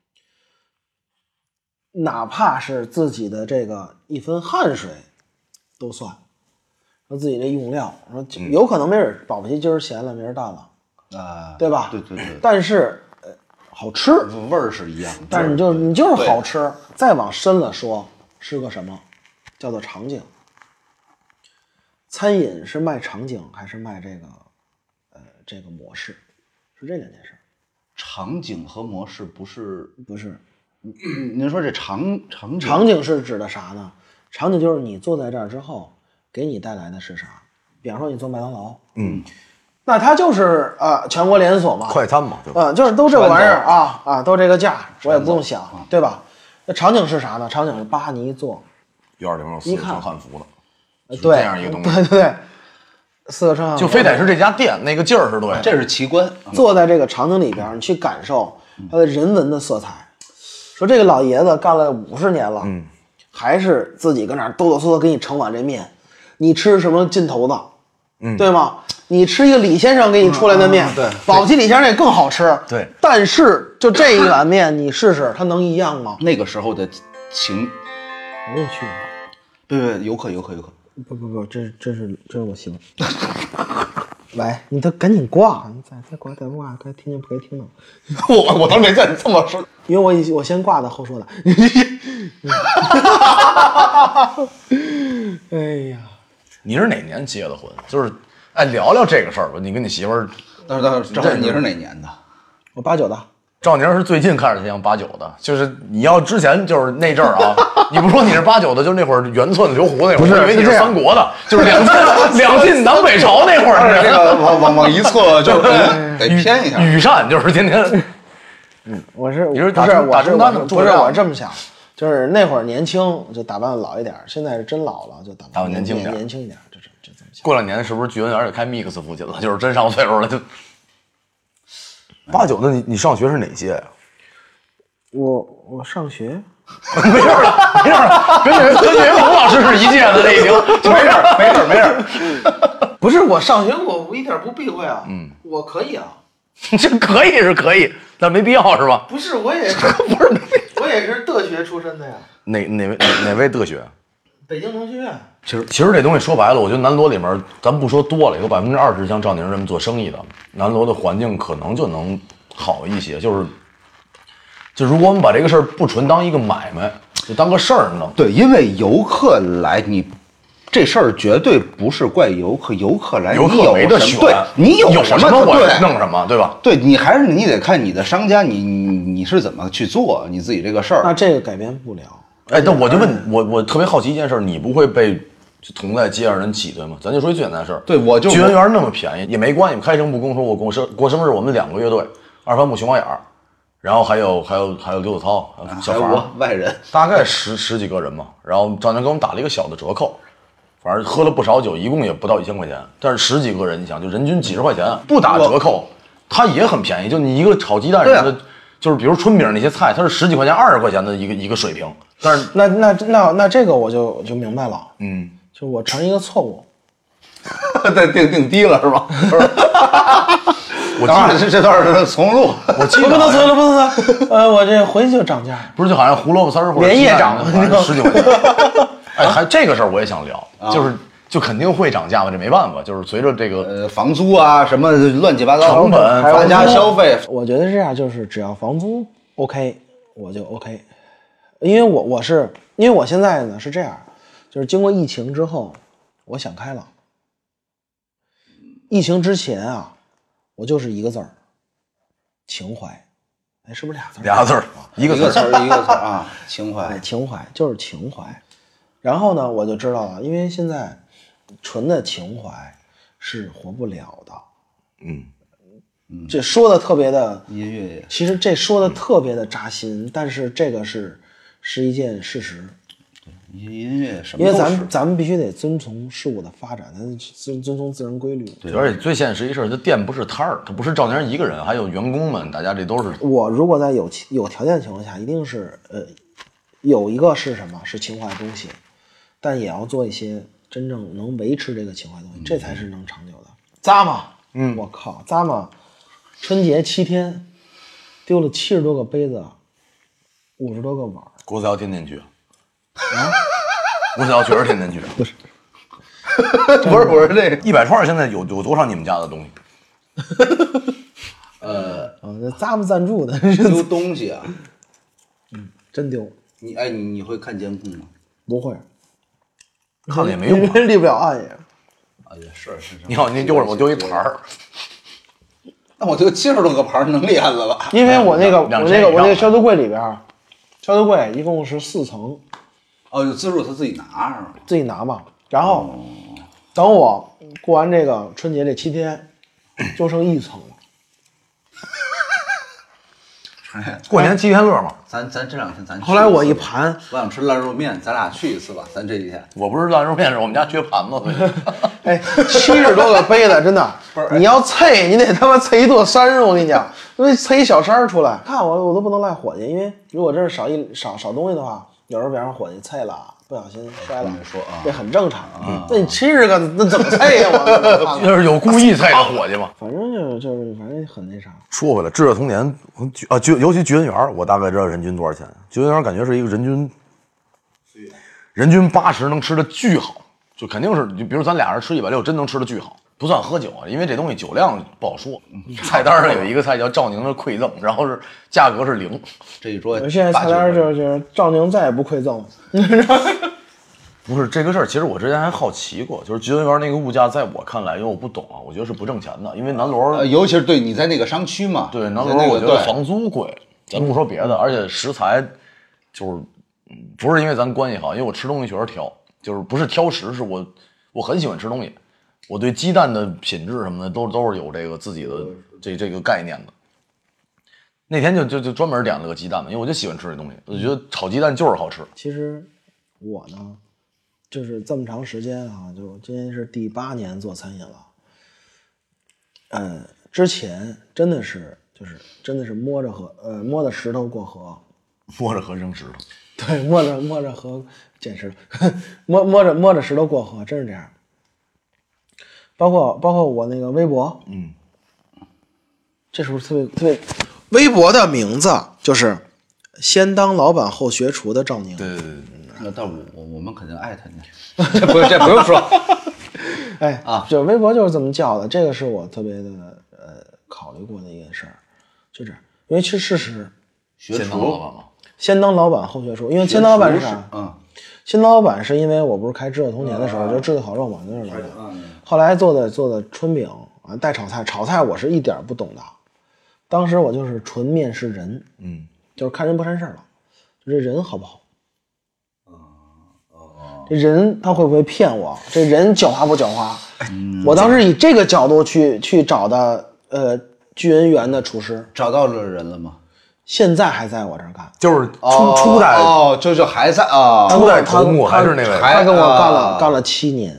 哪怕是自己的这个一分汗水都算，说自己这用料，说有可能没准保不齐今儿咸了，明儿淡了，对吧？ 对。 但是好吃， 味儿是一样的， 但是你就是好吃。再往深了说，是个什么？叫做场景。餐饮是卖场景还是卖这个模式？是这两件事。 场景和模式不是。您说这场景是指的啥呢？场景就是你坐在这儿之后，给你带来的是啥？比方说你做麦当劳，那它就是全国连锁嘛， 快餐嘛，对吧？ 就是都这个玩意儿啊，都这个价，我也不用想，对吧？那场景是啥呢？场景是巴尼做， 院里面有4个穿汉服的。 对， 这样一个东西， 对，4个穿汉服， 就非得是这家店那个劲儿是对， 这是奇观。 坐在这个场景里边，你去感受它的人文的色彩。说这个老爷子干了50年了，还是自己跟那儿哆哆嗦嗦给你盛碗这面，你吃什么劲头子，对吗？你吃一个李先生给你出来的面， 对， 保不齐李先生那更好吃， 对。 但是就这一碗面，你试试，它能一样吗？ 那个时候的情， 我也去。 对，有可。 不，这是我媳妇。喂，你都赶紧挂，你再挂，该听见不该听的。 我都没在这么说， 因为我先挂的后说的。哎呀， 你是哪年结的婚？就是聊聊这个事儿吧。你跟你媳妇儿， 这你是哪年的？ 我89的。 赵宁是最近看着像89的，就是你要之前就是那阵儿啊，你不说你是89的，就是那会儿圆寸留胡那会儿，我以为你是三国的，就是两晋南北朝那会儿， 这个往一侧就得偏一下。 羽扇就是天天， 我是你是不是我是不是我这么想，就是那会儿年轻就打扮老一点，现在是真老了就打扮年轻一点， 就这么想。 过2年是不是聚源园也开 mix 附近了？就是真上岁数了就。89的你上学是哪届呀？ 我上学没事了，跟岳红老师是一届的，这已经没事。 不是我上学我一点不避讳啊，我可以啊， 这可以是可以，但没必要是吧？ 不是，我也是不是我也是德学出身的呀。 哪位德学？ 北京农学院。 其实这东西说白了，我觉得南锣里面，咱不说多了，有20%像赵宁这么做生意的，南锣的环境可能就能好一些。就如果我们把这个事儿不纯当一个买卖，就当个事儿弄。 对，因为游客来，你这事儿绝对不是怪游客，游客来， 游客没得选， 对，你有什么我弄什么，对吧？ 对，你还是你得看你的商家，你是怎么去做你自己这个事儿。 那这个改变不了。 哎，但我就问我特别好奇一件事，你不会被同在街上人挤兑吗？咱就说一最简单的事儿， 对，我就聚源园那么便宜也没关系，开诚布公说，我过生日，我们2个乐队，二番木、熊猫眼儿，然后还有刘子涛、小房外人， 大概十几个人嘛。然后赵宁给我们打了一个小的折扣，反正喝了不少酒，一共也不到1000块钱，但是10几个人，你想就人均几十块钱，不打折扣，它也很便宜。就你一个炒鸡蛋什么的，就是比如春饼那些菜，它是10几块钱、20块钱的一个水平。但是那这个我就明白了，就我承认一个错误， 再定低了是吧？ 我记得这段是从路， 我记得不能我这回去就涨价， 不是就好像胡萝卜丝儿或者连夜涨 10几块钱。哎，还这个事儿我也想聊，就肯定会涨价嘛，这没办法，就是随着这个房租啊什么乱七八糟成本、 大家消费， 我觉得是这样，就是只要房租 OK， 我就 OK。因为我现在呢是这样，就是经过疫情之后，我想开了。疫情之前啊，我就是一个字儿，情怀。哎，是不是俩字儿？ 一个字儿啊，情怀。 哎，情怀就是情怀。然后呢，我就知道了，因为现在纯的情怀是活不了的。 这说的特别的音乐也， 其实这说的特别的扎心，但是这个是一件事实。 音乐什么因为都是咱们必须得遵从事物的发展，咱遵从自然规律。 而且最现实一事，这店不是摊儿，它不是赵宁一个人，还有员工们，大家这都是。 我如果在有条件的情况下，一定是有一个是什么是情怀的东西，但也要做一些真正能维持这个情怀的东西，这才是能长久的。咂嘛，我靠，咂嘛，春节7天丢了70多个杯子，50多个碗。 郭思瑶天天去啊？郭思瑶确实天天去， 不是不是这个 100串现在有多少你们家的东西？ 这咂嘛赞助的， 丢东西啊， 真丢。 你会看监控吗？ 不会， 看了也没用啊。 立不了案也。 也是。 你好，你丢什么？丢一盘儿。 那我丢70多个盘儿能立案子吧？ 因为我那个 2000 我那个消毒柜里边，消毒柜一共是4层。 哦，自助他自己拿是吧？ 自己拿嘛。然后等我过完这个春节这7天，就剩1层了。 过年7天乐嘛。 咱这2天咱去。 后来我一盘， 我想吃烂肉面，咱俩去一次吧。咱这几天我不是烂肉面，是我们家缺盘子。 哎，70多个杯子，真的，你要啐，你得他妈啐一座山，我跟你讲，因为啐一小山出来。看我都不能赖伙计，因为如果真是少东西的话，有时候比方说伙计啐了，不小心摔了， 说啊， 这很正常啊。那你70个，那怎么啐呀？我就是有故意菜的伙计嘛。 反正就是反正很那啥。 说回来，炙热童年啊，尤其聚恩园，我大概知道人均多少钱。聚恩园感觉是一个人均80能吃的巨好，就肯定是，就比如咱俩人吃160，真能吃的巨好，不算喝酒啊，因为这东西酒量不好说。菜单上有一个菜叫赵宁的馈赠，然后是价格是0。 这一桌现在菜单就是赵宁再也不馈赠了。 不是这个事儿，其实我之前还好奇过，就是聚恩园那个物价，在我看来，因为我不懂啊，我觉得是不挣钱的，因为南锣， 尤其是对你在那个商区嘛， 对南锣，我觉得房租贵，咱不说别的，而且食材就是不是因为咱关系好，因为我吃东西确实挑，就是不是挑食，是我很喜欢吃东西，我对鸡蛋的品质什么的都是有这个自己的这个概念的。那天就专门点了个鸡蛋嘛，因为我就喜欢吃这东西，我就觉得炒鸡蛋就是好吃。 其实我呢，就是这么长时间啊，就今年是第8年做餐饮了。之前真的是摸着石头过河， 摸着河扔石头。 对，摸着河捡石头，摸着石头过河，真是这样。包括我那个微博，这是不是特别？微博的名字就是“先当老板后学厨”的赵宁。 对。 那但我们肯定艾特你，这不用说。 哎啊，就微博就是这么叫的，这个是我特别的考虑过的一件事儿，就这样，因为是事实。 学先当老板嘛， 先当老板后学厨，因为先当老板是啥？先当老板是因为我不是开炙热童年的时候就炙热烤肉嘛，就是老板。后来做的春饼啊，带炒菜我是一点不懂的，当时我就是纯面试人，就是看人不看事儿了，就这人好不好？这人他会不会骗我？这人狡猾不狡猾？我当时以这个角度去找的聚恩园的厨师， 找到了人了吗？ 现在还在我这儿干， 就是初代就还在啊， 初代头目还是那位， 他跟我干了7年。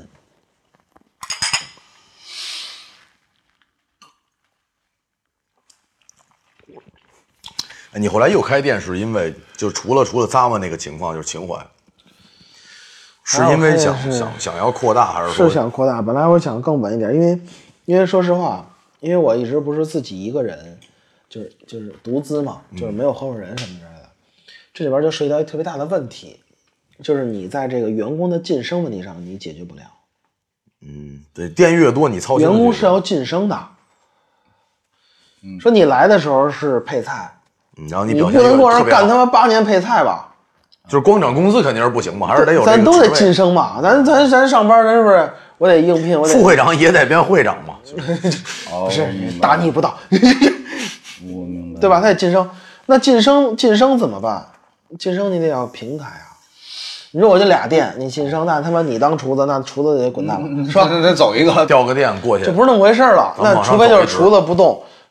你后来又开店是因为就除了咂摸那个情况就是情怀，是因为想要扩大还是说？ 是想扩大，本来我想更稳一点，因为说实话，因为我一直不是自己一个人，就是独资嘛，就是没有合伙人什么之类的，这里边就涉及到一个特别大的问题，就是你在这个员工的晋升问题上你解决不了。 对，店越多你操心。 员工是要晋升的。说你来的时候是配菜。 然后你不能给我干他妈8年配菜吧？ 就是光涨工资肯定是不行嘛，还是得有这个。 咱都得晋升嘛，咱上班，咱是不是？我得应聘，我得副会长也得变会长嘛。 不是大逆不道， 我明白， 对吧？他得晋升，那晋升怎么办？晋升你得要平台啊。你说我就俩店，你晋升，那他妈你当厨子，那厨子得滚蛋了，是吧？ 那走一个调个店过去， 就不是那么回事了。那除非就是厨子不动。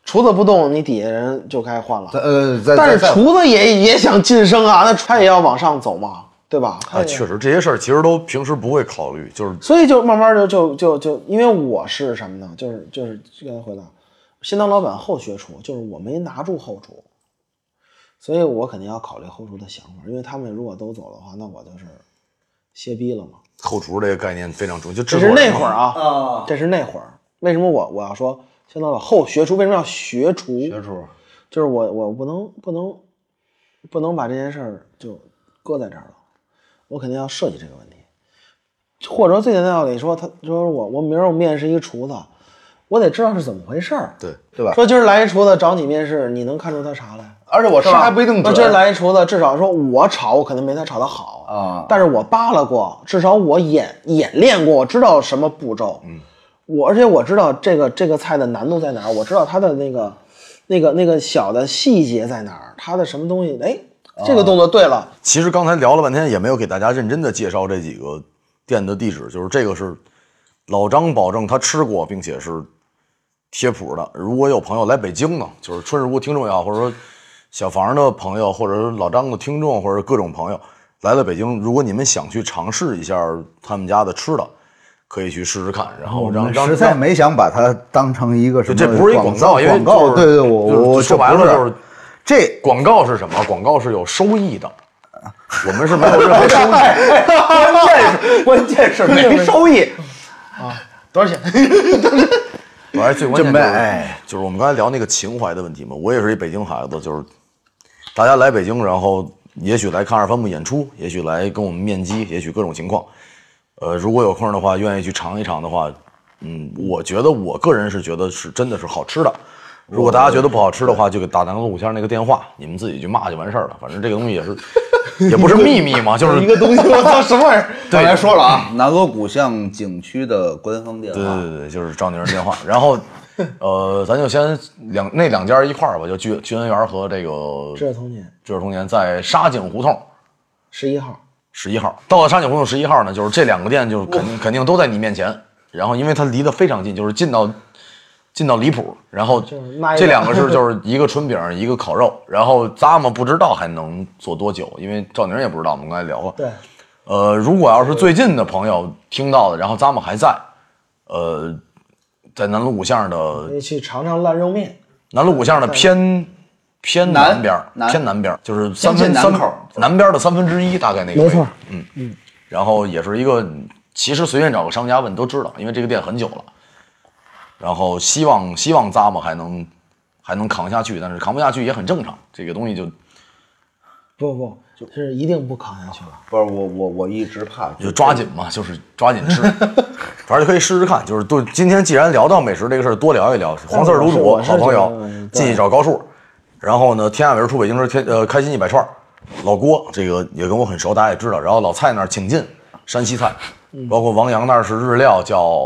厨子不动，你底下人就该换了。 但是厨子也想晋升啊，那他也要往上走嘛，对吧？ 确实这些事儿其实都平时不会考虑，就是所以就慢慢就，因为我是什么呢？就是刚才回答，先当老板后学厨，就是我没拿住后厨，所以我肯定要考虑后厨的想法，因为他们如果都走的话，那我就是歇逼了嘛。 后厨这个概念非常重要，就这是那会儿啊，这是那会儿。为什么我要说先当老板后学厨？为什么要学厨？ 学厨就是我不能把这件事儿就搁在这儿了，我肯定要设计这个问题，或者说最简单道理说，他说我明儿我面试一个厨子，我得知道是怎么回事儿， 对吧？ 说今儿来一厨子找你面试，你能看出他啥来？ 而且我吃还不一定准。 今儿来一厨子，至少说我炒，我可能没他炒的好啊， 但是我扒拉过，至少我演练过，我知道什么步骤。而且我知道这个菜的难度在哪儿，我知道它的那个小的细节在哪儿，它的什么东西，哎，这个动作对了。 其实刚才聊了半天，也没有给大家认真的介绍这几个店的地址，就是这个是老张保证他吃过，并且是贴谱的。如果有朋友来北京呢，就是春日屋听众也好，或者说小房的朋友，或者是老张的听众，或者各种朋友来了北京，如果你们想去尝试一下他们家的吃的，可以去试试看。然后实在没想把它当成一个什么， 这不是一广告，因为对，我说白了就是这广告是什么？广告是有收益的。我们是没有任何收益， 关键是没收益啊！多少钱？ 完了，最关键就是我们刚才聊那个情怀的问题嘛。我也是一北京孩子，就是大家来北京，然后也许来看二番木演出，也许来跟我们面基，也许各种情况。如果有空的话，愿意去尝一尝的话，我觉得我个人是觉得是真的是好吃的。如果大家觉得不好吃的话，就给打南锣鼓巷那个电话，你们自己去骂就完事儿了。反正这个东西也不是秘密嘛，就是一个东西。我操，什么玩意儿？ 刚才说了啊，南锣鼓巷景区的官方电话。 对，就是赵宁电话。然后，咱就先那两家一块儿吧，就聚恩园和这个智者童年在沙井胡同 11号。 11号到了沙井胡同11号呢，就是这两个店就肯定都在你面前。然后因为它离得非常近，就是近到离谱。然后这两个就是一个春饼，一个烤肉。然后咱们不知道还能做多久，因为赵宁也不知道，我们刚才聊了。 对。 如果要是最近的朋友听到的，然后咱们还在，在南锣鼓巷的， 可以去尝尝烂肉面。 南锣鼓巷的偏南边，偏南边，就是南边的1/3，大概那个位置。 没错。 然后也是一个，其实随便找个商家问都知道，因为这个店很久了。然后希望咱们还能扛下去，但是扛不下去也很正常，这个东西就不是一定不扛下去了。 不是我一直怕就抓紧嘛，就是抓紧吃，反正就可以试试看。就是对今天既然聊到美食这个事儿，多聊一聊。黄色卤煮好朋友进去找高数，然后呢，天下美食出北京时开心100串，老郭这个也跟我很熟，大家也知道。然后老蔡那儿请进山西菜，包括王阳那儿是日料，叫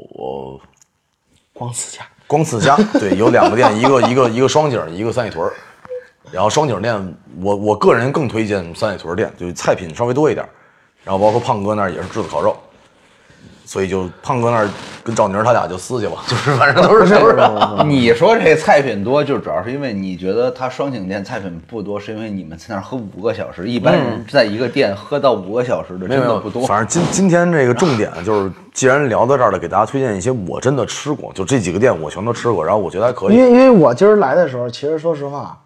光次家，对，有2个店，一个双井，一个三里屯。然后双井店，我个人更推荐三里屯店，就菜品稍微多一点。然后包括胖哥那儿也是炙子烤肉，所以就胖哥那儿跟赵宁他俩就撕去吧，就是反正都是。 你说这菜品多，就主要是因为你觉得他双井店菜品不多，是因为你们在那儿喝5个小时，一般人在一个店喝到5个小时的真的不多。 反正今天这个重点就是，既然聊到这儿了，给大家推荐一些我真的吃过，就这几个店我全都吃过，然后我觉得还可以。 因为我今儿来的时候，其实说实话，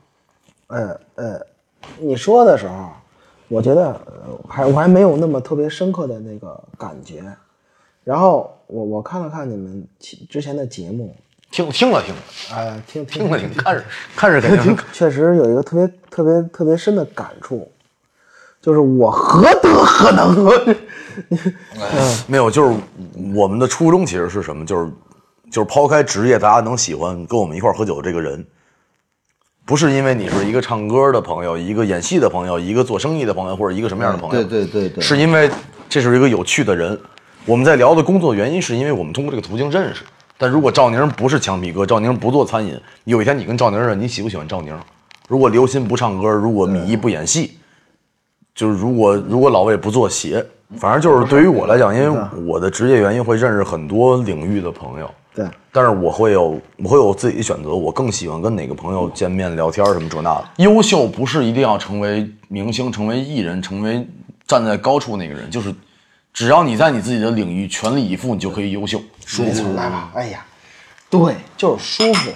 你说的时候，我觉得我还没有那么特别深刻的那个感觉。然后我看了看你们之前的节目， 听了， 听了，看着肯定确实有一个特别深的感触，就是我何德何能？ 没有，就是我们的初衷其实是什么？就是抛开职业，大家能喜欢跟我们一块喝酒的这个人。不是因为你是一个唱歌的朋友，一个演戏的朋友，一个做生意的朋友，或者一个什么样的朋友？ 对， 是因为这是一个有趣的人。我们在聊的工作原因是因为我们通过这个途径认识。但如果赵宁不是墙皮哥，赵宁不做餐饮，有一天你跟赵宁认，你喜不喜欢赵宁？如果刘鑫不唱歌，如果米一不演戏，就是如果老魏不做鞋，反正就是对于我来讲，因为我的职业原因会认识很多领域的朋友。 对， 但是我会有自己的选择，我更喜欢跟哪个朋友见面聊天什么这那的。优秀不是一定要成为明星、成为艺人、成为站在高处那个人，就是只要你在你自己的领域全力以赴，你就可以优秀。 没错，来吧，哎呀，对，就是舒服。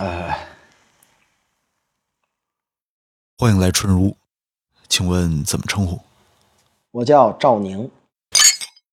欢迎来春如，请问怎么称呼？ 我叫赵宁。